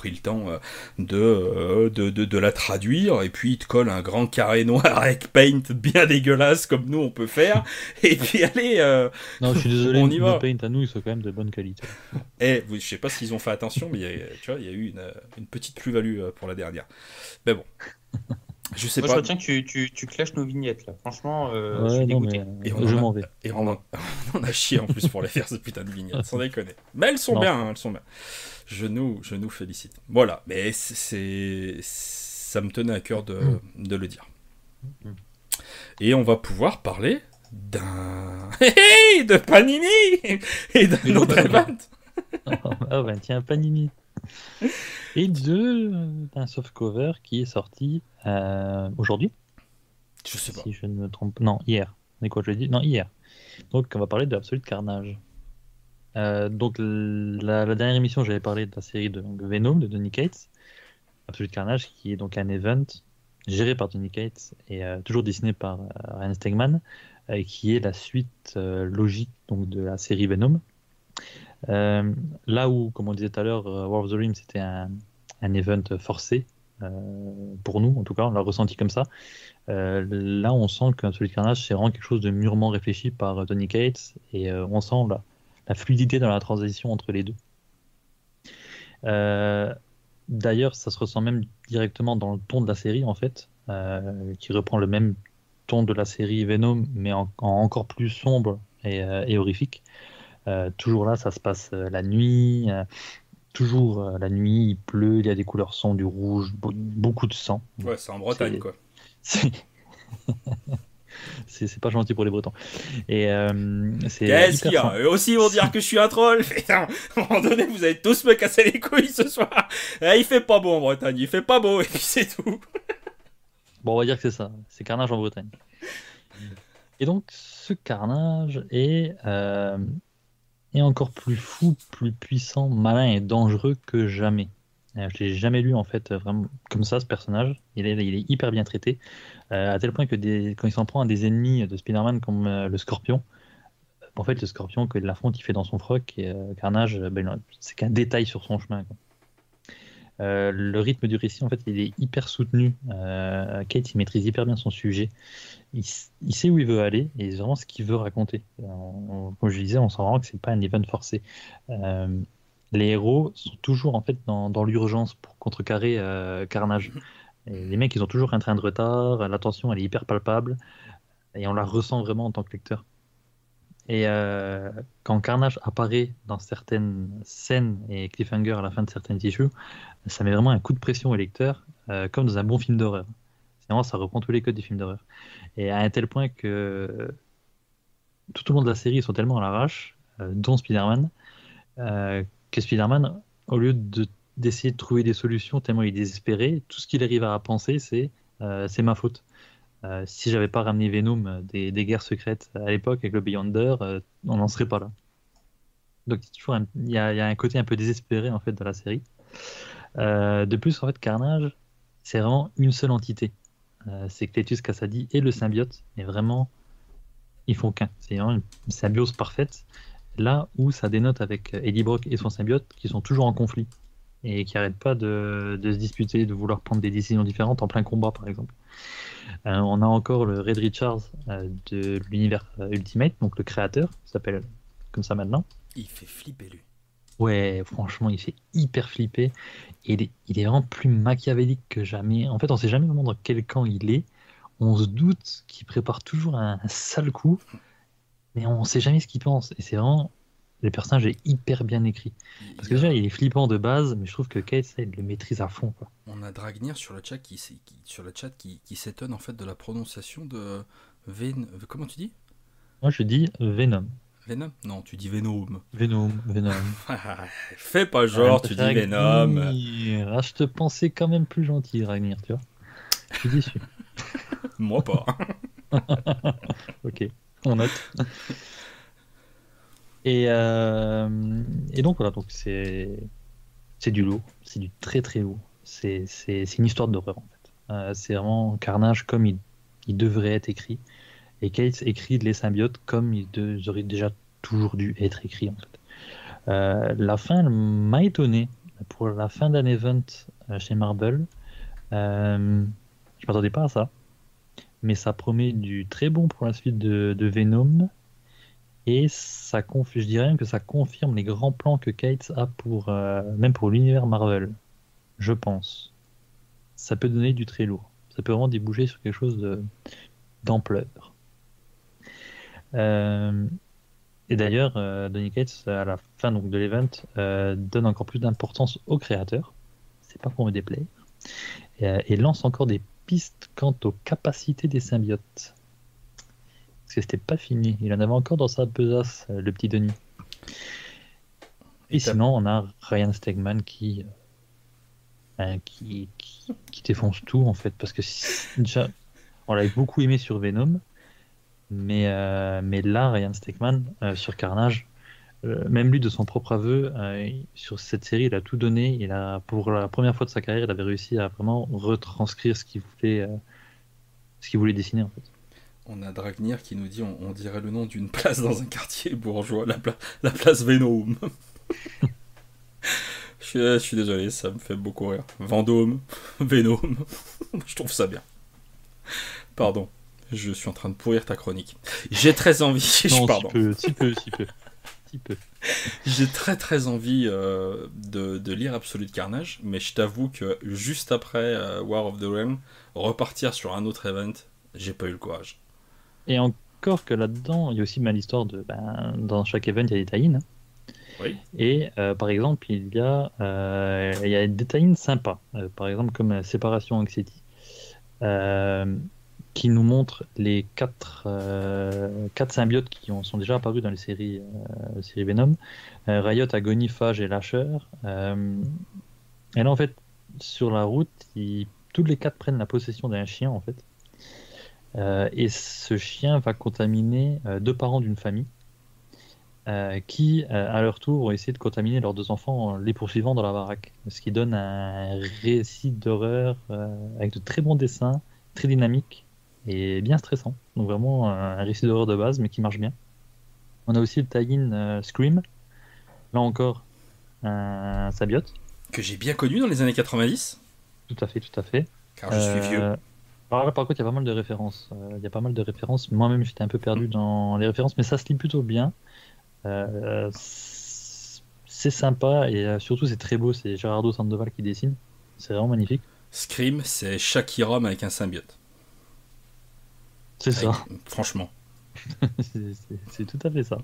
S1: pris le temps euh, de, euh, de, de, de la traduire, et puis il te colle un grand carré noir avec paint bien dégueulasse comme nous on peut faire, et puis allez, euh,
S3: Non, je suis désolé,
S1: on y va.
S3: nos paint à nous, ils sont quand même de bonne qualité.
S1: Et je sais pas s'ils ont fait attention, mais il y a, tu vois, il y a eu une, une petite plus-value pour la dernière. Mais bon, je sais
S2: Moi,
S1: pas.
S2: je retiens que tu, tu, tu clashes nos vignettes là. Franchement, euh,
S3: Ouais,
S2: je suis
S3: non,
S2: dégoûté.
S3: mais
S1: Et
S3: euh,
S1: on
S3: je
S1: en a-
S3: m'en vais.
S1: Et on en, on en a chié en plus pour les faire, ces putains de vignettes, sans déconner. Mais elles sont
S3: Non.
S1: bien, hein, elles sont bien. Je nous, je nous félicite. Voilà, mais c'est, c'est- ça me tenait à cœur de, de le dire. Et on va pouvoir parler d'un... Hey, de Panini et d'un autre event.
S3: Ah ben tiens, Panini. Et de d'un softcover qui est sorti euh, aujourd'hui,
S1: Je sais pas.
S3: si je ne me trompe. Non, hier. Mais quoi, je l'ai dit? Non, hier. Donc on va parler de Absolute Carnage. Euh, donc l- la, la dernière émission, j'avais parlé de la série de donc, Venom de Donny Cates. Absolute Carnage, qui est donc un event géré par Donny Cates et euh, toujours dessiné par euh, Ryan Stegman, euh, qui est la suite euh, logique donc, de la série Venom. Euh, là où, comme on disait tout à l'heure, euh, War of the Rim, c'était un, un event forcé, euh, pour nous en tout cas, on l'a ressenti comme ça. Euh, là, on sent qu'un Absolute Carnage, c'est vraiment quelque chose de mûrement réfléchi par euh, Donny Cates, et euh, on sent la, la fluidité dans la transition entre les deux. Euh, D'ailleurs, ça se ressent même directement dans le ton de la série, en fait, euh, qui reprend le même ton de la série Venom, mais en, en encore plus sombre et, euh, et horrifique. Euh, toujours là, ça se passe euh, la nuit. euh, toujours euh, la nuit, il pleut, il y a des couleurs sombres, du rouge, be- beaucoup de sang.
S1: Ouais, c'est en Bretagne,
S3: C'est-
S1: quoi.
S3: C'est c'est- c'est pas gentil pour les Bretons. Et euh, c'est
S1: Qu'est-ce
S3: hyper
S1: qu'il y a?
S3: sang-
S1: Eux aussi ils vont dire que je suis un troll. Putain, à un moment donné, vous allez tous me casser les couilles ce soir. Eh, il fait pas beau en Bretagne, il fait pas beau, et puis c'est tout.
S3: Bon, on va dire que c'est ça. C'est Carnage en Bretagne. Et donc, ce Carnage est, euh, est encore plus fou, plus puissant, malin et dangereux que jamais. Euh, je l'ai jamais lu en fait vraiment comme ça, ce personnage. Il est, il est hyper bien traité, euh, à tel point que des, quand il s'en prend à des ennemis de Spider-Man comme euh, le Scorpion, en fait, le Scorpion, quand il l'affronte, il fait dans son froc, et euh, Carnage, euh, ben, c'est qu'un détail sur son chemin, quoi. Euh, le rythme du récit, en fait, il est hyper soutenu. Euh, Kate, il maîtrise hyper bien son sujet. Il, s- il sait où il veut aller et vraiment ce qu'il veut raconter. Euh, on- comme je disais, on sent vraiment que c'est pas un event forcé. Euh, les héros sont toujours en fait dans, dans l'urgence pour contrecarrer euh, Carnage. Et les mecs, ils ont toujours un train de retard. La tension, elle est hyper palpable et on la ressent vraiment en tant que lecteur. Et euh, quand Carnage apparaît dans certaines scènes et cliffhanger à la fin de certaines issues, ça met vraiment un coup de pression au lecteur, euh, comme dans un bon film d'horreur. C'est vraiment, ça reprend tous les codes des films d'horreur. Et à un tel point que tout au long de la série, ils sont tellement à l'arrache, euh, dont Spider-Man, euh, que Spider-Man, au lieu de, d'essayer de trouver des solutions, tellement il est désespéré, tout ce qu'il arrive à penser, c'est euh, c'est ma faute. Euh, si j'avais pas ramené Venom euh, des, des guerres secrètes à l'époque avec le Beyonder, euh, on n'en serait pas là. Donc il y a toujours un- il y a, il y a un côté un peu désespéré en fait dans la série. Euh, de plus, en fait, Carnage, c'est vraiment une seule entité. Euh, c'est Cletus Kasady et le symbiote, mais vraiment, ils font qu'un. C'est vraiment une symbiose parfaite. Là où ça dénote avec Eddie Brock et son symbiote, qui sont toujours en conflit et qui n'arrêtent pas de, de se disputer, de vouloir prendre des décisions différentes en plein combat, par exemple. Euh, on a encore le Red Richards euh, de l'univers euh, Ultimate, donc le créateur, qui s'appelle comme ça maintenant.
S1: Il fait flipper lui.
S3: Ouais, franchement, il fait hyper flipper. Et il est, il est vraiment plus machiavélique que jamais. En fait, on sait jamais vraiment dans quel camp il est. On se doute qu'il prépare toujours un, un sale coup, mais on sait jamais ce qu'il pense. Et c'est vraiment. Le personnage est hyper bien écrit. Parce que
S1: Il y a-
S3: déjà, il est flippant de base, mais je trouve que Kate, ça, il le maîtrise à fond, quoi.
S1: On a Dragnir sur le chat qui, s'est- qui- sur le chat qui, qui s'étonne en fait de la prononciation de Ven... Comment tu dis?
S3: Moi, je dis Venom.
S1: Venom? Non, tu dis Venom.
S3: Venom, Venom.
S1: Fais pas genre, tu dis Venom.
S3: Ragnir. Ah, je te pensais quand même plus gentil, Ragnir, tu vois. Je suis déçu.
S1: Moi pas.
S3: Ok, on note. Et, euh, et donc voilà, donc c'est c'est du lourd, c'est du très très lourd. C'est c'est- c'est une histoire d'horreur en fait. Euh, c'est vraiment Carnage comme il, il devrait être écrit. Et Kate écrit les symbiotes comme ils, de- ils auraient déjà toujours dû être écrits en fait. Euh, la fin elle m'a étonné. pour la fin d'un event euh, chez Marvel. Euh, je m'attendais pas à ça, mais ça promet du très bon pour la suite de, de Venom. Et ça conf... je dirais même que ça confirme les grands plans que Cates a pour, euh, même pour l'univers Marvel, je pense. Ça peut donner du très lourd. Ça peut vraiment déboucher sur quelque chose de... d'ampleur. Euh, Et d'ailleurs, euh, Donny Cates, à la fin donc, de l'event, euh, donne encore plus d'importance aux créateurs. C'est pas pour me déplaire. Et, euh, et lance encore des pistes quant aux capacités des symbiotes. Parce que c'était pas fini. Il en avait encore dans sa besace, euh, le petit Donny. Et, et sinon, on a Ryan Stegman qui, euh, qui, qui, qui défonce tout, en fait. Parce que si, déjà, on l'avait beaucoup aimé sur Venom. Mais, euh, mais là, Ryan Stegman, euh, sur Carnage, euh, même lui, de son propre aveu, euh, sur cette série, il a tout donné. Il a, pour la première fois de sa carrière, il avait réussi à vraiment retranscrire ce qu'il voulait, euh, ce qu'il voulait dessiner, en fait.
S1: On a Dragnir qui nous dit on, on dirait le nom d'une place dans un quartier bourgeois, la, pla la place Venom. je, suis, je suis désolé, ça me fait beaucoup rire. Vendôme, Venom, je trouve ça bien. Pardon. Je suis en train de pourrir ta chronique. J'ai très envie.
S3: Non,
S1: pardon.
S3: si peu, si peu, si peu. Si peu.
S1: J'ai très très envie euh, de, de lire Absolute Carnage, mais je t'avoue que juste après euh, War of the Realm, repartir sur un autre event, j'ai pas eu le courage.
S3: Et encore que là-dedans, il y a aussi mal l'histoire de. Ben, dans chaque event, il y a des tie-ins. Hein.
S1: Oui.
S3: Et euh, par exemple, il y a, euh, il y a des tie-ins sympas. Euh, par exemple, comme la Séparation Anxiety. Euh, qui nous montre les quatre, euh, quatre symbiotes qui ont, sont déjà apparus dans les séries, euh, séries Venom. Euh, Riot, Agony, Phage et Lasher. Euh, et là, en fait, sur la route, ils, tous les quatre prennent la possession d'un chien, en fait. Euh, et ce chien va contaminer euh, deux parents d'une famille euh, qui, euh, à leur tour, vont essayer de contaminer leurs deux enfants en les poursuivant dans la baraque. Ce qui donne un récit d'horreur euh, avec de très bons dessins, très dynamique et bien stressant. Donc vraiment un récit d'horreur de base, mais qui marche bien. On a aussi le tie-in euh, Scream. Là encore, un symbiote.
S1: Que j'ai bien connu dans les années quatre-vingt-dix.
S3: Tout à fait, tout à fait.
S1: Car je suis vieux.
S3: Euh, alors là, par contre, il y a pas mal de références. Euh, Il y a pas mal de références. Moi-même, j'étais un peu perdu dans les références, mais ça se lit plutôt bien. Euh, c'est sympa et euh, surtout, c'est très beau. C'est Gerardo Sandoval qui dessine. C'est vraiment magnifique.
S1: Scream, c'est Shakira avec un symbiote.
S3: C'est ça.
S1: Franchement.
S3: C'est tout à fait ça.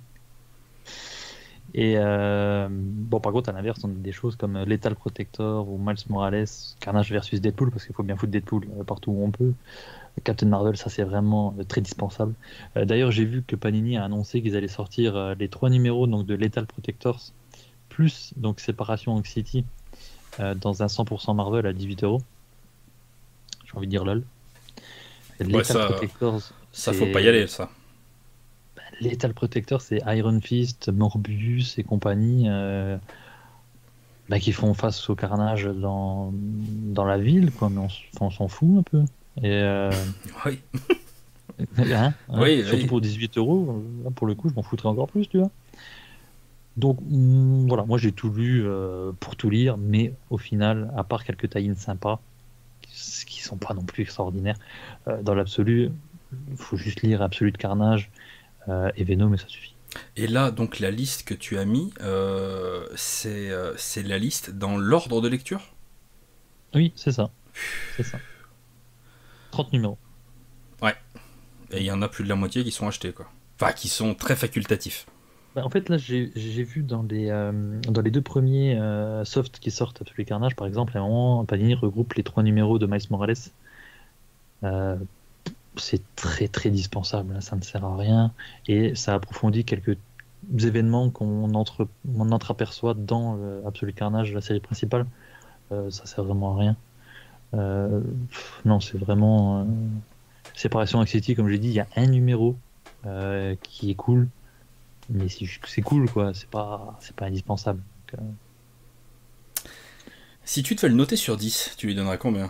S3: Et euh, bon, par contre, à l'inverse, on a des choses comme Lethal Protector ou Miles Morales, Carnage versus Deadpool, parce qu'il faut bien foutre Deadpool partout où on peut. Captain Marvel, ça c'est vraiment très dispensable. Euh, D'ailleurs, j'ai vu que Panini a annoncé qu'ils allaient sortir euh, les trois numéros donc, de Lethal Protectors, plus donc Séparation Anxiety, euh, dans un cent pour cent Marvel à dix-huit euros. J'ai envie de dire lol.
S1: Ouais, ça, ça faut pas y aller, ça.
S3: Lethal Protector, c'est Iron Fist, Morbus et compagnie euh, bah, qui font face au carnage dans, dans la ville, quoi, mais on, on s'en fout un peu. Et euh...
S1: oui.
S3: hein, hein,
S1: oui.
S3: Surtout
S1: oui.
S3: pour dix-huit euros, là, pour le coup, je m'en foutrais encore plus, tu vois. Donc mm, voilà, moi j'ai tout lu euh, pour tout lire, mais au final, à part quelques tie-ins sympas, qui sont pas non plus extraordinaires, euh, dans l'absolu, il faut juste lire Absolute Carnage. Euh, et Venom, mais ça suffit.
S1: Et là, donc, la liste que tu as mis, euh, c'est euh, la liste dans l'ordre de lecture?
S3: Oui, c'est ça. C'est ça. trente numéros.
S1: Ouais. Et il y en a plus de la moitié qui sont achetés, quoi. Enfin, qui sont très facultatifs.
S3: Bah, en fait, là, j'ai vu dans les, euh, dans les deux premiers euh, softs qui sortent, Absolute Carnage, par exemple, à un moment, Panini regroupe les trois numéros de Miles Morales. Euh, c'est très très dispensable, ça ne sert à rien et ça approfondit quelques événements qu'on entre, on entreaperçoit dans le Absolute Carnage, la série principale. Euh, ça sert vraiment à rien. Euh, pff, non, c'est vraiment euh... Séparation Anxiety, comme j'ai dit, il y a un numéro euh, qui est cool, mais c'est cool quoi, c'est pas c'est pas indispensable. Donc, euh...
S1: Si tu devais le noter sur dix, tu lui donnerais combien?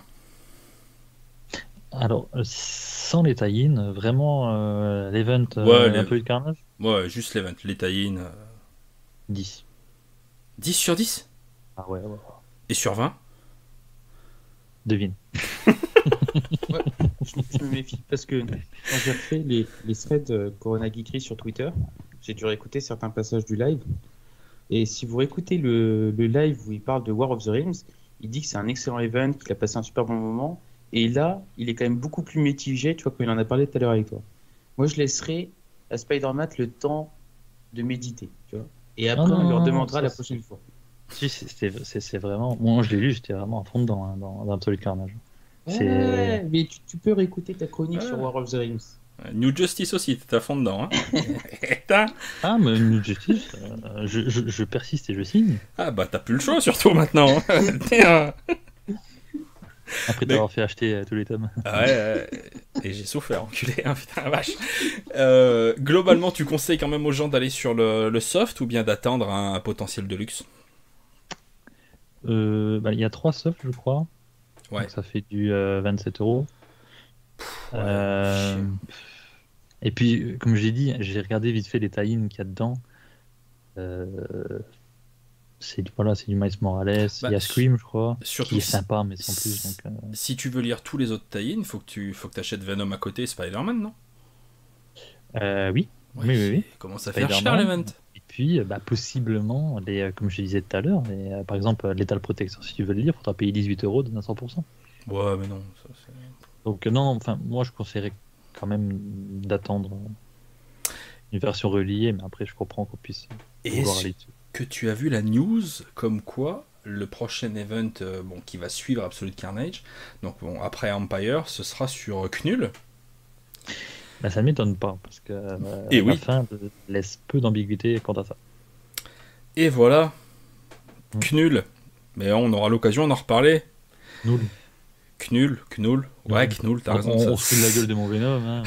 S3: Alors, sans les tie-in, vraiment euh, l'event euh,
S1: ouais, les...
S3: un peu de carnage.
S1: Ouais, juste l'event, les tie-in. Euh...
S3: dix.
S1: dix sur dix?
S3: Ah ouais, ouais.
S1: Et sur vingt?
S3: Devine.
S2: Ouais, je, je me méfie parce que quand j'ai refait les, les threads euh, Corona Geekery sur Twitter, j'ai dû réécouter certains passages du live. Et si vous réécoutez le, le live où il parle de War of the Rings, il dit que c'est un excellent event, qu'il a passé un super bon moment. Et là, il est quand même beaucoup plus mitigé, tu vois, quand il en a parlé tout à l'heure avec toi. Moi, je laisserai à Spider-Man le temps de méditer, tu vois. Et après,
S3: non,
S2: on leur
S3: non,
S2: demandera
S3: ça,
S2: la
S3: c'est-
S2: prochaine fois.
S3: Si, c'est c'est- c'est- c'est vraiment. Moi, je l'ai lu, j'étais vraiment à fond dedans, hein, dans, dans Absolute Carnage. C'est.
S2: Ouais, mais tu, tu peux réécouter ta chronique
S1: Ouais.
S2: sur War of the Rings.
S1: New Justice aussi, t'es à fond dedans. Hein. Putain.
S3: Ah, mais New Justice, euh, je, je, je persiste et je signe.
S1: Ah bah t'as plus le choix surtout maintenant. Hein. Tiens.
S3: Après
S1: Mais-
S3: t'avoir fait acheter euh, tous les tomes.
S1: Ah ouais, euh, et j'ai souffert, enculé, hein, putain la vache. Euh, globalement, tu conseilles quand même aux gens d'aller sur le, le soft ou bien d'attendre un, potentiel de luxe?
S3: Euh, bah, il y a trois softs, je crois.
S1: Ouais.
S3: Donc ça fait du euh, vingt-sept euros.
S1: Ouais,
S3: Euh,
S1: chier.
S3: Et puis, euh, comme j'ai dit, j'ai regardé vite fait les tie-ins qu'il y a dedans. Euh, C'est du- voilà, c'est du Miles Morales.
S1: Bah,
S3: il y a Scream, je crois,
S1: surtout
S3: qui est
S1: si-
S3: sympa, mais sans plus. Donc, euh,
S1: Si tu veux lire tous les autres tie-in, faut que tu faut que achètes Venom à côté et Spider-Man, non?
S3: euh, oui,
S1: Ouais,
S3: oui, oui, oui.
S1: Comment ça faire cher
S3: Spider-Man.
S1: l'event?
S3: Et puis, euh, bah, possiblement, les, euh, comme je te disais tout à l'heure, les, euh, par exemple, euh, Lethal Protector, si tu veux le lire, il faudra payer dix-huit euros de cent pour cent.
S1: Ouais, mais non. Ça, c'est-
S3: Donc, euh, non, enfin, moi, je conseillerais quand même d'attendre euh, une version reliée, mais après, je comprends qu'on puisse
S1: Et
S3: vouloir
S1: est-ce
S3: aller dessus.
S1: que tu as vu la news comme quoi le prochain event euh, bon, qui va suivre Absolute Carnage, donc bon, après Empire, ce sera sur Knull.
S3: Bah, ça ne m'étonne pas, parce que euh,
S1: Et
S3: la
S1: oui.
S3: fin laisse peu d'ambiguïté quant à ça.
S1: Et voilà,
S3: Mm.
S1: Knull. Mais on aura l'occasion d'en reparler.
S3: Nous,
S1: Knull, Knull. Ouais,
S3: Mm.
S1: Knull, t'as
S3: on,
S1: raison.
S3: on,
S1: ça-
S3: on se fout de la gueule de mon Venom. Hein.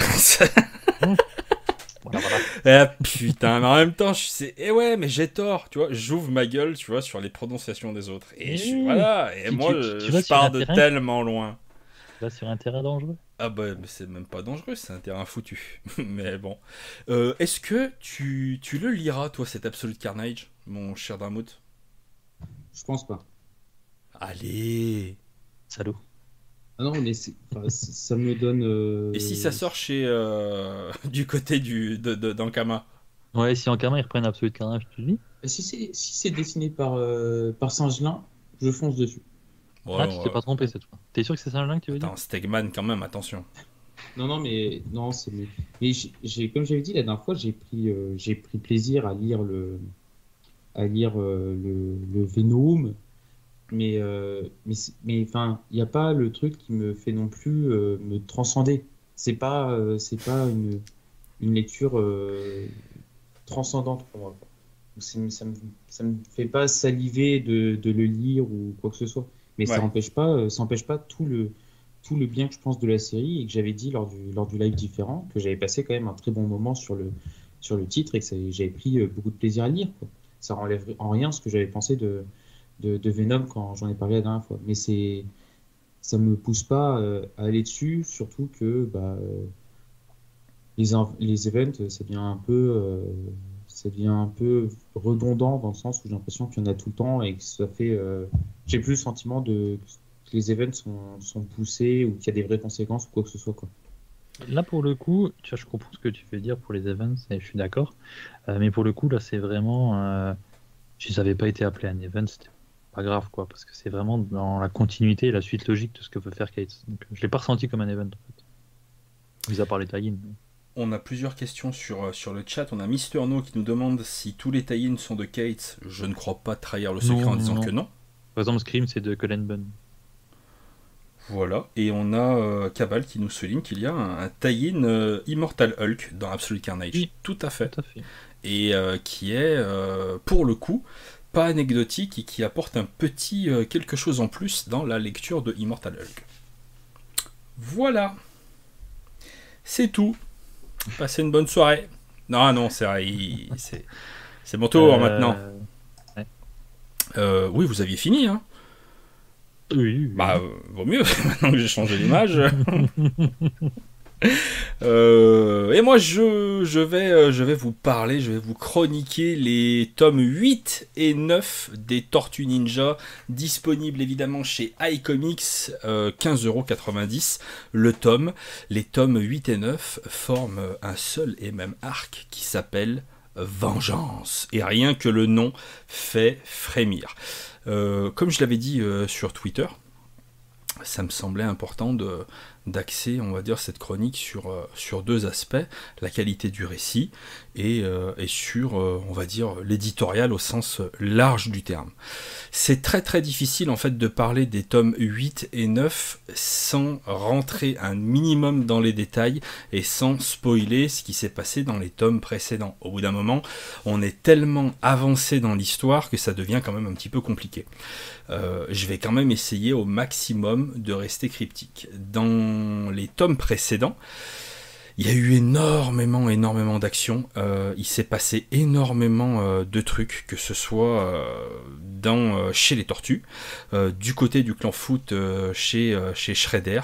S3: Voilà, voilà.
S1: Ah putain, mais en même temps, je sais. Eh ouais, mais j'ai tort, tu vois. J'ouvre ma gueule, tu vois, sur les prononciations des autres. Et
S3: Eh
S1: je,
S3: oui.
S1: voilà, et
S3: Tu-
S1: moi,
S3: tu-
S1: je,
S3: tu vas
S1: je
S3: sur
S1: pars
S3: un
S1: de
S3: terrain-
S1: tellement loin.
S3: Là, sur un terrain dangereux.
S1: Ah bah, mais c'est même pas dangereux, c'est un terrain foutu. Mais bon. Euh, Est-ce que tu, tu le liras, toi, cet Absolute Carnage, mon cher Dramout?
S2: Je pense pas.
S1: Allez.
S3: Salaud.
S2: Ah non, mais c'est- enfin, c- ça me donne. euh,
S1: Et si ça sort chez euh, du côté du de, de- d'Ankama?
S3: Ouais, si en karma ils reprennent Absolute Carnage, tu le dis.
S2: Si c'est si c'est dessiné par, euh, par Saint-Gelin, je fonce dessus.
S1: Ouais,
S3: Ah, tu
S1: ouais.
S3: t'es pas trompé cette fois. T'es sûr que c'est Saint-Gelin que tu veux dire?
S1: Attends, Stegman quand même, attention.
S2: Non, non, mais non, c'est mais, mais j'ai- j'ai comme j'avais dit la dernière fois, j'ai pris euh, j'ai pris plaisir à lire le à lire euh, le, le Venom, mais euh, mais c'est- mais enfin, il n'y a pas le truc qui me fait non plus euh, me transcender. C'est pas euh, c'est pas une une lecture euh, transcendante pour moi. C'est- Ça me ça me fait pas saliver de, de le lire ou quoi que ce soit. Mais ça
S1: Ouais.
S2: n'empêche pas euh, ça empêche pas tout le tout le bien que je pense de la série et que j'avais dit lors du, lors du live différent, que j'avais passé quand même un très bon moment sur le, sur le titre et que ça- j'avais pris euh, beaucoup de plaisir à le lire, quoi. Ça enlève en rien ce que j'avais pensé de, de, de Venom quand j'en ai parlé la dernière fois. Mais c'est, ça me pousse pas euh, à aller dessus, surtout que bah, euh, les, in- les events, ça devient un peu, euh, ça devient un peu redondant dans le sens où j'ai l'impression qu'il y en a tout le temps et que ça fait. euh, j'ai plus le sentiment de que les events sont, sont poussés ou qu'il y a des vraies conséquences ou quoi que ce soit, quoi.
S3: Là, pour le coup, tu vois, je comprends ce que tu veux dire pour les events et je suis d'accord. Euh, mais pour le coup, là, c'est vraiment. Euh, si ça n'avait pas été appelé un event, c'était pas grave, quoi. Parce que c'est vraiment dans la continuité et la suite logique de ce que veut faire Kate. Donc, je l'ai pas ressenti comme un event, en fait. Mis à part les tie-ins.
S1: On a plusieurs questions sur, euh, sur le chat. On a Mister No qui nous demande si tous les tie-ins sont de Kate. Je ne crois pas trahir le secret
S3: Non,
S1: en disant
S3: non.
S1: que non.
S3: Par exemple, Scream, c'est de Cullen Bunn.
S1: Voilà. Et on a euh, Cabal qui nous souligne qu'il y a un, un tie-in euh, Immortal Hulk dans Absolute Carnage.
S3: Oui.
S1: Tout à fait.
S3: Tout à fait.
S1: Et euh, qui est, euh, pour le coup, pas anecdotique et qui apporte un petit euh, quelque chose en plus dans la lecture de Immortal Hulk. Voilà. C'est tout. Passez une bonne soirée. Non, non, c'est vrai. il- C'est c'est mon tour
S3: Euh,
S1: maintenant. Euh, oui, vous aviez fini, hein.
S3: Oui. oui.
S1: Bah, euh, vaut mieux, maintenant que j'ai changé l'image. Euh, et moi, je, je, vais, je vais vous parler, je vais vous chroniquer les tomes huit et neuf des Tortues Ninja, disponibles évidemment chez iComics, euh, quinze euros quatre-vingt-dix le tome. Les tomes huit et neuf forment un seul et même arc qui s'appelle Vengeance. Et rien que le nom fait frémir. Euh, comme je l'avais dit euh, sur Twitter, ça me semblait important de d'axer, on va dire, cette chronique sur, euh, sur deux aspects, la qualité du récit et, euh, et sur, euh, on va dire, l'éditorial au sens large du terme. C'est très très difficile en fait de parler des tomes huit et neuf sans rentrer un minimum dans les détails et sans spoiler ce qui s'est passé dans les tomes précédents. Au bout d'un moment, on est tellement avancé dans l'histoire que ça devient quand même un petit peu compliqué. Euh, je vais quand même essayer au maximum de rester cryptique. Dans les tomes précédents, il y a eu énormément, énormément d'actions. Euh, il s'est passé énormément euh, de trucs, que ce soit euh, dans, euh, chez les Tortues, euh, du côté du clan Foot euh, chez, euh, chez Shredder.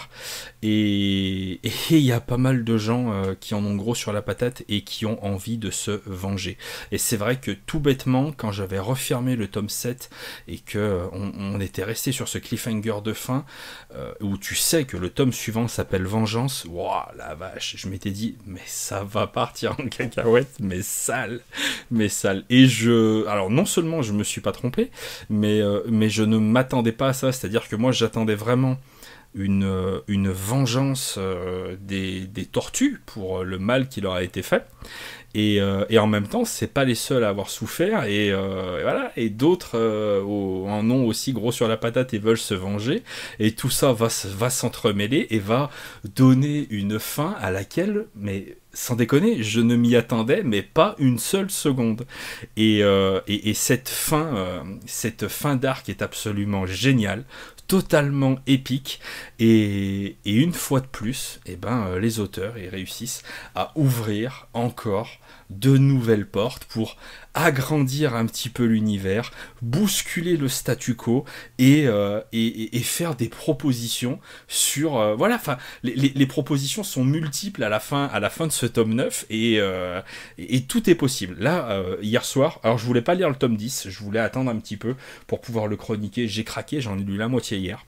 S1: Et il y a pas mal de gens euh, qui en ont gros sur la patate et qui ont envie de se venger. Et c'est vrai que tout bêtement, quand j'avais refermé le tome sept et qu'on euh, on était resté sur ce cliffhanger de fin, euh, où tu sais que le tome suivant s'appelle Vengeance, waouh, la vache, je m'étais dit, mais ça va partir en cacahuète, mais sale, mais sale. Et je... Alors non seulement je me suis pas trompé, mais, euh, mais je ne m'attendais pas à ça, c'est-à-dire que moi j'attendais vraiment Une, une vengeance euh, des, des tortues pour le mal qui leur a été fait. Et, euh, et en même temps, c'est pas les seuls à avoir souffert, et, euh, et voilà, et d'autres euh, au, en ont aussi gros sur la patate et veulent se venger, et tout ça va, va s'entremêler et va donner une fin à laquelle, mais sans déconner, je ne m'y attendais, mais pas une seule seconde. Et, euh, et, et cette fin, euh, cette fin d'arc est absolument géniale, totalement épique, et, et une fois de plus, eh ben, euh, les auteurs ils réussissent à ouvrir encore de nouvelles portes pour agrandir un petit peu l'univers, bousculer le statu quo et, euh, et, et faire des propositions sur... Euh, voilà, enfin, les, les, les propositions sont multiples à la fin, à la fin de ce tome neuf et, euh, et, et tout est possible. Là, euh, hier soir, alors je voulais pas lire le tome dix, je voulais attendre un petit peu pour pouvoir le chroniquer, j'ai craqué, j'en ai lu la moitié hier.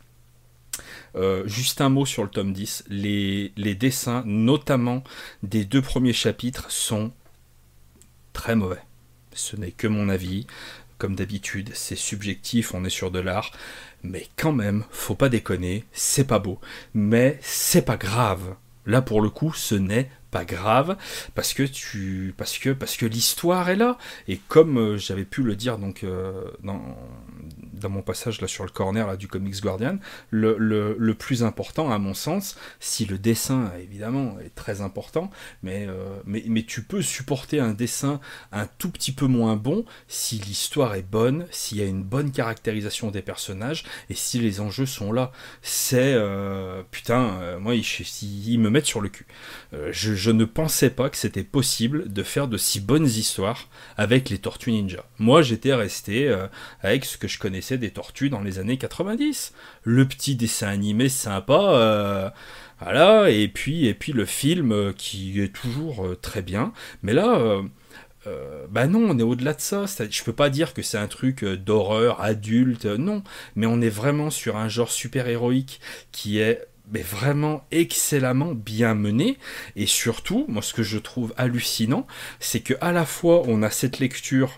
S1: Euh, juste un mot sur le tome dix, les, les dessins, notamment des deux premiers chapitres, sont très mauvais. Ce n'est que mon avis. Comme d'habitude, c'est subjectif, on est sur de l'art. Mais quand même, faut pas déconner, c'est pas beau. Mais c'est pas grave. Là, pour le coup, ce n'est pas grave, parce que, tu, parce que, parce que l'histoire est là. Et comme euh, j'avais pu le dire donc, euh, dans, dans mon passage là, sur le corner là, du Comics Guardian, le, le, le plus important, à mon sens, si le dessin, évidemment, est très important, mais, euh, mais, mais tu peux supporter un dessin un tout petit peu moins bon si l'histoire est bonne, s'il y a une bonne caractérisation des personnages, et si les enjeux sont là. C'est... Euh, putain, euh, moi, ils, ils me mettent sur le cul. Euh, je, je ne pensais pas que c'était possible de faire de si bonnes histoires avec les Tortues Ninja. Moi, j'étais resté euh, avec ce que je connaissais des Tortues dans les années quatre-vingt-dix. Le petit dessin animé sympa, euh, voilà, et puis, et puis le film euh, qui est toujours euh, très bien. Mais là... Euh, Euh, bah non, on est au-delà de ça. Je peux pas dire que c'est un truc euh, d'horreur adulte, euh, non. Mais on est vraiment sur un genre super-héroïque qui est mais vraiment excellemment bien mené. Et surtout, moi ce que je trouve hallucinant, c'est que à la fois on a cette lecture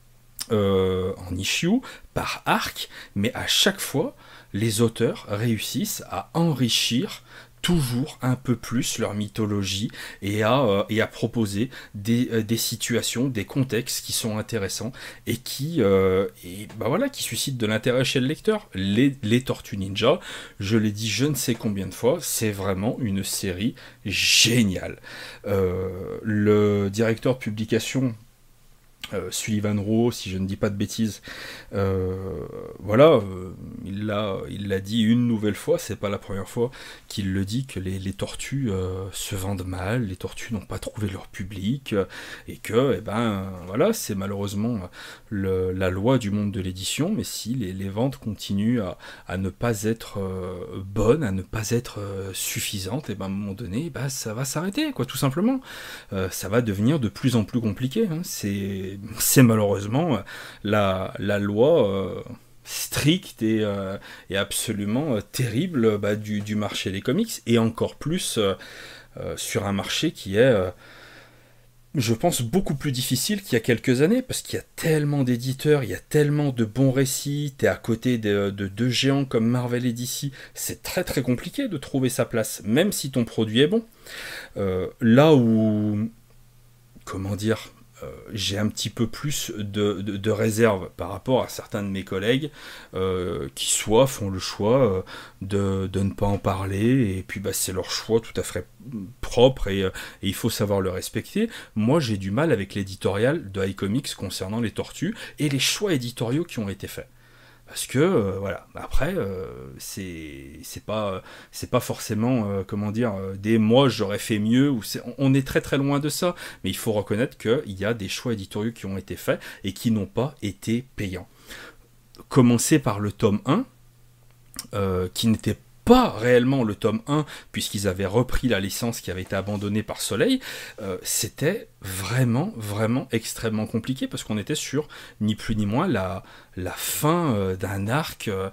S1: euh, en issue, par arc, mais à chaque fois, les auteurs réussissent à enrichir toujours un peu plus leur mythologie et à, euh, et à proposer des, euh, des situations, des contextes qui sont intéressants et qui, euh, et, bah voilà, qui suscitent de l'intérêt chez le lecteur. Les, les Tortues Ninja, je l'ai dit je ne sais combien de fois, c'est vraiment une série géniale. Euh, le directeur de publication Euh, Sullivan Rowe, si je ne dis pas de bêtises, euh, voilà, euh, il l'a, il l'a dit une nouvelle fois, c'est pas la première fois qu'il le dit, que les, les tortues euh, se vendent mal, les tortues n'ont pas trouvé leur public, euh, et que, eh ben, voilà, c'est malheureusement le, la loi du monde de l'édition, mais si les, les ventes continuent à, à ne pas être euh, bonnes, à ne pas être euh, suffisantes, et ben, à un moment donné, bah, ça va s'arrêter, quoi, tout simplement. Euh, ça va devenir de plus en plus compliqué, hein, c'est... c'est malheureusement la, la loi euh, stricte et, euh, et absolument euh, terrible bah, du, du marché des comics, et encore plus euh, euh, sur un marché qui est, euh, je pense, beaucoup plus difficile qu'il y a quelques années, parce qu'il y a tellement d'éditeurs, il y a tellement de bons récits, t'es à côté de, de deux géants comme Marvel et D C, c'est très très compliqué de trouver sa place, même si ton produit est bon. Euh, là où, comment dire, Euh, j'ai un petit peu plus de, de, de réserve par rapport à certains de mes collègues euh, qui soit font le choix euh, de, de ne pas en parler, et puis bah, c'est leur choix tout à fait propre, et, euh, et il faut savoir le respecter. Moi j'ai du mal avec l'éditorial de iComics concernant les tortues et les choix éditoriaux qui ont été faits. Parce que, euh, voilà, après, euh, c'est, c'est, pas, c'est pas forcément, euh, comment dire, euh, des moi j'aurais fait mieux, ou c'est, on est très très loin de ça, mais il faut reconnaître qu'il y a des choix éditoriaux qui ont été faits et qui n'ont pas été payants. Commencer par le tome un, euh, qui n'était pas réellement le tome un, puisqu'ils avaient repris la licence qui avait été abandonnée par Soleil, euh, c'était vraiment, vraiment extrêmement compliqué, parce qu'on était sur, ni plus ni moins, la, la fin euh, d'un arc, euh,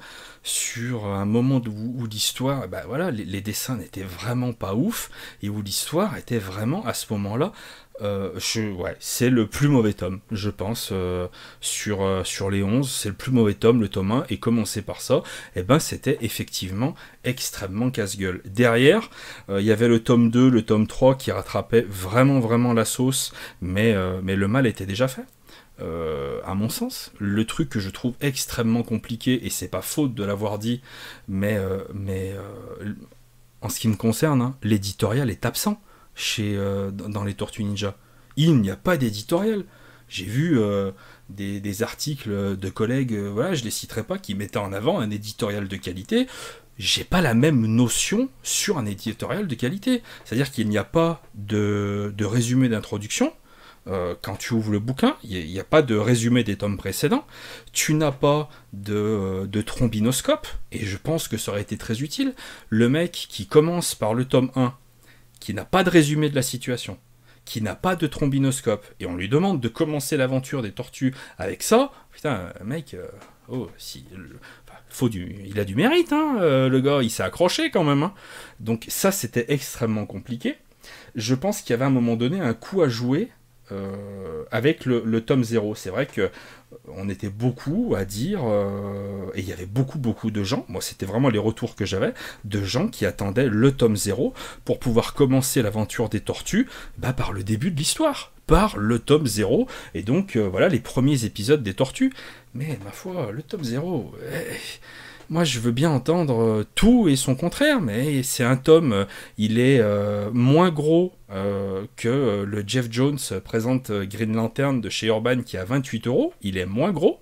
S1: sur un moment où, où l'histoire, bah, voilà, les, les dessins n'étaient vraiment pas ouf, et où l'histoire était vraiment, à ce moment-là, Euh, je, ouais, c'est le plus mauvais tome, je pense, euh, sur, euh, sur les onze, c'est le plus mauvais tome, le tome un, et commencer par ça, et ben c'était effectivement extrêmement casse-gueule. Derrière, il euh, y avait le tome deux, le tome trois qui rattrapait vraiment vraiment la sauce, mais, euh, mais le mal était déjà fait. Euh, à mon sens, le truc que je trouve extrêmement compliqué, et c'est pas faute de l'avoir dit, mais, euh, mais euh, en ce qui me concerne, hein, l'éditorial est absent chez, euh, dans les Tortues Ninja. Il n'y a pas d'éditorial. J'ai vu euh, des, des articles de collègues, euh, voilà, je les citerai pas, qui mettaient en avant un éditorial de qualité. J'ai pas la même notion sur un éditorial de qualité. C'est-à-dire qu'il n'y a pas de, de résumé d'introduction. Euh, quand tu ouvres le bouquin, il n'y a, a pas de résumé des tomes précédents. Tu n'as pas de, de trombinoscope, et je pense que ça aurait été très utile. Le mec qui commence par le tome un, qui n'a pas de résumé de la situation, qui n'a pas de trombinoscope, et on lui demande de commencer l'aventure des tortues avec ça, putain, mec, euh, oh, si, le, enfin, faut du, il a du mérite, hein, euh, le gars, il s'est accroché quand même, hein. Donc ça, c'était extrêmement compliqué. Je pense qu'il y avait à un moment donné un coup à jouer euh, avec le, le tome zéro. C'est vrai que on était beaucoup à dire, euh, et il y avait beaucoup beaucoup de gens, moi c'était vraiment les retours que j'avais, de gens qui attendaient le tome zéro pour pouvoir commencer l'aventure des tortues bah, par le début de l'histoire, par le tome zéro, et donc euh, voilà les premiers épisodes des tortues. Mais ma foi, le tome zéro, eh, moi je veux bien entendre tout et son contraire, mais c'est un tome, il est euh, moins gros euh, que le Jeff Jones présente Green Lantern de chez Urban qui a vingt-huit euros, il est moins gros,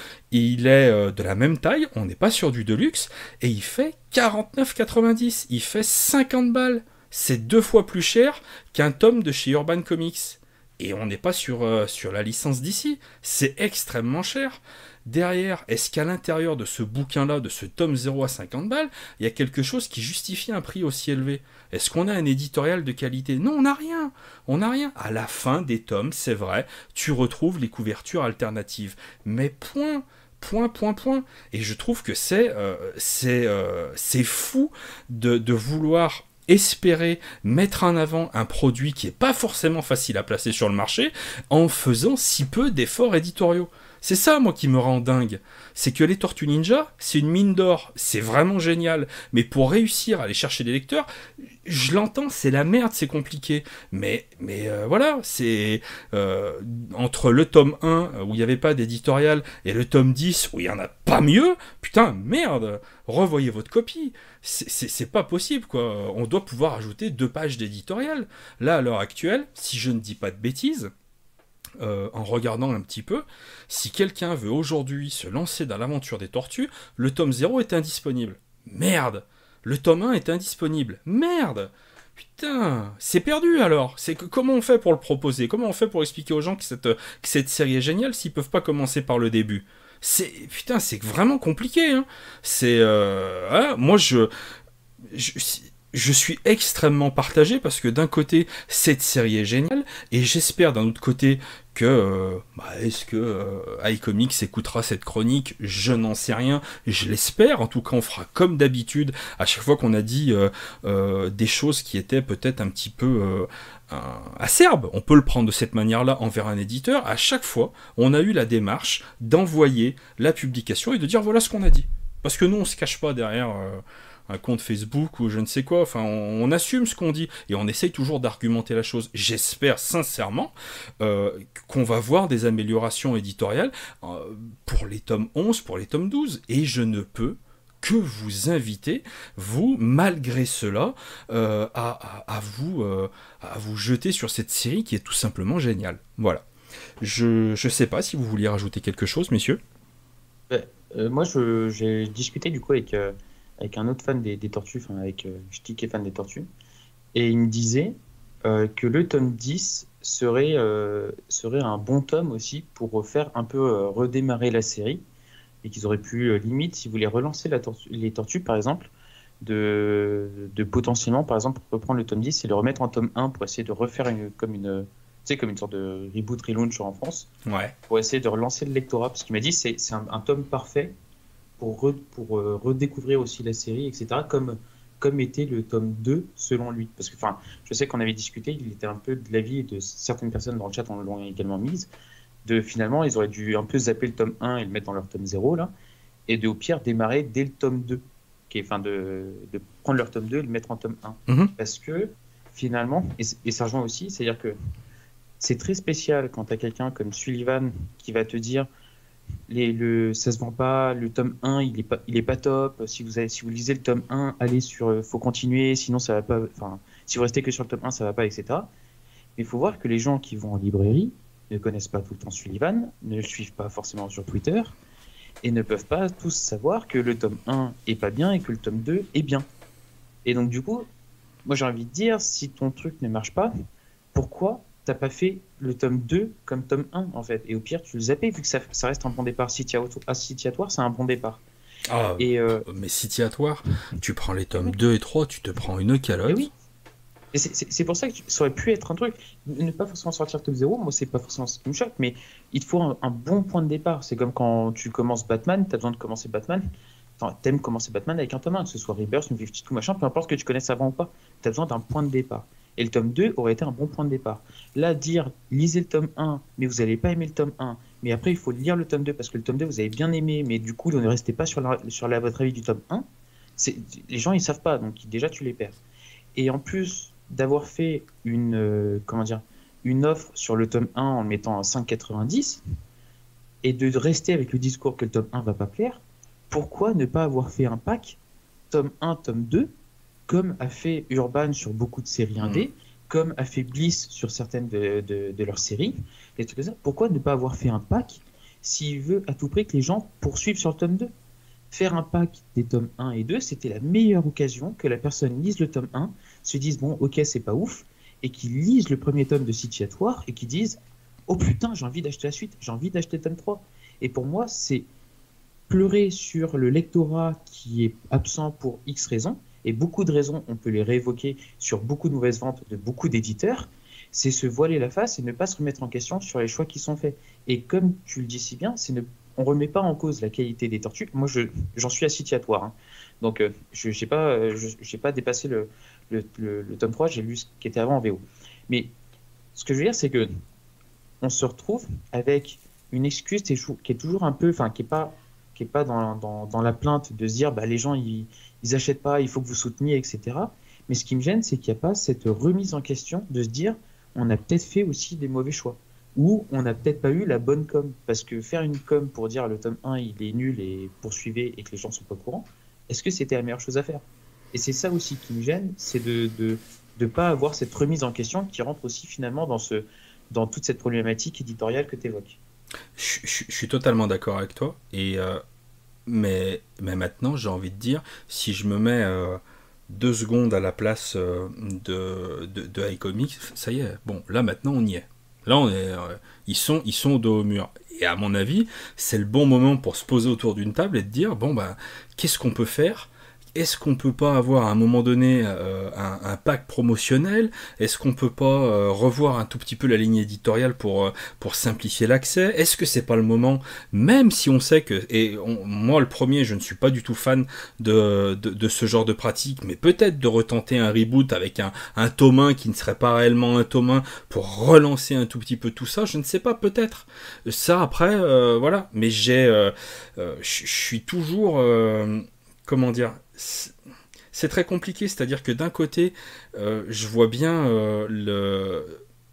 S1: il est euh, de la même taille, on n'est pas sur du deluxe, et il fait quarante-neuf quatre-vingt-dix, il fait cinquante balles, c'est deux fois plus cher qu'un tome de chez Urban Comics, et on n'est pas sur, euh, sur la licence d'ici, c'est extrêmement cher. Derrière, est-ce qu'à l'intérieur de ce bouquin-là, de ce tome zéro à cinquante balles, il y a quelque chose qui justifie un prix aussi élevé? Est-ce qu'on a un éditorial de qualité? Non, on n'a rien. On n'a rien. À la fin des tomes, c'est vrai, tu retrouves les couvertures alternatives. Mais point, point, point, point. Et je trouve que c'est, euh, c'est, euh, c'est fou de, de vouloir espérer mettre en avant un produit qui n'est pas forcément facile à placer sur le marché en faisant si peu d'efforts éditoriaux. C'est ça, moi, qui me rend dingue. C'est que les Tortues Ninja, c'est une mine d'or. C'est vraiment génial. Mais pour réussir à aller chercher des lecteurs, je l'entends, c'est la merde, c'est compliqué. Mais, mais euh, voilà, c'est... Euh, entre le tome un, où il n'y avait pas d'éditorial, et le tome dix, où il n'y en a pas mieux, putain, merde, revoyez votre copie. C'est, c'est, c'est pas possible, quoi. On doit pouvoir ajouter deux pages d'éditorial. Là, à l'heure actuelle, si je ne dis pas de bêtises, euh, en regardant un petit peu, si quelqu'un veut aujourd'hui se lancer dans l'aventure des tortues, le tome zéro est indisponible. Merde! Le tome un est indisponible. Merde! Putain, c'est perdu alors. C'est que, comment on fait pour le proposer? Comment on fait pour expliquer aux gens que cette, que cette série est géniale s'ils peuvent pas commencer par le début? C'est putain, c'est vraiment compliqué. Hein. C'est euh, hein, moi je, je je suis extrêmement partagé parce que d'un côté cette série est géniale et j'espère d'un autre côté que euh, bah, est-ce que euh, iComics écoutera cette chronique, je n'en sais rien, je l'espère, en tout cas on fera comme d'habitude à chaque fois qu'on a dit euh, euh, des choses qui étaient peut-être un petit peu euh, un, acerbes, on peut le prendre de cette manière-là envers un éditeur, à chaque fois on a eu la démarche d'envoyer la publication et de dire voilà ce qu'on a dit, parce que nous on se cache pas derrière euh, un compte Facebook ou je ne sais quoi, enfin on, on assume ce qu'on dit et on essaye toujours d'argumenter la chose. J'espère sincèrement euh, qu'on va voir des améliorations éditoriales euh, pour les tomes onze, pour les tomes douze, et je ne peux que vous inviter, vous, malgré cela, euh, à, à, à, vous, euh, à vous jeter sur cette série qui est tout simplement géniale. Voilà. Je ne sais pas si vous vouliez rajouter quelque chose, messieurs.
S2: Euh, moi, je, j'ai discuté du coup avec... Euh... avec un autre fan des, des tortues, enfin avec euh, Ch'ti qui est fan des tortues, et il me disait euh, que le tome dix serait, euh, serait un bon tome aussi pour faire un peu euh, redémarrer la série, et qu'ils auraient pu, euh, limite, si vous voulez relancer la tortue, les tortues par exemple, de, de potentiellement, par exemple, reprendre le tome dix et le remettre en tome un pour essayer de refaire une, comme, une, tu sais, comme une sorte de reboot, relaunch en France,
S1: ouais.
S2: Pour essayer de relancer le lectorat, parce qu'il m'a dit que c'est, c'est un, un tome parfait pour, re, pour euh, redécouvrir aussi la série, et cetera, comme, comme était le tome deux, selon lui. Parce que, enfin, je sais qu'on avait discuté, il était un peu de l'avis de certaines personnes dans le chat, on l'ont également mise, de finalement, ils auraient dû un peu zapper le tome un et le mettre dans leur tome zéro, là, et de, au pire, démarrer dès le tome deux, qui est, enfin, de, de prendre leur tome deux et le mettre en tome un. Mm-hmm. Parce que, finalement, et, et ça rejoint aussi, c'est-à-dire que c'est très spécial quand tu as quelqu'un comme Sullivan qui va te dire Les, le, ça se vend pas, le tome un il est pas, il est pas top, si vous, avez, si vous lisez le tome un, allez sur, faut continuer, sinon ça va pas, enfin, si vous restez que sur le tome un, ça va pas, et cetera. Mais il faut voir que les gens qui vont en librairie ne connaissent pas tout le temps Sullivan, ne le suivent pas forcément sur Twitter, et ne peuvent pas tous savoir que le tome un est pas bien et que le tome deux est bien. Et donc du coup, moi j'ai envie de dire, si ton truc ne marche pas, pourquoi t'as pas fait le tome deux comme tome un en fait, et au pire tu le zappes vu que ça, ça reste un bon départ. Sitiatoire, c'est un bon départ.
S1: Ah, et euh... mais Sitiatoire, tu prends les tomes deux et trois, tu te prends une calotte.
S2: Et oui. Et c'est, c'est, c'est pour ça que ça aurait pu être un truc, ne pas forcément sortir tome zéro, moi c'est pas forcément ce qui me choque, mais il te faut un, un bon point de départ. C'est comme quand tu commences Batman, t'as besoin de commencer Batman, enfin, t'aimes commencer Batman avec un tome un, que ce soit Rebirth, New cinquante-deux, machin, peu importe que tu connaisses avant ou pas, t'as besoin d'un point de départ. Et le tome deux aurait été un bon point de départ. Là, dire, lisez le tome un, mais vous n'allez pas aimer le tome un, mais après, il faut lire le tome deux, parce que le tome deux, vous avez bien aimé, mais du coup, ne restez pas sur, la, sur la, votre avis du tome un. C'est, les gens, ils ne savent pas, donc déjà, tu les perds. Et en plus d'avoir fait une, euh, comment dire, une offre sur le tome un en le mettant à cinq quatre-vingt-dix, et de rester avec le discours que le tome un ne va pas plaire, pourquoi ne pas avoir fait un pack, tome un, tome deux, comme a fait Urban sur beaucoup de séries indé, mmh. comme a fait Bliss sur certaines de, de, de leurs séries, et tout ça. Pourquoi ne pas avoir fait un pack s'il veut à tout prix que les gens poursuivent sur le tome deux? Faire un pack des tomes un et deux, c'était la meilleure occasion que la personne lise le tome un, se dise bon, ok, c'est pas ouf, et qu'ils lisent le premier tome de Sitiatoire et qu'ils disent oh putain, j'ai envie d'acheter la suite, j'ai envie d'acheter le tome trois. Et pour moi, c'est pleurer sur le lectorat qui est absent pour X raisons. Et beaucoup de raisons, on peut les réévoquer sur beaucoup de mauvaises ventes de beaucoup d'éditeurs, c'est se voiler la face et ne pas se remettre en question sur les choix qui sont faits. Et comme tu le dis si bien, c'est ne, on ne remet pas en cause la qualité des tortues. Moi, je, j'en suis à Sitiatoire. Hein. Donc, euh, je n'ai pas, euh, pas dépassé le, le, le, le tome trois, j'ai lu ce qui était avant en V O. Mais ce que je veux dire, c'est que on se retrouve avec une excuse qui est toujours un peu, enfin, qui n'est pas, qui est pas dans, dans, dans la plainte de se dire, bah, les gens, ils ils n'achètent pas, il faut que vous souteniez, et cetera. Mais ce qui me gêne, c'est qu'il n'y a pas cette remise en question de se dire on a peut-être fait aussi des mauvais choix. Ou on n'a peut-être pas eu la bonne com. Parce que faire une com pour dire le tome un, il est nul et poursuivez et que les gens ne sont pas au courant, est-ce que c'était la meilleure chose à faire? Et c'est ça aussi qui me gêne, c'est de ne de, de pas avoir cette remise en question qui rentre aussi finalement dans ce, dans toute cette problématique éditoriale que tu évoques.
S1: Je, je- je suis totalement d'accord avec toi. Et, euh, mais, mais maintenant, j'ai envie de dire, si je me mets euh, deux secondes à la place euh, de, de, de iComics, ça y est, bon, là maintenant on y est. Là, on est, euh, ils, sont, ils sont au dos au mur. Et à mon avis, c'est le bon moment pour se poser autour d'une table et de dire, bon, bah, qu'est-ce qu'on peut faire? Est-ce qu'on peut pas avoir à un moment donné euh, un, un pack promotionnel? Est-ce qu'on peut pas euh, revoir un tout petit peu la ligne éditoriale pour, euh, pour simplifier l'accès? Est-ce que c'est pas le moment, même si on sait que, et on- moi le premier, je ne suis pas du tout fan de, de, de ce genre de pratique, mais peut-être de retenter un reboot avec un, un tome un qui ne serait pas réellement un tome un pour relancer un tout petit peu tout ça, je ne sais pas, peut-être. Ça après, euh, voilà, mais j'ai, euh, euh, je je suis toujours, euh, comment dire, c'est c'est très compliqué, c'est-à-dire que d'un côté, euh, je vois bien euh, le,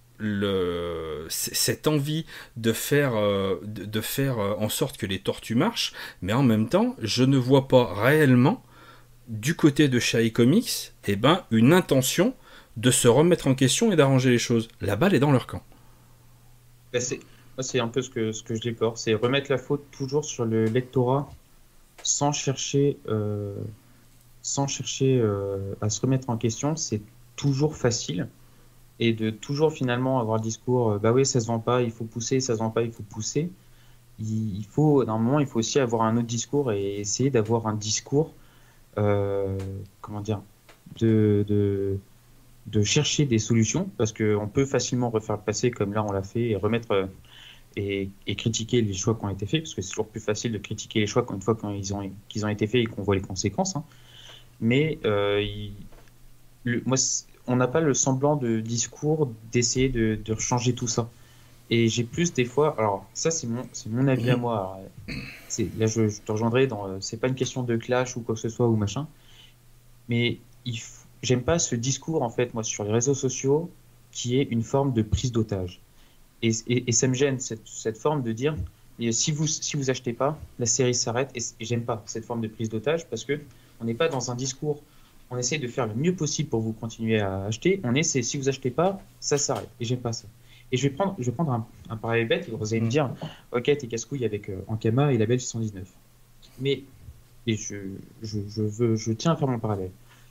S1: le, c- cette envie de faire, euh, de, de faire euh, en sorte que les tortues marchent, mais en même temps, je ne vois pas réellement, du côté de chez iComics, eh ben, une intention de se remettre en question et d'arranger les choses. La balle est dans leur camp.
S2: Bah, c'est moi, c'est un peu ce que, ce que je déplore, c'est remettre la faute toujours sur le lectorat sans chercher, euh, sans chercher euh, à se remettre en question. C'est toujours facile et de toujours finalement avoir le discours, euh, bah oui, ça se vend pas, il faut pousser, ça se vend pas, il faut pousser. Il, il faut, d'un moment, il faut aussi avoir un autre discours et essayer d'avoir un discours, euh, comment dire, de, de, de chercher des solutions parce qu'on peut facilement refaire le passé comme là on l'a fait et remettre euh, et, et critiquer les choix qui ont été faits parce que c'est toujours plus facile de critiquer les choix quand une fois quand ils ont, qu'ils ont été faits et qu'on voit les conséquences. Hein. Mais euh, il- le- moi, c'est- on n'a pas le semblant de discours d'essayer de, de changer tout ça. Et j'ai plus des fois, alors ça c'est mon, c'est mon avis à moi. Alors, c'est, là je, je te rejoindrai dans, euh, c'est pas une question de clash ou quoi que ce soit ou machin, mais il f- j'aime pas ce discours en fait moi sur les réseaux sociaux qui est une forme de prise d'otage. Et, et, et ça me gêne cette, cette forme de dire et si vous si vous achetez pas, la série s'arrête. Et, et j'aime pas cette forme de prise d'otage parce que on n'est pas dans un discours. On essaie de faire le mieux possible pour vous continuer à acheter. On essaie, si vous achetez pas, ça s'arrête. Et j'aime pas ça. Et je vais prendre, je vais prendre un, un parallèle bête et vous allez me dire, ok, t'es casse-couille avec euh, Ankama et la Belle six cent dix-neuf. Mais et je, je, je veux, je tiens à faire mon parallèle.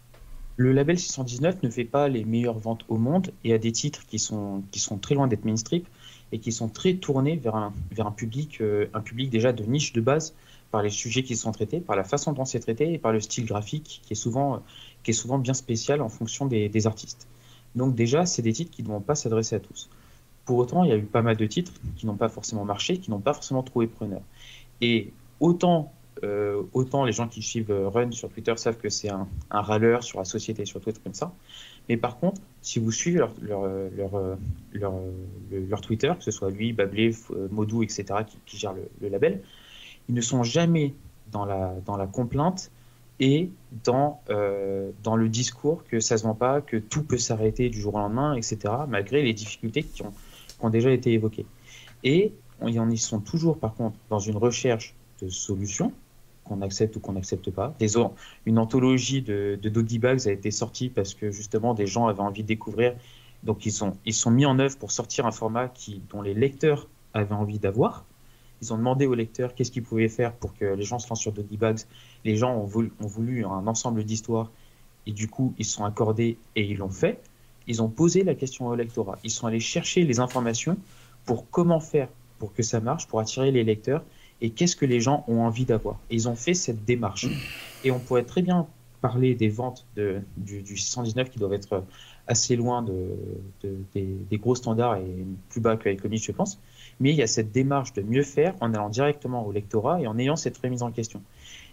S2: Le label six cent dix-neuf ne fait pas les meilleures ventes au monde et a des titres qui sont, qui sont très loin d'être mainstream et qui sont très tournés vers un, vers un public, euh, un public déjà de niche de base par les sujets qui sont traités, par la façon dont c'est traité et par le style graphique qui est souvent, qui est souvent bien spécial en fonction des, des artistes. Donc déjà, c'est des titres qui ne vont pas s'adresser à tous. Pour autant, il y a eu pas mal de titres qui n'ont pas forcément marché, qui n'ont pas forcément trouvé preneur. Et autant, euh, autant les gens qui suivent euh, Run sur Twitter savent que c'est un, un râleur sur la société, sur Twitter comme ça. Mais par contre, si vous suivez leur, leur, leur, euh, leur, euh, leur Twitter, que ce soit lui, Bablé, euh, Modou, et cetera, qui, qui gèrent le, le label, ils ne sont jamais dans la, dans la complainte et dans, euh, dans le discours que ça se vend pas, que tout peut s'arrêter du jour au lendemain, et cetera, malgré les difficultés qui ont, qui ont déjà été évoquées. Et on, y en- ils sont toujours, par contre, dans une recherche de solutions, qu'on accepte ou qu'on n'accepte pas. Des or- une anthologie de, de Doggy Bags a été sortie parce que justement des gens avaient envie de découvrir. Donc ils sont, ils sont mis en œuvre pour sortir un format qui, dont les lecteurs avaient envie d'avoir. Ils ont demandé aux lecteurs qu'est-ce qu'ils pouvaient faire pour que les gens se lancent sur Doggy Bags. Les gens ont voulu, ont voulu un ensemble d'histoires et du coup ils se sont accordés et ils l'ont fait. Ils ont posé la question au lectorat. Ils sont allés chercher les informations pour comment faire pour que ça marche, pour attirer les lecteurs et qu'est-ce que les gens ont envie d'avoir. Et ils ont fait cette démarche. Et on pourrait très bien parler des ventes de, du, du six cent dix-neuf qui doivent être assez loin de, de- des, des gros standards et plus bas que iComics, je pense. Mais il y a cette démarche de mieux faire en allant directement au lectorat et en ayant cette remise en question.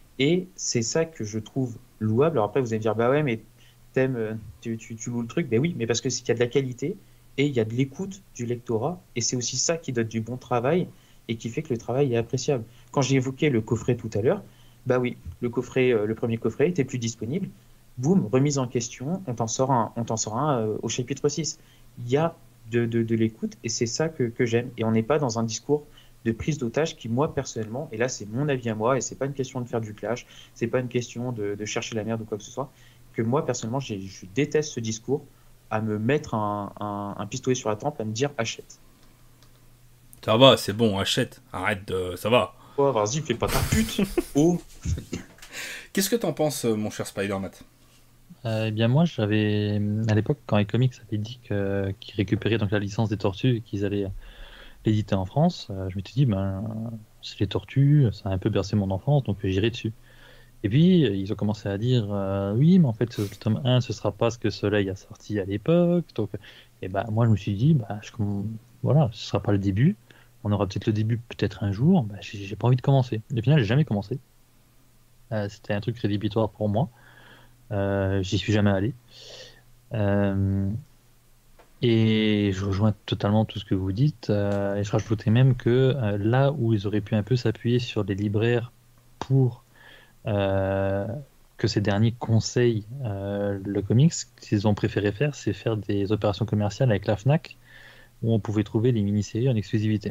S2: Et c'est ça que je trouve louable. Alors après, vous allez me dire, bah ouais, mais t'aimes, euh, tu, tu, tu loues le truc. Ben oui, mais parce que c'est qu'il y a de la qualité et il y a de l'écoute du lectorat. Et c'est aussi ça qui donne du bon travail et qui fait que le travail est appréciable. Quand j'ai évoqué le coffret tout à l'heure, bah oui, le coffret, euh, le premier coffret était plus disponible. Boum, remise en question, on t'en sort un, on t'en sort un euh, au chapitre six. Il y a de, de, de l'écoute et c'est ça que, que j'aime. Et on n'est pas dans un discours de prise d'otage qui, moi, personnellement, et là, c'est mon avis à moi, et c'est pas une question de faire du clash, c'est pas une question de, de chercher la merde ou quoi que ce soit, que moi, personnellement, j'ai- je déteste ce discours à me mettre un, un, un pistolet sur la tempe, à me dire achète.
S1: Ça va, c'est bon, achète. Arrête de... Ça va.
S2: Oh, vas-y, fais pas ta pute. Oh.
S1: Qu'est-ce que t'en penses, mon cher Spider-Man?
S3: Euh, eh bien moi, j'avais à l'époque quand iComics avait dit que, qu'ils récupéraient donc la licence des Tortues et qu'ils allaient l'éditer en France, euh, je m'étais dit ben c'est les Tortues, ça a un peu bercé mon enfance, donc j'irai dessus. Et puis ils ont commencé à dire euh, oui, mais en fait le tome un ce sera pas ce que Soleil a sorti à l'époque, donc et ben moi je me suis dit bah je, voilà, ce sera pas le début, on aura peut-être le début peut-être un jour, bah, j'ai, j'ai pas envie de commencer. Au final j'ai jamais commencé. Euh, c'était un truc rédhibitoire pour moi. Euh, j'y suis jamais allé. Euh, et je rejoins totalement tout ce que vous dites. Euh, et je rajouterais même que euh, là où ils auraient pu un peu s'appuyer sur les libraires pour euh, que ces derniers conseillent euh, le comics, ce qu'ils ont préféré faire, c'est faire des opérations commerciales avec la Fnac où on pouvait trouver les mini-séries en exclusivité.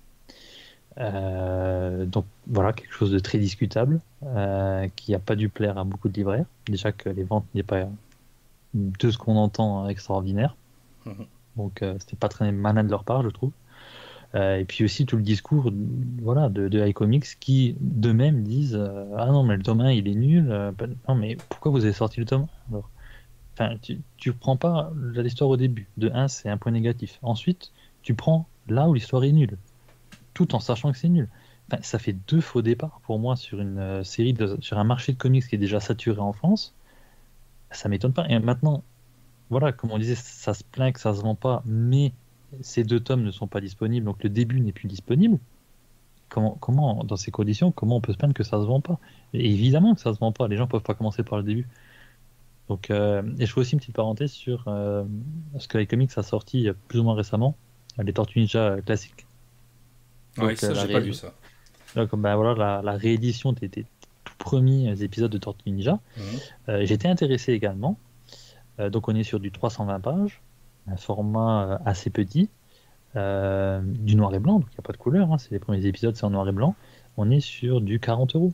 S3: Euh, donc voilà, quelque chose de très discutable euh, qui n'a pas dû plaire à beaucoup de libraires. Déjà que les ventes n'est pas de ce qu'on entend extraordinaire. Mmh. Donc euh, c'était pas très malin de leur part, je trouve. Euh, et puis aussi tout le discours voilà, de, de iComics qui d'eux-mêmes disent euh, ah non mais le tome un il est nul. Euh, non mais pourquoi vous avez sorti le tome un alors enfin, tu, tu prends pas l'histoire au début. De un c'est un point négatif. Ensuite tu prends là où l'histoire est nulle. Tout en sachant que c'est nul. Enfin, ça fait deux faux départs pour moi sur une euh, série, de, sur un marché de comics qui est déjà saturé en France. Ça m'étonne pas. Et maintenant, voilà, comme on disait, ça se plaint que ça se vend pas, mais ces deux tomes ne sont pas disponibles, donc le début n'est plus disponible. Comment, comment, dans ces conditions, comment on peut se plaindre que ça se vend pas? Et évidemment que ça se vend pas. Les gens peuvent pas commencer par le début. Donc, euh, et je fais aussi une petite parenthèse sur euh, ce que iComics a sorti plus ou moins récemment, les Tortues Ninja classiques.
S1: Oui, ça, j'ai ré... pas lu ça.
S3: Donc, ben, voilà, la, la réédition des, des tout premiers épisodes de Tortues Ninja. Mmh. Euh, j'étais intéressé également. Euh, donc, on est sur du trois cent vingt pages, un format assez petit, euh, du noir et blanc, donc il n'y a pas de couleur. Hein, c'est les premiers épisodes, c'est en noir et blanc. On est sur du quarante euros.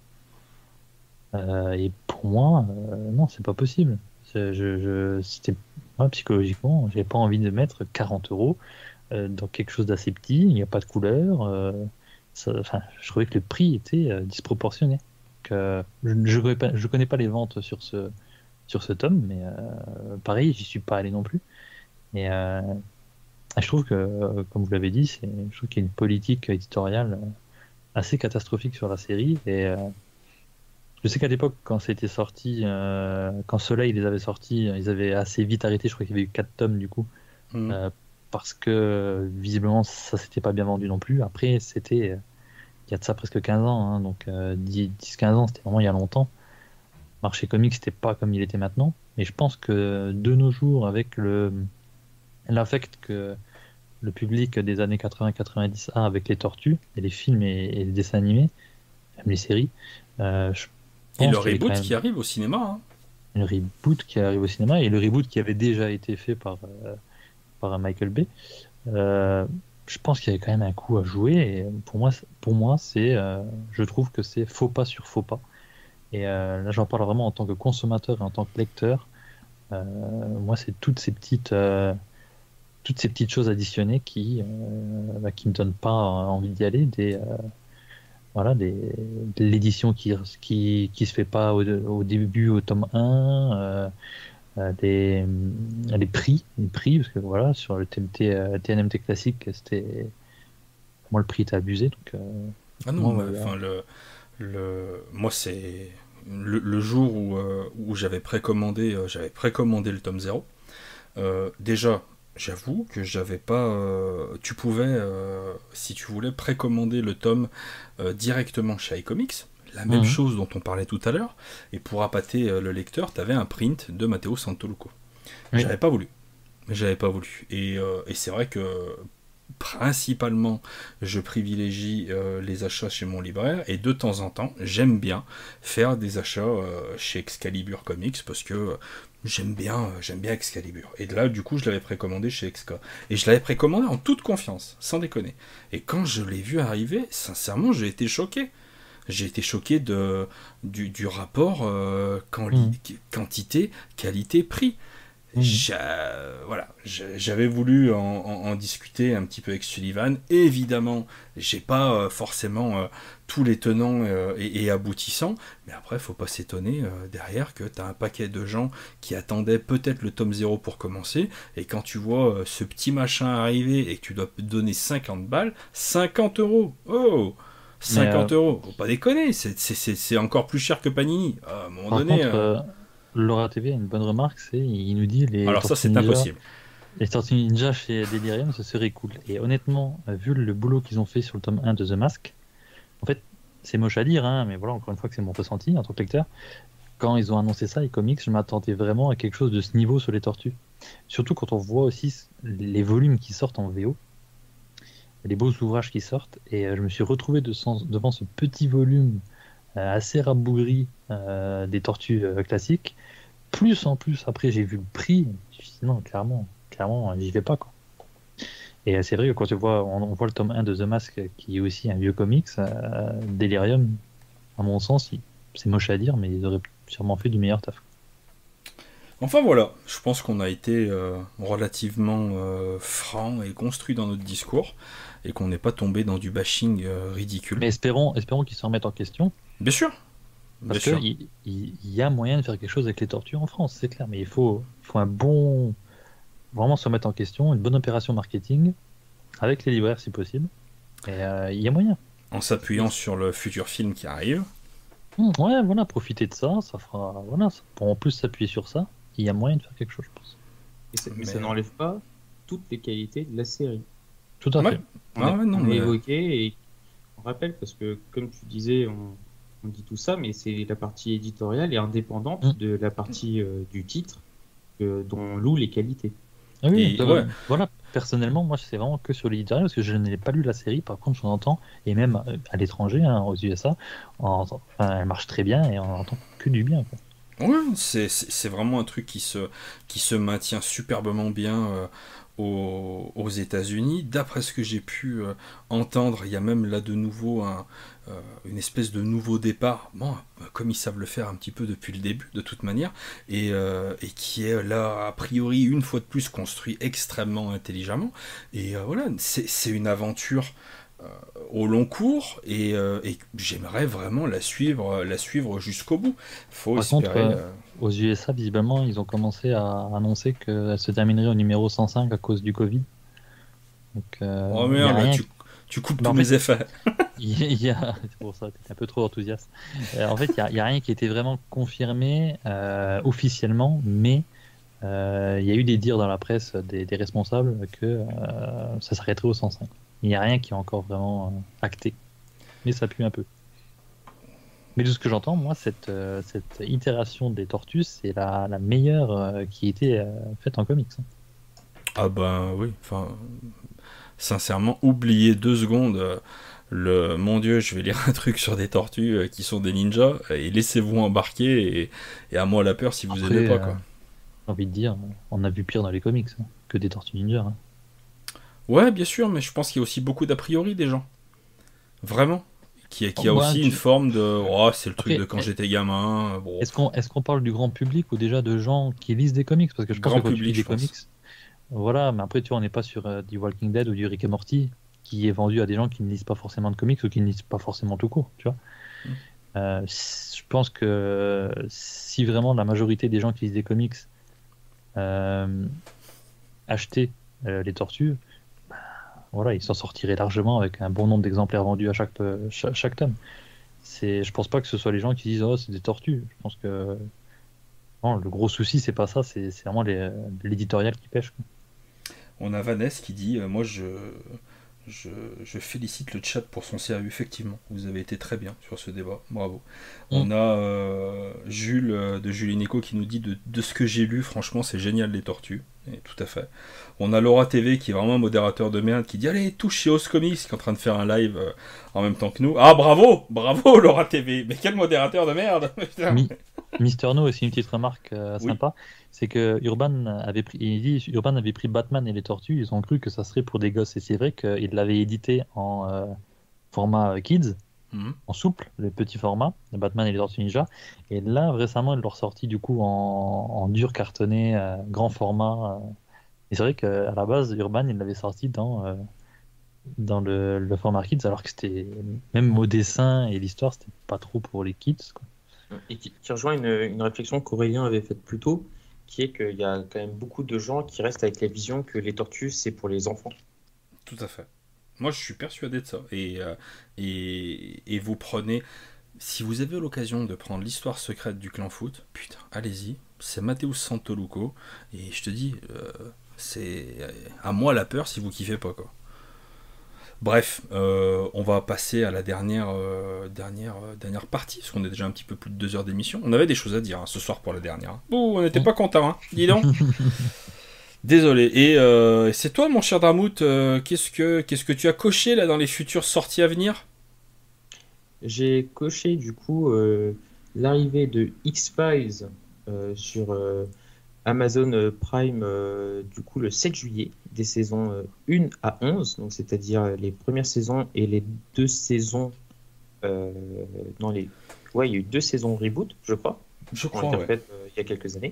S3: Euh, et pour moi, euh, non, c'est pas possible. C'est, je, je, c'était, moi, psychologiquement, j'avais pas envie de mettre quarante euros dans quelque chose d'assez petit, il n'y a pas de couleur. Euh, ça, je trouvais que le prix était euh, disproportionné. Donc, euh, je ne connais pas, je connais pas les ventes sur ce, sur ce tome, mais euh, pareil, j'y suis pas allé non plus. Et euh, je trouve que, euh, comme vous l'avez dit, c'est, je trouve qu'il y a une politique éditoriale assez catastrophique sur la série. Et euh, je sais qu'à l'époque, quand c'était sorti, euh, quand Soleil les avait sortis, ils avaient assez vite arrêté. Je crois qu'il y avait eu quatre tomes du coup. Mmh. Euh, parce que visiblement ça s'était pas bien vendu non plus. Après c'était il y a de ça presque quinze ans, hein, donc euh, dix quinze ans, c'était vraiment il y a longtemps. Le marché comics c'était pas comme il était maintenant, mais je pense que de nos jours avec le l'affect que le public des années quatre-vingts quatre-vingt-dix a avec les Tortues et les films et, et les dessins animés, même les séries, euh, je
S1: et le reboot même... qui arrive au cinéma. Hein.
S3: Le reboot qui arrive au cinéma et le reboot qui avait déjà été fait par euh, par Michael Bay. Euh, je pense qu'il y avait quand même un coup à jouer. Et pour moi, pour moi, c'est, euh, je trouve que c'est faux pas sur faux pas. Et euh, là, j'en parle vraiment en tant que consommateur et en tant que lecteur. Euh, moi, c'est toutes ces petites, euh, toutes ces petites choses additionnées qui, euh, bah, qui me donnent pas envie d'y aller. Des, euh, voilà, des, de l'édition qui, qui, qui se fait pas au, au début au tome un. Euh, Des, les prix, les prix, parce que voilà, sur le T N T, euh, T N M T classique, c'était. Pour moi, le prix était abusé. Donc, euh,
S1: ah non, moi, enfin, le, le, moi, c'est. Le, le jour où, euh, où j'avais précommandé, euh, j'avais précommandé le tome zéro, euh, déjà, j'avoue que j'avais pas. Euh, tu pouvais, euh, si tu voulais, précommander le tome euh, directement chez iComics. La même mmh. chose dont on parlait tout à l'heure, et pour appâter euh, le lecteur, tu avais un print de Matteo Santoluco. Oui. J'avais pas voulu. J'avais pas voulu. Et, euh, et c'est vrai que principalement, je privilégie euh, les achats chez mon libraire, et de temps en temps, j'aime bien faire des achats euh, chez Excalibur Comics, parce que euh, j'aime bien, euh, j'aime bien Excalibur. Et là, du coup, je l'avais précommandé chez Exca. Et je l'avais précommandé en toute confiance, sans déconner. Et quand je l'ai vu arriver, sincèrement, j'ai été choqué. J'ai été choqué de, du, du rapport euh, quand, mmh. quantité, qualité, prix. Mmh. Voilà, j'avais voulu en, en, en discuter un petit peu avec Sullivan. Évidemment, j'ai pas euh, forcément euh, tous les tenants euh, et, et aboutissants, mais après, faut pas s'étonner euh, derrière que tu as un paquet de gens qui attendaient peut-être le tome zéro pour commencer, et quand tu vois euh, ce petit machin arriver et que tu dois donner cinquante balles, cinquante euros, oh cinquante euh... euros, faut pas déconner, c'est encore plus cher que Panini. À un moment
S3: Par
S1: donné.
S3: Contre, euh... Laura T V a une bonne remarque, c'est il nous dit les
S1: alors ça c'est
S3: Ninja,
S1: impossible.
S3: Les Tortues Ninja chez Delirium, ce serait cool. Et honnêtement, vu le boulot qu'ils ont fait sur le tome un de The Mask, en fait, c'est moche à dire, hein, mais voilà, encore une fois que c'est mon ressenti en tant que lecteur. Quand ils ont annoncé ça, les comics, je m'attendais vraiment à quelque chose de ce niveau sur les tortues. Surtout quand on voit aussi les volumes qui sortent en V O, les beaux ouvrages qui sortent, et je me suis retrouvé de sens, devant ce petit volume euh, assez rabougri euh, des tortues euh, classiques. Plus en plus, après j'ai vu le prix, je me suis dit non, clairement, clairement, j'y vais pas quoi. Et c'est vrai que quand tu vois, on, on voit le tome un de The Mask qui est aussi un vieux comics, euh, Delirium, à mon sens, c'est moche à dire, mais ils auraient sûrement fait du meilleur taf.
S1: Enfin voilà, je pense qu'on a été euh, relativement euh, franc et construit dans notre discours et qu'on n'est pas tombé dans du bashing euh, ridicule.
S3: Mais espérons, espérons qu'ils se remettent en question.
S1: Bien sûr.
S3: Parce qu'il y, y, y a moyen de faire quelque chose avec les tortues en France, c'est clair, mais il faut, il faut un bon. Vraiment se remettre en question, une bonne opération marketing, avec les libraires si possible. Et il euh, y a moyen.
S1: En s'appuyant sur le futur film qui arrive.
S3: Mmh, ouais, voilà, profiter de ça, ça fera. Voilà, ça, pour en plus s'appuyer sur ça, il y a moyen de faire quelque chose, je pense.
S2: Et ça, mais, mais ça n'enlève pas toutes les qualités de la série.
S3: Tout à
S1: ouais.
S3: fait.
S2: On
S1: ah,
S2: a,
S1: ouais, non,
S2: on a
S1: mais...
S2: évoqué et on rappelle, parce que comme tu disais, on. On dit tout ça, mais c'est la partie éditoriale et indépendante mmh. de la partie euh, du titre euh, dont on loue les qualités.
S3: Ah oui,
S1: et, ouais.
S3: Voilà, personnellement, moi, c'est vraiment que sur l'éditorial parce que je n'ai pas lu la série. Par contre, j'en entends, et même à l'étranger, hein, aux U S A, entend, enfin, elle marche très bien et on n'entend que du bien. Quoi.
S1: Ouais, c'est vraiment un truc qui se, qui se maintient superbement bien. Euh... aux, aux États-Unis. D'après ce que j'ai pu euh, entendre, il y a même là de nouveau un, euh, une espèce de nouveau départ, bon, comme ils savent le faire un petit peu depuis le début, de toute manière, et, euh, et qui est là, a priori, une fois de plus, construit extrêmement intelligemment. Et euh, voilà, c'est une aventure euh, au long cours, et, euh, et j'aimerais vraiment la suivre, la suivre jusqu'au bout. Faut
S3: Par
S1: espérer,
S3: contre, euh, aux U S A, visiblement, ils ont commencé à annoncer qu'elle se terminerait au numéro cent cinq à cause du Covid. Donc, euh,
S1: oh merde,
S3: rien...
S1: tu, tu coupes
S3: non,
S1: tous mes effets.
S3: Il y a... C'est pour ça, tu es un peu trop enthousiaste. Euh, en fait, il n'y a, a rien qui était vraiment confirmé euh, officiellement, mais euh, il y a eu des dires dans la presse des, des responsables que euh, ça s'arrêterait au cent cinq. Il n'y a rien qui est encore vraiment euh, acté, mais ça pue un peu. Mais de ce que j'entends, moi, cette, euh, cette itération des tortues, c'est la, la meilleure euh, qui a été euh, faite en comics. Hein.
S1: Ah ben oui, enfin, sincèrement, oubliez deux secondes euh, le mon Dieu, je vais lire un truc sur des tortues euh, qui sont des ninjas, et laissez-vous embarquer, et, et à moi la peur si vous
S3: Après,
S1: aimez pas, quoi.
S3: Euh, j'ai envie de dire, on a vu pire dans les comics hein, que des tortues ninja. Hein.
S1: Ouais, bien sûr, mais je pense qu'il y a aussi beaucoup d'a priori des gens. Vraiment. Qui, qui a
S3: ouais,
S1: aussi
S3: tu...
S1: une forme de oh, c'est le truc
S3: Après,
S1: de quand j'étais gamin. Bon.
S3: Est-ce qu'on est qu'on parle du grand public ou déjà de gens qui lisent des comics? Parce que je pense
S1: grand
S3: que quand
S1: public,
S3: tu lis des comics, voilà, mais après tu vois, on n'est pas sur euh, du Walking Dead ou du Rick et Morty qui est vendu à des gens qui ne lisent pas forcément de comics ou qui ne lisent pas forcément tout court, tu vois. Mm. Euh, je pense que si vraiment la majorité des gens qui lisent des comics euh, achetaient euh, les tortues, bah, voilà, ils s'en sortiraient largement avec un bon nombre d'exemplaires vendus à chaque, chaque, chaque tome. Je pense pas que ce soit les gens qui disent oh c'est des tortues. Je pense que non, le gros souci c'est pas ça, c'est vraiment l'éditorial qui pêche. Quoi.
S1: On a Vanessa qui dit euh, moi je, je je félicite le chat pour son sérieux. Effectivement, vous avez été très bien sur ce débat, bravo. Mm. On a euh, Jules euh, de Jules et Nico qui nous dit de, de ce que j'ai lu, franchement c'est génial les tortues. Et tout à fait. On a Laura T V qui est vraiment un modérateur de merde qui dit allez touche chez Os Comics qui est en train de faire un live euh, en même temps que nous. Ah bravo, bravo Laura T V. Mais quel modérateur de merde.
S3: Mi Mister No aussi une petite remarque euh, oui. sympa, c'est que Urban avait pris, il dit Urban avait pris Batman et les tortues, ils ont cru que ça serait pour des gosses et c'est vrai qu'il l'avait édité en euh, format kids
S1: Mhm.
S3: en souple, les petits formats, les Batman et les Tortues Ninja. Et là, récemment, ils l'ont ressorti du coup en, en dur cartonné, euh, grand format. euh. Et c'est vrai qu'à la base, Urban, il l'avait sorti dans, euh, dans le, le format Kids, alors que c'était, même au dessin et l'histoire, c'était pas trop pour les kids, quoi.
S2: Et qui, qui rejoint une, une réflexion qu'Aurélien avait faite plus tôt, qui est qu'il y a quand même beaucoup de gens qui restent avec la vision que les tortues, c'est pour les enfants.
S1: Tout à fait. Moi, je suis persuadé de ça. Et, euh, et, et vous prenez, si vous avez l'occasion de prendre l'histoire secrète du clan foot, putain, allez-y. C'est Matheus Santoluco. Et je te dis, euh, c'est à moi la peur si vous kiffez pas, quoi. Bref, euh, on va passer à la dernière, euh, dernière, euh, dernière partie, parce qu'on est déjà un petit peu plus de deux heures d'émission. On avait des choses à dire hein, ce soir pour la dernière. Hein. Ouh, on n'était pas content, hein. Dis donc. Désolé. Et euh, c'est toi, mon cher Dramout, euh, qu'est-ce que qu'est-ce que tu as coché là dans les futures sorties à venir?
S2: J'ai coché du coup euh, l'arrivée de X-Files euh, sur euh, Amazon euh, Prime euh, du coup le sept juillet, des saisons euh, un à onze, donc c'est-à-dire euh, les premières saisons et les deux saisons euh, dans les ouais, il y a eu deux saisons reboot, je crois,
S1: Je
S2: qui ont
S1: crois,
S2: été
S1: ouais.
S2: faites euh, il y a quelques années.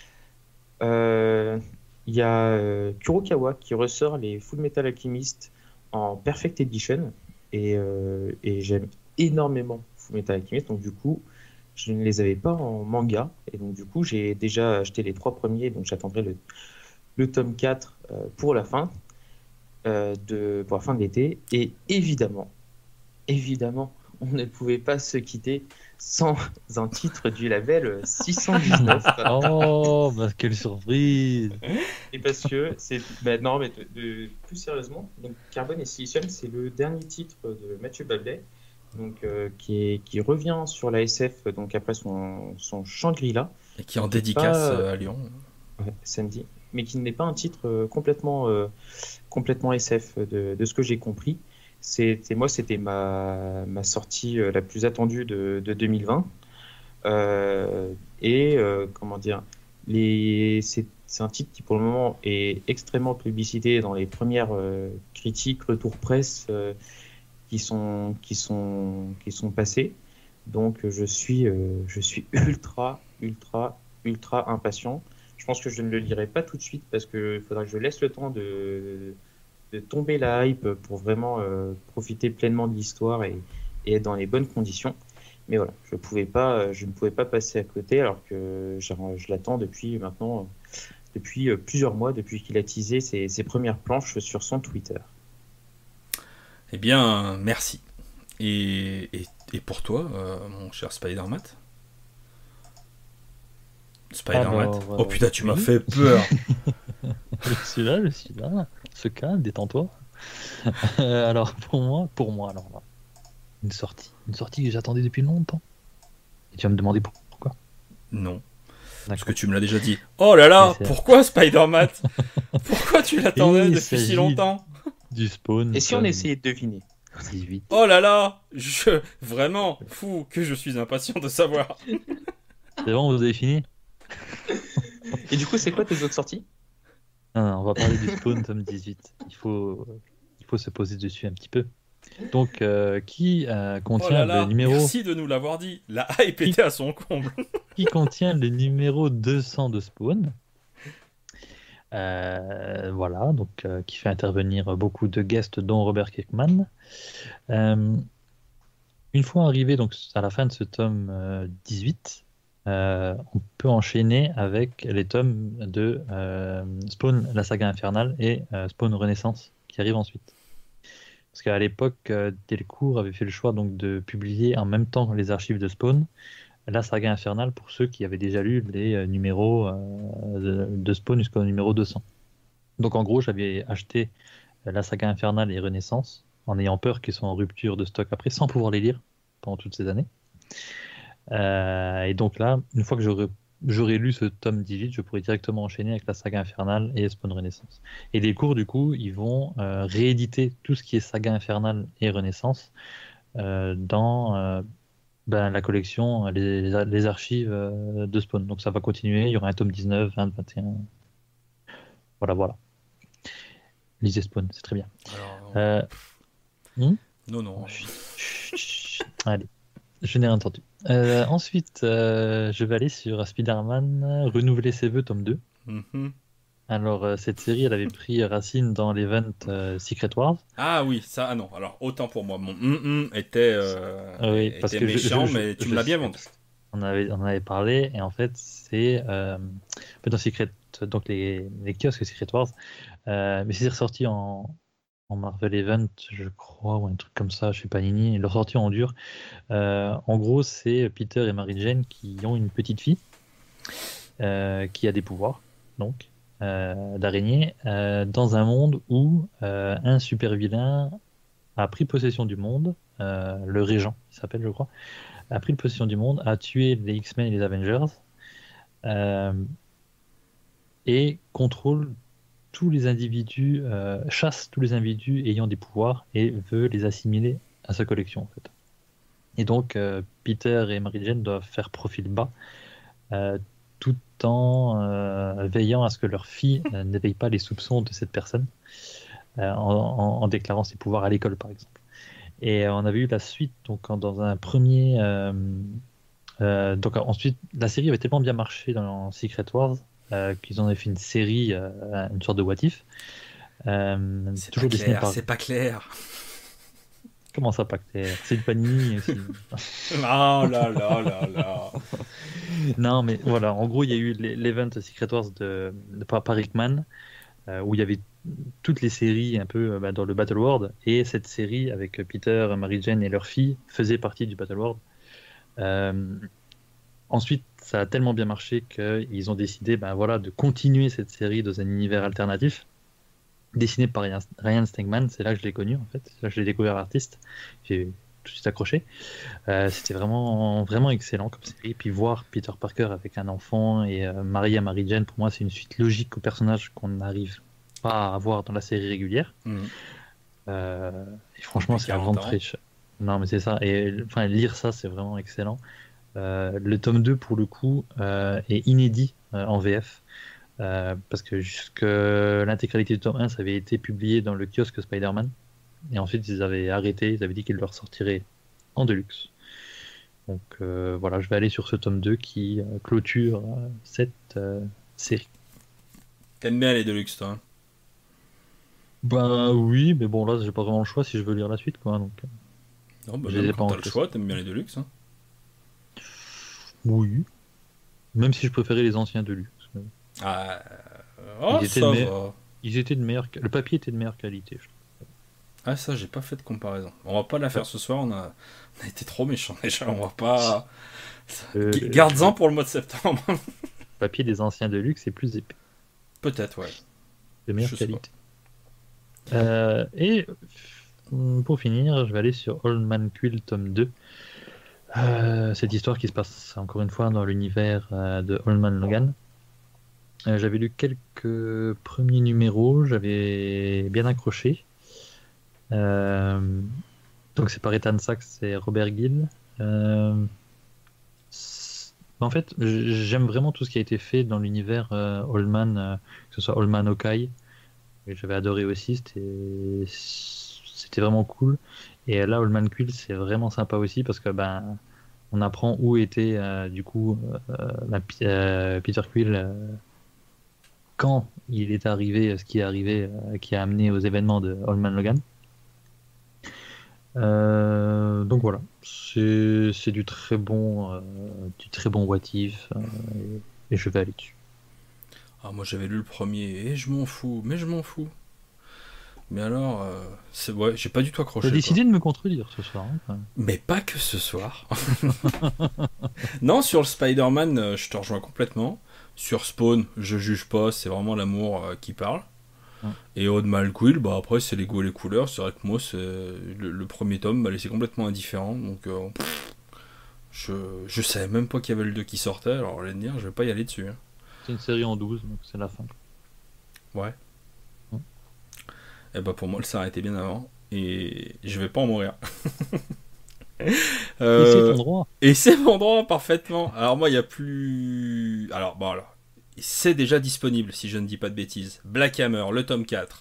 S2: Euh, Il y a euh, Kurokawa qui ressort les Full Metal Alchemist en Perfect Edition et, euh, et j'aime énormément Full Metal Alchemist, donc du coup je ne les avais pas en manga et donc du coup j'ai déjà acheté les trois premiers, donc j'attendrai le, le tome quatre euh, pour la fin euh, de pour la fin de l'été. Et évidemment évidemment on ne pouvait pas se quitter sans un titre du label six cent dix-neuf.
S3: Oh, bah, quelle surprise!
S2: Et parce que c'est. Bah, non, mais de, de- plus sérieusement, donc Carbone et Silicium, c'est le dernier titre de Mathieu Bablet, donc, euh, qui, est, qui revient sur la S F donc après son, son Shangri-La,
S1: Et qui est en
S2: qui est
S1: dédicace
S2: pas.
S1: euh, à Lyon.
S2: Ouais, samedi, mais qui n'est pas un titre euh, complètement, euh, complètement S F de, de ce que j'ai compris. C'était, moi, c'était ma, ma sortie euh, la plus attendue de, de deux mille vingt. Euh, et euh, comment dire, les, c'est, c'est un titre qui pour le moment est extrêmement publicité dans les premières euh, critiques, retours presse euh, qui sont, qui sont, qui sont passés. Donc je suis, euh, je suis ultra, ultra, ultra impatient. Je pense que je ne le lirai pas tout de suite parce qu'il faudra que je laisse le temps de, de tomber la hype pour vraiment euh, profiter pleinement de l'histoire et, et être dans les bonnes conditions. Mais voilà, je pouvais pas, je ne pouvais pas passer à côté alors que je, je l'attends depuis maintenant, depuis euh, plusieurs mois, depuis qu'il a teasé ses, ses premières planches sur son Twitter.
S1: Eh bien, merci. Et, et, et pour toi, euh, mon cher Spider-Man? Spider-Man?
S3: Alors,
S1: Oh
S3: euh,
S1: putain, tu m'as
S3: oui,
S1: fait peur.
S3: je suis là, je suis là. Se calme, détends-toi. Euh, alors, pour moi, pour moi, alors là, une sortie. Une sortie que j'attendais depuis longtemps. Et tu vas me demander pour- pourquoi.
S1: Non, parce que
S3: D'accord.
S1: tu me l'as déjà dit. Oh là
S3: Et
S1: là,
S3: c'est-
S1: pourquoi Spider-Man? Pourquoi tu
S3: Et
S1: l'attendais
S3: il
S1: depuis si
S3: s'agit
S1: longtemps?
S3: du Spawn
S2: Et si on
S3: tome
S2: essayait de deviner?
S3: dix-huit.
S1: Oh là là, je vraiment fou que je suis impatient de savoir.
S3: C'est bon, vous avez fini?
S2: Et du coup, c'est quoi tes autres sorties?
S3: Non, non, on va parler du Spawn tome dix-huit. Il faut, il faut se poser dessus un petit peu. Donc, euh, qui euh,
S1: Oh là
S3: contient le
S1: là,
S3: numéro
S1: merci de nous l'avoir dit. La hype
S3: qui,
S1: était à son comble.
S3: qui contient le numéro deux cents de Spawn. Euh, voilà, donc euh, qui fait intervenir beaucoup de guests, dont Robert Kirkman. Euh, une fois arrivé donc à la fin de ce tome euh, dix-huit, euh, on peut enchaîner avec les tomes de euh, Spawn, la saga infernale, et euh, Spawn Renaissance, qui arrivent ensuite. Parce qu'à l'époque, euh, Delcourt avait fait le choix donc de publier en même temps les archives de Spawn, la saga infernale pour ceux qui avaient déjà lu les euh, numéros euh, de, de Spawn jusqu'au numéro deux cents. Donc en gros, j'avais acheté euh, la saga infernale et Renaissance en ayant peur qu'ils soient en rupture de stock après, sans pouvoir les lire pendant toutes ces années. Euh, et donc là, une fois que j'aurais j'aurais lu ce tome dix-huit, je pourrais directement enchaîner avec la saga infernale et Spawn Renaissance. Et les cours, du coup, ils vont euh, rééditer tout ce qui est saga infernale et Renaissance euh, dans euh, ben, la collection, les, les archives euh, de Spawn. Donc ça va continuer, il y aura un tome dix-neuf, vingt, vingt et un. Voilà, voilà. Lisez Spawn, c'est très bien.
S1: Alors,
S3: Euh, hmm
S1: non, non.
S3: Chut, chut, chut. Allez, je n'ai rien entendu. Euh, ensuite, euh, je vais aller sur Spider-Man, euh, renouveler ses vœux, tome deux.
S1: Mhm.
S3: Alors, euh, cette série, elle avait pris racine dans l'event euh, Secret Wars.
S1: Ah oui, ça, ah non. Alors, autant pour moi, mon hum hum était, euh,
S3: Ah oui, parce
S1: était
S3: que je, je-
S1: méchant,
S3: je-
S1: mais tu
S3: je
S1: me l'as bien
S3: sais,
S1: vendu.
S3: parce qu'on avait, on avait parlé, et en fait, c'est euh, en fait, dans Secret, donc les, les kiosques Secret Wars, euh, mais c'est ressorti en, en Marvel Event, je crois, ou un truc comme ça, je suis pas Nini, ils l'ont sorti en dur. Euh, en gros, c'est Peter et Mary Jane qui ont une petite fille euh, qui a des pouvoirs, donc, euh, d'araignée, euh, dans un monde où euh, un super vilain a pris possession du monde, euh, le Régent, il s'appelle, je crois, a pris possession du monde, a tué les X-Men et les Avengers, euh, et contrôle tous les individus, euh, chasse tous les individus ayant des pouvoirs et veut les assimiler à sa collection, en fait. Et donc, euh, Peter et Mary Jane doivent faire profil bas, euh, tout en euh, veillant à ce que leur fille euh, n'éveille pas les soupçons de cette personne, euh, en, en- en déclarant ses pouvoirs à l'école, par exemple. Et euh, on avait eu la suite, donc en- dans un premier. euh, euh, donc ensuite, la série avait tellement bien marché dans Secret Wars euh, qu'ils en avaient fait une série, euh, une sorte de what if, euh,
S1: C'est pas
S3: toujours dessinée
S1: clair,
S3: par.
S1: c'est pas clair.
S3: Comment ça, pas clair? C'est une Panini aussi.
S1: Oh là là là là.
S3: Non, mais voilà, en gros, il y a eu l'e- l'event Secret Wars de, de par par Hickman, euh, où il y avait toutes les séries un peu euh, bah, dans le Battle World, et cette série avec Peter, Mary Jane et leur fille faisait partie du Battle World. Euh, Ensuite, ça a tellement bien marché qu'ils ont décidé ben, voilà, de continuer cette série dans un univers alternatif, dessiné par Ryan Ryan Stegman. C'est là que je l'ai connu, en fait. C'est là que je l'ai découvert l'artiste. J'ai tout de suite accroché. Euh, C'était vraiment, vraiment excellent comme série. Puis voir Peter Parker avec un enfant et euh, Maria Mary Jane, pour moi, c'est une suite logique au personnage qu'on n'arrive pas à avoir dans la série régulière.
S1: Mhm.
S3: Euh, et franchement,
S1: Depuis
S3: c'est la
S1: quarante
S3: grande
S1: ans.
S3: fraîche. Non, mais c'est ça. Et enfin, lire ça, c'est vraiment excellent. Euh, le tome deux, pour le coup, euh, est inédit euh, en V F. euh, parce que jusque l'intégralité du tome un, ça avait été publié dans le kiosque Spider-Man. Et ensuite, ils avaient arrêté, ils avaient dit qu'ils le ressortiraient en deluxe. Donc euh, voilà, je vais aller sur ce tome deux qui euh, clôture euh, cette euh, série.
S1: T'aimes bien les Deluxe, toi, hein?
S3: Ben oui, mais bon, là, j'ai pas vraiment le choix si je veux lire la suite, quoi. Donc, euh,
S1: Non, bah
S3: je les
S1: même
S3: ai pas
S1: quand
S3: en
S1: t'as le
S3: classe.
S1: choix, t'aimes bien les Deluxe, hein?
S3: Oui. Même si je préférais les anciens de luxe.
S1: Ah, oh,
S3: Ils étaient
S1: ça
S3: de me-
S1: va.
S3: Ils étaient de meilleure... Le papier était de meilleure qualité, je trouve.
S1: Ah, ça, j'ai pas fait de comparaison. On va pas la faire ce soir, on a, on a été trop méchants déjà, on va pas.
S3: Euh,
S1: G- Garde-en pour le mois de septembre.
S3: Le papier des anciens de luxe est plus épais,
S1: Peut-être, ouais.
S3: de meilleure
S1: Je sais
S3: qualité. Euh, et euh, pour finir, je vais aller sur Old Man Quill tome deux. Euh, cette histoire qui se passe encore une fois dans l'univers euh, de Old Man Logan. Euh, j'avais lu quelques premiers numéros, j'avais bien accroché. Euh, donc c'est par Ethan Sachs et Robert Gill. Euh, c'est- en fait, j- j'aime vraiment tout ce qui a été fait dans l'univers euh, Old Man, euh, que ce soit Old Man Hawkeye, que j'avais adoré aussi, c'était c'était vraiment cool. Et là, Old Man Quill, c'est vraiment sympa aussi parce que ben on apprend où était euh, du coup euh, la Pi- euh, Peter Quill euh, quand il est arrivé, ce qui est arrivé, euh, qui a amené aux événements de Old Man Logan. Euh, donc voilà, c'est c'est du très bon, euh, du très bon what if, euh, et, et je vais aller dessus.
S1: Ah, moi j'avais lu le premier, et je m'en fous, mais je m'en fous. Mais alors, euh, c'est ouais, j'ai pas du tout
S3: Tu as
S1: accroché, quoi.
S3: décidé de me contredire ce soir, hein, quand même.
S1: Mais pas que ce soir. Non, sur le Spider-Man, euh, je te rejoins complètement. Sur Spawn, je juge pas, c'est vraiment l'amour euh, qui parle.
S3: Ouais.
S1: Et Old Man Quill, bah après c'est les goûts et les couleurs. C'est vrai que moi, c'est le, le premier tome m'a laissé complètement indifférent. Donc euh, pff, je, je savais même pas qu'il y avait le deux qui sortait. Alors je vais te dire, je vais pas y aller dessus, hein.
S3: C'est une série en douze, donc c'est la fin.
S1: Ouais.
S3: Ouais.
S1: Et bah pour moi, ça a été bien avant. Et je vais pas en mourir.
S3: Et
S1: Euh,
S3: c'est ton droit.
S1: Et c'est mon droit parfaitement. Alors moi, il y a plus... Alors, bon, alors, c'est déjà disponible, si je ne dis pas de bêtises. Black Hammer, le tome quatre.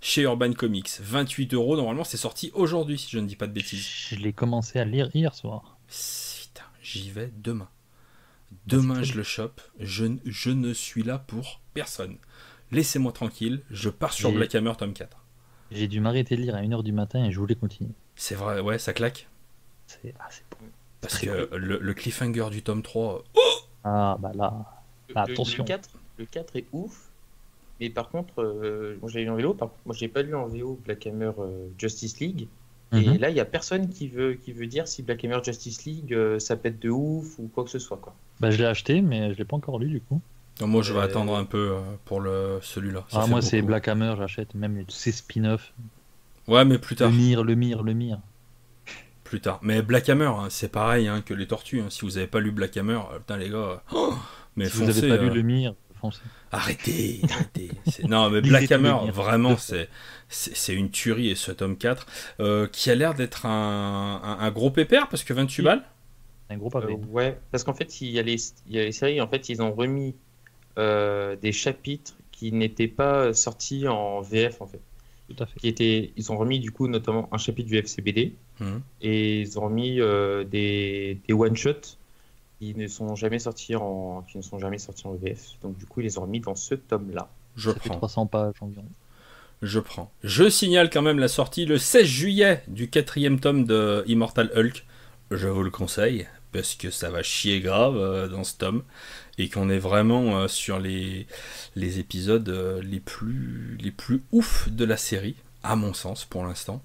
S1: chez Urban Comics. vingt-huit euros, normalement c'est sorti aujourd'hui si je ne dis pas de bêtises.
S3: Je l'ai commencé à lire hier soir.
S1: Putain, j'y vais demain. Demain
S3: Ah,
S1: je le chope, je, je ne suis là pour personne. Laissez-moi tranquille, je pars sur
S3: Et...
S1: Black Hammer tome quatre.
S3: J'ai dû m'arrêter de lire à une heure du matin et je voulais continuer.
S1: C'est vrai, ouais, ça claque.
S3: C'est ah, c'est bon.
S1: Parce
S3: Très
S1: que
S3: cool.
S1: le, le cliffhanger du tome trois...
S3: Ah, bah là.
S2: Le,
S3: Ah,
S2: le-
S3: attention.
S2: Le quatre, le quatre est ouf. Mais par contre, euh, moi je l'ai lu en V O. Par contre, moi j'ai pas lu en V O Black Hammer euh, Justice League. Et
S3: Mhm.
S2: là, il y a personne qui veut, qui veut dire si Black Hammer Justice League euh, ça pète de ouf ou quoi que ce soit, quoi.
S3: Bah, je l'ai acheté, mais je l'ai pas encore lu du coup.
S1: Non, moi je vais
S2: Euh,
S1: attendre un peu euh, pour le, celui-là. Ça
S3: Ah,
S1: fait
S3: moi, c'est
S1: beaucoup.
S3: Black Hammer, j'achète même les- tous ces spin-offs.
S1: Ouais, mais plus
S3: Le
S1: tard.
S3: mire, le mire, le mire.
S1: Plus tard. Mais Black Hammer, hein, c'est pareil hein, que les tortues. hein. Si vous avez pas lu Black Hammer, euh, putain les gars. euh, oh, mais
S3: Si vous
S1: foncez,
S3: avez pas
S1: euh,
S3: lu le mire, foncez.
S1: Arrêtez, arrêtez. C'est- Non, mais
S3: Lisez
S1: Black
S3: tout le
S1: Hammer,
S3: mire.
S1: vraiment, c'est c'est c'est une tuerie. Et ce tome quatre, euh, qui a l'air d'être un, un, un gros pépère, parce que vingt-huit
S3: Oui.
S1: balles.
S3: Un gros
S2: Euh,
S3: pavé.
S2: ouais, parce qu'en fait, il y a les, il y a les séries, en fait, ils ont remis euh, des chapitres qui n'étaient pas sortis en V F, en fait.
S3: Tout à fait.
S2: Qui étaient, ils ont remis du coup notamment un chapitre du F C B D
S1: Mhm.
S2: et ils ont remis euh, des, des one-shots qui ne sont jamais sortis en, qui ne sont jamais sortis en V F. Donc du coup, ils les ont remis dans ce tome-là.
S1: Je
S3: Ça fait
S1: prends.
S3: trois cents pages environ.
S1: Je prends. Je signale quand même la sortie le seize juillet du quatrième tome de Immortal Hulk. Je vous le conseille, parce que ça va chier grave euh, dans ce tome, et qu'on est vraiment euh, sur les, les épisodes euh, les, plus, les plus ouf de la série, à mon sens, pour l'instant.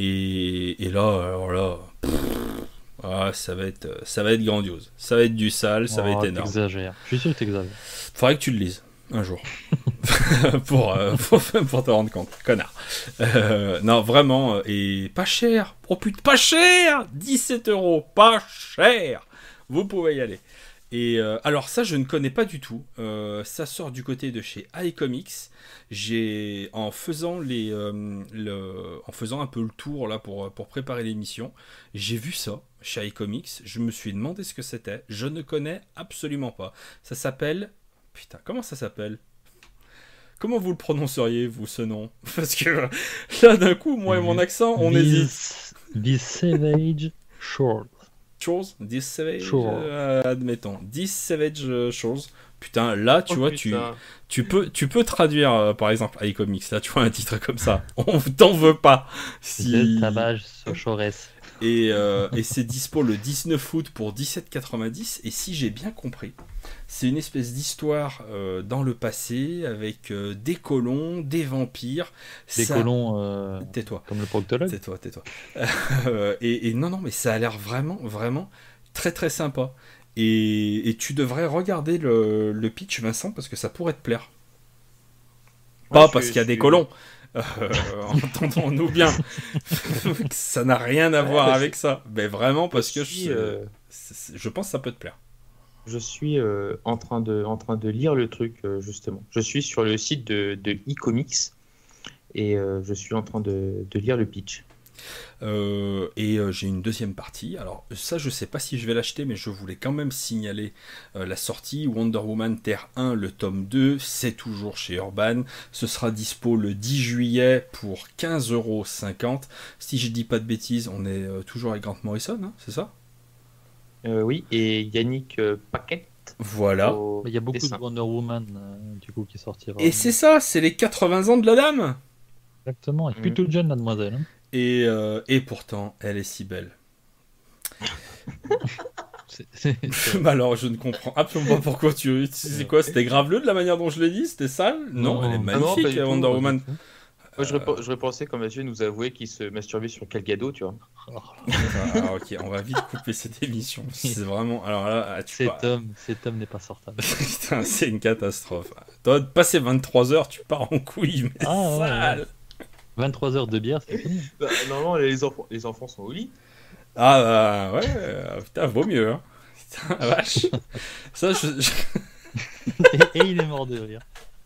S1: Et, et là, alors là, pff, ah, ça, va être, ça va être grandiose. Ça va être du sale, ça va
S3: Oh,
S1: être énorme.
S3: T'exagères. Je suis sûr que t'exagères.
S1: Faudrait que tu le lises un jour pour, euh, pour, pour te rendre compte, connard. Euh, non, vraiment, euh, et pas cher. Oh putain, pas cher dix-sept euros, pas cher. Vous pouvez y aller. Et euh, alors ça, je ne connais pas du tout. Euh, ça sort du côté de chez iComics. J'ai en faisant les, euh, le, en faisant un peu le tour là pour pour préparer l'émission, j'ai vu ça chez iComics. Je me suis demandé ce que c'était. Je ne connais absolument pas. Ça s'appelle Putain, comment ça s'appelle? Comment vous le prononceriez, vous, ce nom? Parce que là, d'un coup, moi et mon accent, on hésite.
S3: This Savage Short.
S1: Chose, This Savage,
S3: Sure.
S1: euh, admettons. This Savage euh, Chose. Putain, là, tu
S2: Oh,
S1: vois, tu,
S2: putain.
S1: tu, peux, tu peux traduire, euh, par exemple, iComics. Là, tu vois un titre comme ça. On t'en veut pas. Si...
S3: Le tabac Sochores.
S1: Et, euh, et c'est dispo le dix-neuf août pour dix-sept quatre-vingt-dix. Et si j'ai bien compris, c'est une espèce d'histoire euh, dans le passé avec euh, des colons, des vampires.
S3: Des
S1: Ça-
S3: colons euh,
S1: Tais-toi,
S3: comme le proctologue.
S1: tais-toi, tais-toi. Euh, et, et non, non, mais ça a l'air vraiment, vraiment très, très sympa. Et, et tu devrais regarder le, le pitch, Vincent, parce que ça pourrait te plaire.
S2: Ouais,
S1: Pas
S2: je-
S1: parce qu'il y a
S2: je
S1: des
S2: suis-
S1: colons. Euh, entendons-nous bien. Ça n'a rien à
S2: Ouais,
S1: voir
S2: bah,
S1: avec ça. Mais vraiment parce
S2: je
S1: que
S2: suis,
S1: je,
S2: euh,
S1: c'est- je pense que ça peut te plaire.
S2: Je suis euh, en, train de, en train de lire le truc, euh, justement. Je suis sur le site de, de iComics et euh, je suis en train de, de lire le pitch.
S1: Euh, et euh, j'ai une deuxième partie. Alors ça, je sais pas si je vais l'acheter, mais je voulais quand même signaler euh, la sortie Wonder Woman Terre un, le tome deux. C'est toujours chez Urban. Ce sera dispo le dix juillet pour quinze euros cinquante. Si je dis pas de bêtises, on est euh, toujours avec Grant Morrison, hein, c'est ça?
S2: Euh, oui, et Yannick euh, Paquet.
S1: Voilà.
S2: au
S3: Il y a beaucoup
S2: dessin.
S3: de Wonder Woman euh, du coup qui sortira.
S1: Et c'est ça, c'est les quatre-vingts ans de la dame.
S3: Exactement. Elle est plus
S2: Mhm.
S3: toute jeune, mademoiselle. hein.
S1: Et, euh, et pourtant, elle est si belle.
S3: C'est- c'est- c'est-
S1: Bah alors, je ne comprends absolument pas pourquoi tu. C'est quoi? C'était graveleux de la manière dont je l'ai dit? C'était sale? Non,
S3: Non.
S1: elle est
S3: Ah
S2: non, pas
S1: magnifique,
S2: du tout,
S1: Wonder
S2: pas du
S1: Woman.
S2: Moi, je, repen- je repensais quand Mathieu nous avouait qu'il se masturbait sur Calgado, tu vois.
S1: Ah, ok, on va vite couper cette émission. C'est vraiment. Alors là, ah, tu
S3: Cet
S1: pars-
S3: homme, cet homme n'est pas sortable.
S1: Putain, c'est une catastrophe. Toi, de passer vingt-trois heures, tu pars en couille, mais
S3: Ah, ouais,
S1: sale.
S3: vingt-trois heures de bière, c'est fini.
S2: Bah, normalement, les enfants, les enfants sont au lit.
S1: Ah bah ouais, euh, putain, vaut mieux. Hein. Putain, la vache. Ça, je. je-
S3: et, et il est mort de rire.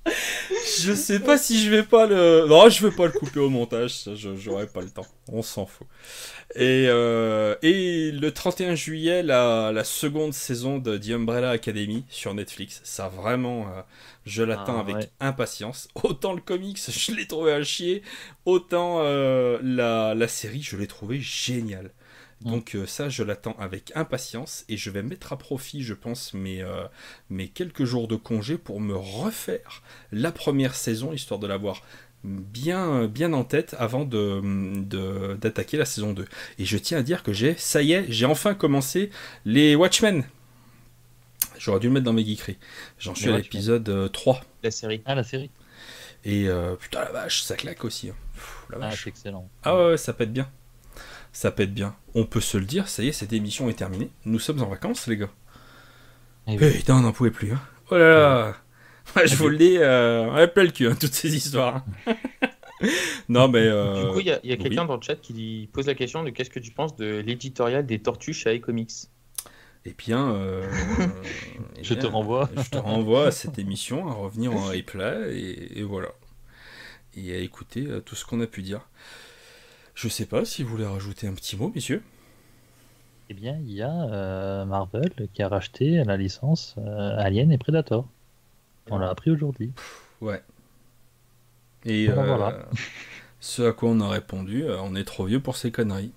S1: Je sais pas si je vais pas le... Non, je vais pas le couper au montage, ça, je, j'aurai pas le temps. On s'en fout. Et, euh, et le trente et un juillet, la, la seconde saison de The Umbrella Academy sur Netflix. Ça, vraiment, euh, je l'attends
S3: Ah,
S1: avec
S3: ouais.
S1: impatience. Autant le comics, je l'ai trouvé à chier. Autant euh, la, la série, je l'ai trouvé géniale. Donc euh, ça, je l'attends avec impatience et je vais mettre à profit, je pense, mes, euh, mes quelques jours de congé pour me refaire la première saison, histoire de l'avoir bien, bien en tête avant de, de- d'attaquer la saison deux. Et je tiens à dire que j'ai, ça y est, j'ai enfin commencé les Watchmen. J'aurais dû le mettre dans mes geekeries. J'en suis
S3: Les
S1: à
S3: Watchmen.
S1: l'épisode euh, trois.
S2: La série.
S3: Ah, la série.
S1: Et euh, putain la vache, ça claque aussi. hein. Pff, la
S3: Ah,
S1: vache.
S3: c'est excellent.
S1: Ah ouais, ouais, ça pète bien. Ça pète bien. On peut se le dire, ça y est, cette émission est terminée. Nous sommes en vacances, les gars.
S3: Eh oui.
S1: Putain, on n'en pouvait plus. Hein. Oh là là. Ouais, je vous le dis, euh, on a plein le cul, hein, toutes ces histoires. hein. non, mais. euh,
S2: Du coup, il y a, il y a
S1: oui.
S2: quelqu'un dans le chat qui pose la question de qu'est-ce que tu penses de l'éditorial des Tortues chez iComics.
S1: Eh bien. euh, eh
S3: Je te
S1: bien,
S3: renvoie.
S1: Je te renvoie à cette émission, à revenir en replay, et, et voilà. Et à écouter euh, tout ce qu'on a pu dire. Je sais pas si vous voulez rajouter un petit mot, messieurs.
S3: Eh bien, il y a euh, Marvel qui a racheté la licence euh, Alien et Predator. On l'a appris aujourd'hui.
S1: Ouais. Et
S3: Voilà,
S1: euh,
S3: voilà.
S1: ce à quoi on a répondu, euh, on est trop vieux pour ces conneries.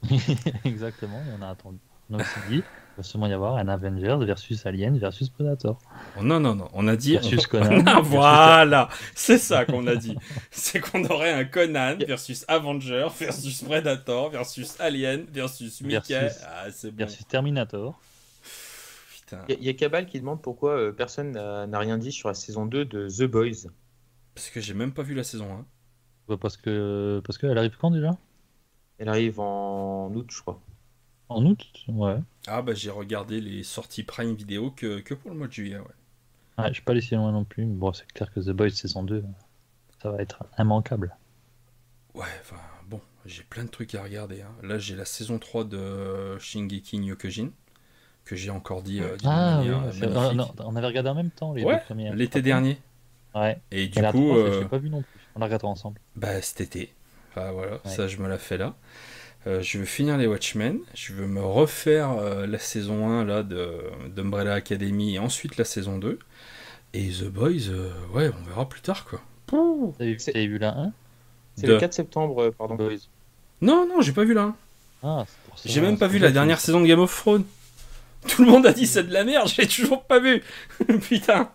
S3: Exactement, et on a attendu. On a aussi dit il va sûrement y avoir un Avengers versus Alien versus Predator.
S1: Oh, non, non, non, on a dit...
S3: Versus
S1: on-
S3: Conan.
S1: Ah,
S3: versus-
S1: voilà, c'est ça qu'on a dit. C'est qu'on aurait un Conan versus Avenger versus Predator versus Alien versus Mickey.
S3: Versus-
S1: Ah, c'est bon.
S3: versus Terminator.
S1: Putain,
S2: Il y, a- il y a Cabal qui demande pourquoi euh, personne n'a n'a rien dit sur la saison deux de The Boys.
S1: parce que j'ai même pas vu la saison un.
S3: Ouais, Parce que parce qu'elle arrive quand déjà?
S2: Elle arrive en août, je crois.
S3: En août? Ouais.
S1: Ah bah j'ai regardé les sorties Prime Vidéo que, que pour le mois de juillet, ouais.
S3: Ouais, je suis pas allé si loin non plus. mais Bon, c'est clair que The Boys saison deux, ça va être immanquable.
S1: Ouais, enfin bon, j'ai plein de trucs à regarder. hein. Là j'ai la saison trois de Shingeki no Kyojin, que j'ai encore dit euh, d'une
S3: Ah oui,
S1: manière euh,
S3: c'est-
S1: magnifique.
S3: on, on avait regardé en même temps les
S1: Ouais,
S3: deux premières.
S1: l'été dernier.
S3: Ouais.
S1: Et
S3: Et
S1: du
S3: la
S1: coup,
S3: trois, je
S1: euh,
S3: l'ai pas vu non plus. On la regardera ensemble.
S1: bah cet été, enfin voilà,
S3: Ouais.
S1: ça je me la fais là. Euh, je veux finir les Watchmen, je veux me refaire euh, la saison un là de d'Umbrella Academy et ensuite la saison deux. Et The Boys, euh, ouais, on verra plus tard quoi.
S3: T'as vu,
S2: C'est-
S3: t'avais vu la un?
S2: C'est
S1: De-
S2: le quatre septembre, euh, pardon.
S3: Boys.
S1: Non, non, j'ai pas vu là. hein.
S3: Ah, c'est pour ça.
S1: J'ai même
S3: c'est
S1: pas
S3: pour
S1: vu
S3: ça
S1: la
S3: que-
S1: dernière saison de Game of Thrones. Tout le monde a dit c'est de la merde, j'ai toujours pas vu. Putain,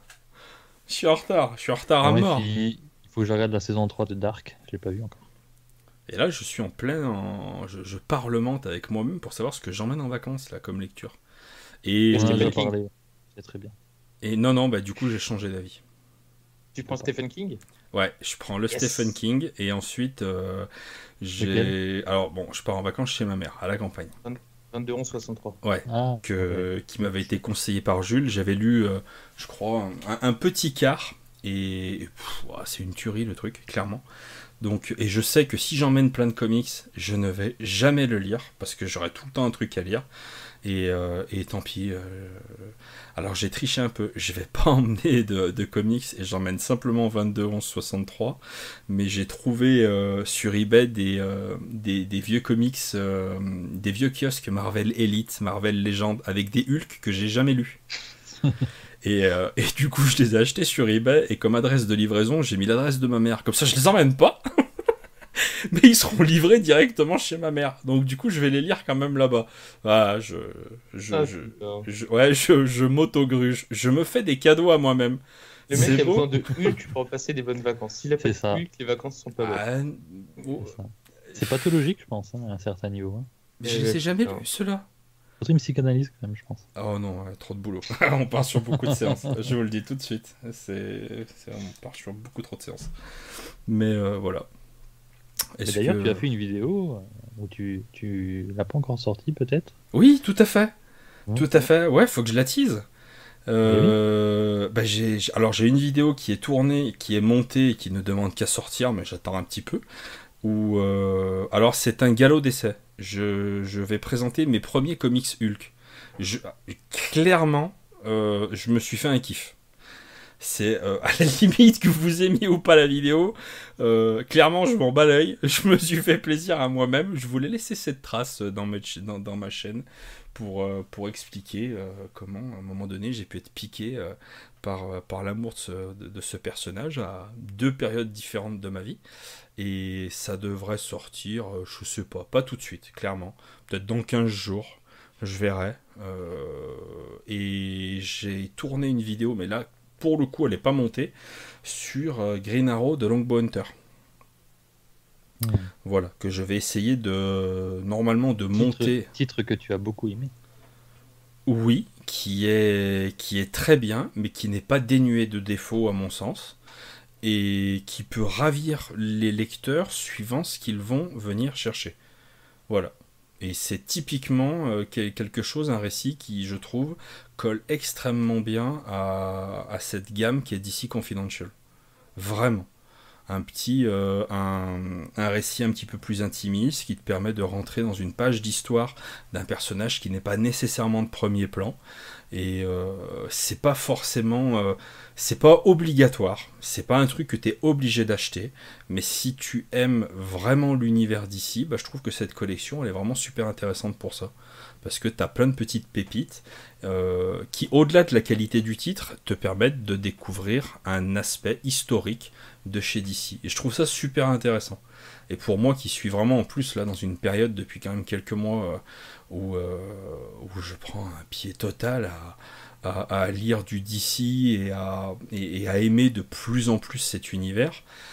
S1: je suis en retard, je suis en retard à
S3: Ah ouais,
S1: mort.
S3: Il il faut que je regarde la saison trois de Dark. Je l'ai pas vu encore.
S1: Et là, je suis en plein, en- je, je parlemente avec moi-même pour savoir ce que j'emmène en vacances là comme lecture. Et,
S2: Et
S3: On en a
S2: Stephen
S3: déjà
S2: King.
S3: parlé. C'est très bien.
S1: et non, non, bah du coup j'ai changé d'avis.
S2: Tu prends Stephen King?
S1: Ouais, je prends le
S2: Yes.
S1: Stephen King et ensuite euh, j'ai. Alors bon, je pars en vacances chez ma mère à la campagne.
S2: vingt-deux onze soixante-trois.
S1: Ouais.
S3: Ah,
S1: Que, qui m'avait été conseillé par Jules. J'avais lu, euh, je crois, un, un petit quart et, et pff, ouah, c'est une tuerie le truc, clairement. Donc, et je sais que si j'emmène plein de comics, je ne vais jamais le lire parce que j'aurai tout le temps un truc à lire. Et, euh, et tant pis. euh, Alors j'ai triché un peu. Je vais pas emmener de, de comics et j'emmène simplement vingt-deux onze soixante-trois. Mais j'ai trouvé euh, sur eBay des, euh, des, des vieux comics, euh, des vieux kiosques Marvel Elite, Marvel Legend avec des Hulk que j'ai jamais lus. Et, euh, et du coup, je les ai achetés sur eBay et comme adresse de livraison, j'ai mis l'adresse de ma mère. Comme ça, je les emmène pas. Mais ils seront livrés directement chez ma mère. Donc du coup, je vais les lire quand même là-bas. Ah, je, je,
S2: Ah,
S1: je,
S2: putain.
S1: je- ouais, je, je m'auto-gruge. Je me fais des cadeaux à moi-même.
S2: Le mec
S1: C'est
S2: a
S1: beau.
S2: besoin de Hulk pour passer des bonnes vacances. S'il a pas
S3: C'est
S2: de
S3: ça.
S2: Hulk, les vacances sont pas bonnes.
S1: Ah, oh,
S3: c'est ça. C'est pathologique, je pense, hein, à un certain niveau. Hein.
S1: je les ai jamais
S2: putain.
S1: lus, ceux-là.
S3: Surtout une psychanalyse, quand même, je pense.
S1: Oh non, ouais, trop de boulot. On part sur beaucoup de séances. Je vous le dis tout de suite. C'est, c'est- on part sur beaucoup trop de séances. Mais euh, voilà.
S3: Et
S1: Est-ce
S3: d'ailleurs,
S1: que-
S3: tu as fait une vidéo euh, où tu, tu l'as pas encore sortie, peut-être?
S1: Oui, tout à fait.
S3: Ouais.
S1: Tout à fait. Ouais, faut que je la tease. Euh, bah, j'ai, j'ai- alors j'ai une vidéo qui est tournée, qui est montée et qui ne demande qu'à sortir, mais j'attends un petit peu. Où, euh, alors c'est un galop d'essai. Je, je vais présenter mes premiers comics Hulk. Je, clairement, euh, je me suis fait un kiff. C'est euh, à la limite que vous aimiez ou pas la vidéo. Euh, clairement, je m'en bats l'œil. Je me suis fait plaisir à moi-même. Je voulais laisser cette trace dans ma, dans, dans ma chaîne pour, euh, pour expliquer euh, comment, à un moment donné, j'ai pu être piqué euh, par, par l'amour de ce, de, de ce personnage à deux périodes différentes de ma vie. Et ça devrait sortir, euh, je sais pas, pas tout de suite, clairement. Peut-être dans quinze jours, je verrai. Euh, et j'ai tourné une vidéo, mais là, pour le coup, elle n'est pas montée, sur euh, Green Arrow de Longbow Hunter. Mmh. Voilà, que je vais essayer de, normalement, de
S3: titre,
S1: monter...
S3: Titre que tu as beaucoup aimé.
S1: Oui, qui est, qui est très bien, mais qui n'est pas dénué de défauts, à mon sens. Et qui peut ravir les lecteurs suivant ce qu'ils vont venir chercher. Voilà. Et c'est typiquement euh, quelque chose, un récit qui, je trouve, colle extrêmement bien à, à cette gamme qui est D C Confidential. Vraiment. Un petit, euh, un, un récit un petit peu plus intimiste qui te permet de rentrer dans une page d'histoire d'un personnage qui n'est pas nécessairement de premier plan. Et euh, c'est pas forcément... Euh, c'est pas obligatoire, c'est pas un truc que tu es obligé d'acheter, mais si tu aimes vraiment l'univers d'ici, bah, je trouve que cette collection elle est vraiment super intéressante pour ça. Parce que tu as plein de petites pépites euh, qui, au-delà de la qualité du titre, te permettent de découvrir un aspect historique de chez D C. Et je trouve ça super intéressant. Et pour moi qui suis vraiment en plus là dans une période depuis quand même quelques mois euh, où, euh, où je prends un pied total à... À, à lire du D C et à, et, et à aimer de plus en plus cet univers,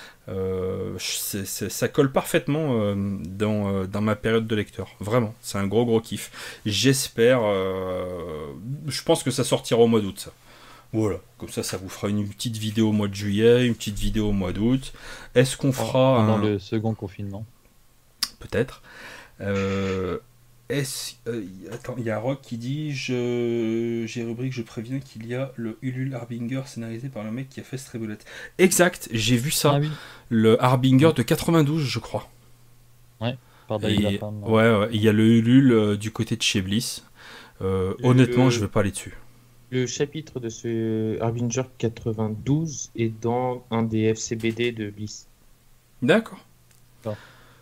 S1: euh, c'est, c'est, ça colle parfaitement euh, dans, euh, dans ma période de lecteur. Vraiment, c'est un gros gros kiff. J'espère, euh, je pense que ça sortira au mois d'août. Ça. Voilà, comme ça, ça vous fera une petite vidéo au mois de juillet, une petite vidéo au mois d'août. Est-ce qu'on fera
S3: pendant
S1: un...
S3: le second confinement?
S1: Peut-être. Euh... Est-ce, euh, attends, il y a Rock qui dit je, j'ai rubrique, je préviens qu'il y a le Ulule Harbinger scénarisé par le mec qui a fait Stray-Bullet. Exact, j'ai vu ça. Ah, oui. Le Harbinger de quatre-vingt-douze, je crois.
S3: Ouais, par David
S1: Et,
S3: Lafarme.
S1: Ouais, ouais, il y a le Ulule euh, du côté de chez Bliss. Euh, honnêtement, je vais pas aller dessus.
S2: Le chapitre de ce Harbinger quatre-vingt-douze est dans un des F C B D de Bliss.
S1: D'accord. Oh.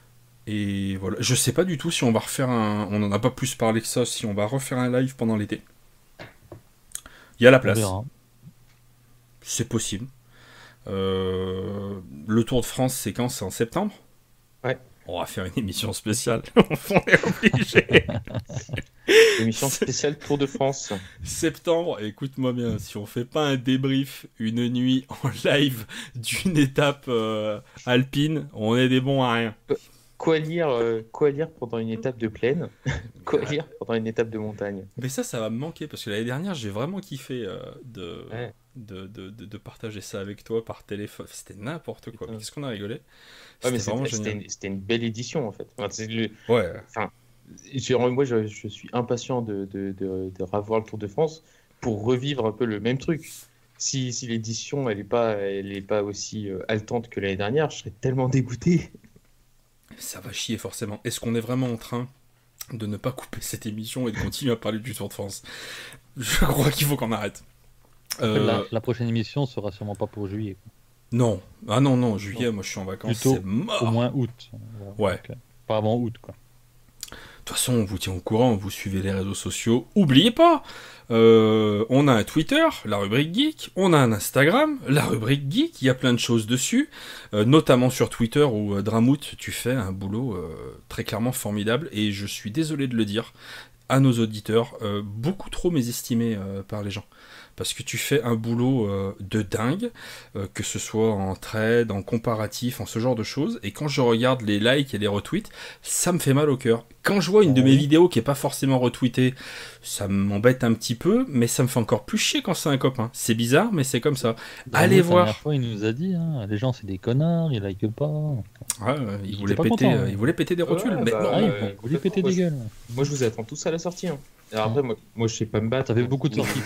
S1: Et voilà, je sais pas du tout si on va refaire un... On n'en a pas plus parlé que ça, si on va refaire un live pendant l'été. Il y a la place. C'est possible. Euh... Le Tour de France, c'est quand? C'est en septembre?
S2: Ouais.
S1: On va faire une émission spéciale. On est obligé.
S2: Émission spéciale Tour de France.
S1: Septembre, écoute-moi bien, si on fait pas un débrief une nuit en live d'une étape euh, alpine, on est des bons à rien.
S2: Quoi lire, euh, quoi lire pendant une étape de plaine? Quoi lire pendant une étape de montagne?
S1: Mais ça, ça va me manquer parce que l'année dernière, j'ai vraiment kiffé euh, de,
S2: ouais.
S1: de, de, de, de partager ça avec toi par téléphone. C'était n'importe quoi. Qu'est-ce qu'on a rigolé?
S2: Ouais, mais c'était, c'était, une, c'était une belle édition en fait. Enfin, c'est le,
S1: ouais.
S2: Enfin, moi, je, je suis impatient de, de, de, de revoir le Tour de France pour revivre un peu le même truc. Si, si l'édition elle n'est pas, elle est pas aussi euh, haletante que l'année dernière, je serais tellement dégoûté.
S1: Ça va chier forcément. Est-ce qu'on est vraiment en train de ne pas couper cette émission et de continuer à parler du Tour de France? Je crois qu'il faut qu'on arrête.
S3: Euh... La, la prochaine émission sera sûrement pas pour juillet.
S1: Non, ah non, non, juillet, non. Moi je suis en vacances,
S3: plutôt
S1: c'est mort.
S3: Au moins août.
S1: Ouais.
S3: Donc, pas avant août, quoi.
S1: De toute façon, on vous tient au courant, vous suivez les réseaux sociaux. Oubliez pas, euh, on a un Twitter, la rubrique Geek, on a un Instagram, la rubrique Geek, il y a plein de choses dessus, euh, notamment sur Twitter où euh, Dramout, tu fais un boulot euh, très clairement formidable, et je suis désolé de le dire à nos auditeurs, euh, beaucoup trop mésestimé euh, par les gens. Parce que tu fais un boulot euh, de dingue, euh, que ce soit en trade, en comparatif, en ce genre de choses. Et quand je regarde les likes et les retweets, ça me fait mal au cœur. Quand je vois une de mes vidéos qui n'est pas forcément retweetée, ça m'embête un petit peu, mais ça me fait encore plus chier quand c'est un copain. C'est bizarre, mais c'est comme ça.
S3: Bah,
S1: Allez
S3: la
S1: voir. La
S3: dernière fois, il nous a dit, hein, les gens c'est des connards, ils likent pas.
S1: Ouais, euh, il, voulait péter,
S3: content,
S1: euh, il voulait péter des rotules.
S2: Ouais,
S1: mais
S2: bah,
S1: non,
S3: ah,
S2: euh,
S3: il voulait péter
S2: moi,
S3: des
S2: je,
S3: gueules.
S2: Moi, je vous attends tous à la sortie. Hein. Alors après, moi, moi, je sais pas me battre.
S3: Ça fait beaucoup de sorties.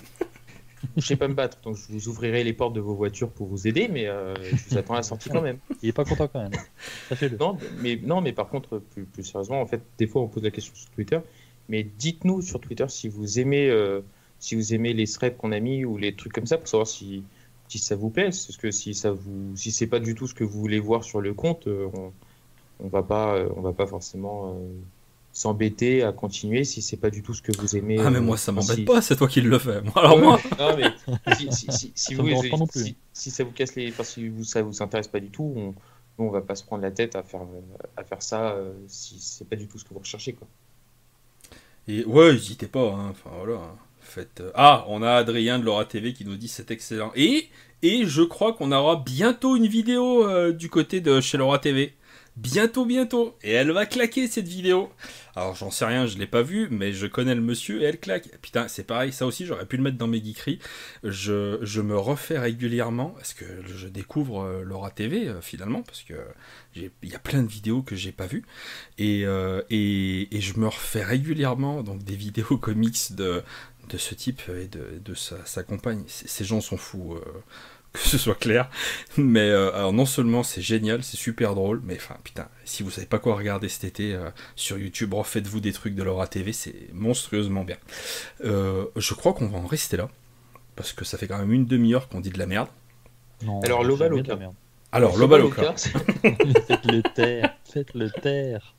S2: Je sais pas me battre, donc je vous ouvrirai les portes de vos voitures pour vous aider, mais euh, je vous attends à la sortie quand même.
S3: Il est pas content quand même. Sachez-le.
S2: Non, mais non, mais par contre, plus, plus sérieusement, en fait, des fois, on pose la question sur Twitter, mais dites-nous sur Twitter si vous aimez, euh, si vous aimez les threads qu'on a mis ou les trucs comme ça, pour savoir si si ça vous plaît. Parce que si ça vous, si c'est pas du tout ce que vous voulez voir sur le compte, euh, on, on va pas, euh, on va pas forcément euh, s'embêter à continuer si c'est pas du tout ce que vous aimez.
S1: Ah mais
S2: euh,
S1: moi ça m'embête
S2: si-
S1: pas, c'est toi qui le fais. Moi, alors
S2: Ouais,
S1: moi,
S2: non, mais si, si, si, si
S3: Ça
S2: vous,
S3: me dérange pas non plus.
S2: si, si ça vous casse les, enfin, si vous, ça vous intéresse pas du tout, on, nous, on va pas se prendre la tête à faire, à faire ça euh, si c'est pas du tout ce que vous recherchez, quoi.
S1: et ouais, n'hésitez pas, hein. Enfin voilà, hein. Faites. euh, Ah, on a Adrien de Laura T V qui nous dit c'est excellent. Et et je crois qu'on aura bientôt une vidéo euh, du côté de chez Laura T V. Bientôt, bientôt. Et elle va claquer cette vidéo. Alors j'en sais rien, je l'ai pas vue, mais je connais le monsieur et elle claque. Putain, c'est pareil, ça aussi j'aurais pu le mettre dans mes geekeries. Je, je me refais régulièrement, parce que je découvre euh, Laura T V euh, finalement, parce que j'ai- il y a plein de vidéos que j'ai pas vues. Et, euh, et, et je me refais régulièrement donc des vidéos comics de, de ce type et de, de sa, sa compagne. C- Ces gens sont fous. euh, que ce soit clair, mais euh, alors non seulement c'est génial, c'est super drôle, mais enfin putain, si vous savez pas quoi regarder cet été euh, sur YouTube, refaites-vous des trucs de Laura T V, c'est monstrueusement bien. Euh, je crois qu'on va en rester là, parce que ça fait quand même une demi-heure qu'on dit de la merde.
S3: Non,
S2: Alors,
S3: c'est
S2: Loba
S3: jamais de la
S2: Loca.
S3: merde.
S1: Alors,
S2: C'est
S1: Loba
S2: pas
S1: Loca.
S2: cas, c'est-
S3: Faites-le taire, faites-le taire.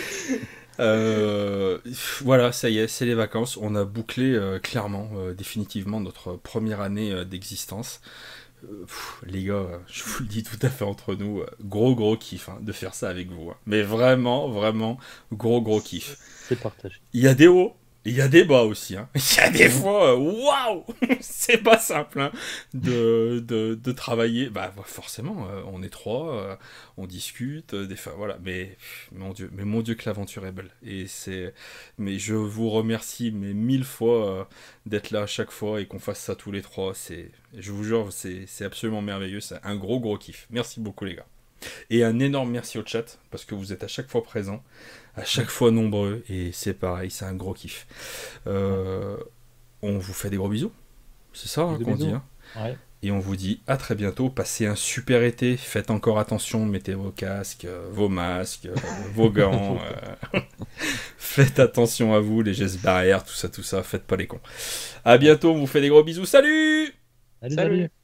S1: Euh, voilà, ça y est, c'est les vacances. On a bouclé euh, clairement, euh, définitivement notre première année euh, d'existence. Euh, pff, les gars, euh, je vous le dis tout à fait entre nous, euh, gros gros kiff hein, de faire ça avec vous. hein. Mais vraiment, vraiment, gros gros kiff.
S3: C'est partagé.
S1: Il y a des hauts, il y a des bas aussi. hein. Il y a des fois, euh, waouh, c'est pas simple hein, de, de, de travailler. Bah forcément, euh, on est trois, euh, on discute, euh, des fois, voilà. Mais pff, mon Dieu, mais mon Dieu que l'aventure est belle. Et c'est, mais je vous remercie mais mille fois euh, d'être là à chaque fois et qu'on fasse ça tous les trois. C'est, je vous jure, c'est, c'est absolument merveilleux. C'est un gros gros kiff. Merci beaucoup les gars. Et un énorme merci au chat parce que vous êtes à chaque fois présents, à chaque fois nombreux et c'est pareil, c'est un gros kiff. Euh, on vous fait des gros bisous, c'est ça hein,
S3: Bisous,
S1: qu'on
S3: bisous.
S1: dit. hein.
S3: Ouais.
S1: Et on vous dit à très bientôt. Passez un super été. Faites encore attention, mettez vos casques, euh, vos masques, euh, vos gants. euh, Faites attention à vous, les gestes barrières, tout ça, tout ça. Faites pas les cons. À bientôt. On vous fait des gros bisous. Salut.
S3: Allez,
S2: Salut.
S3: salut.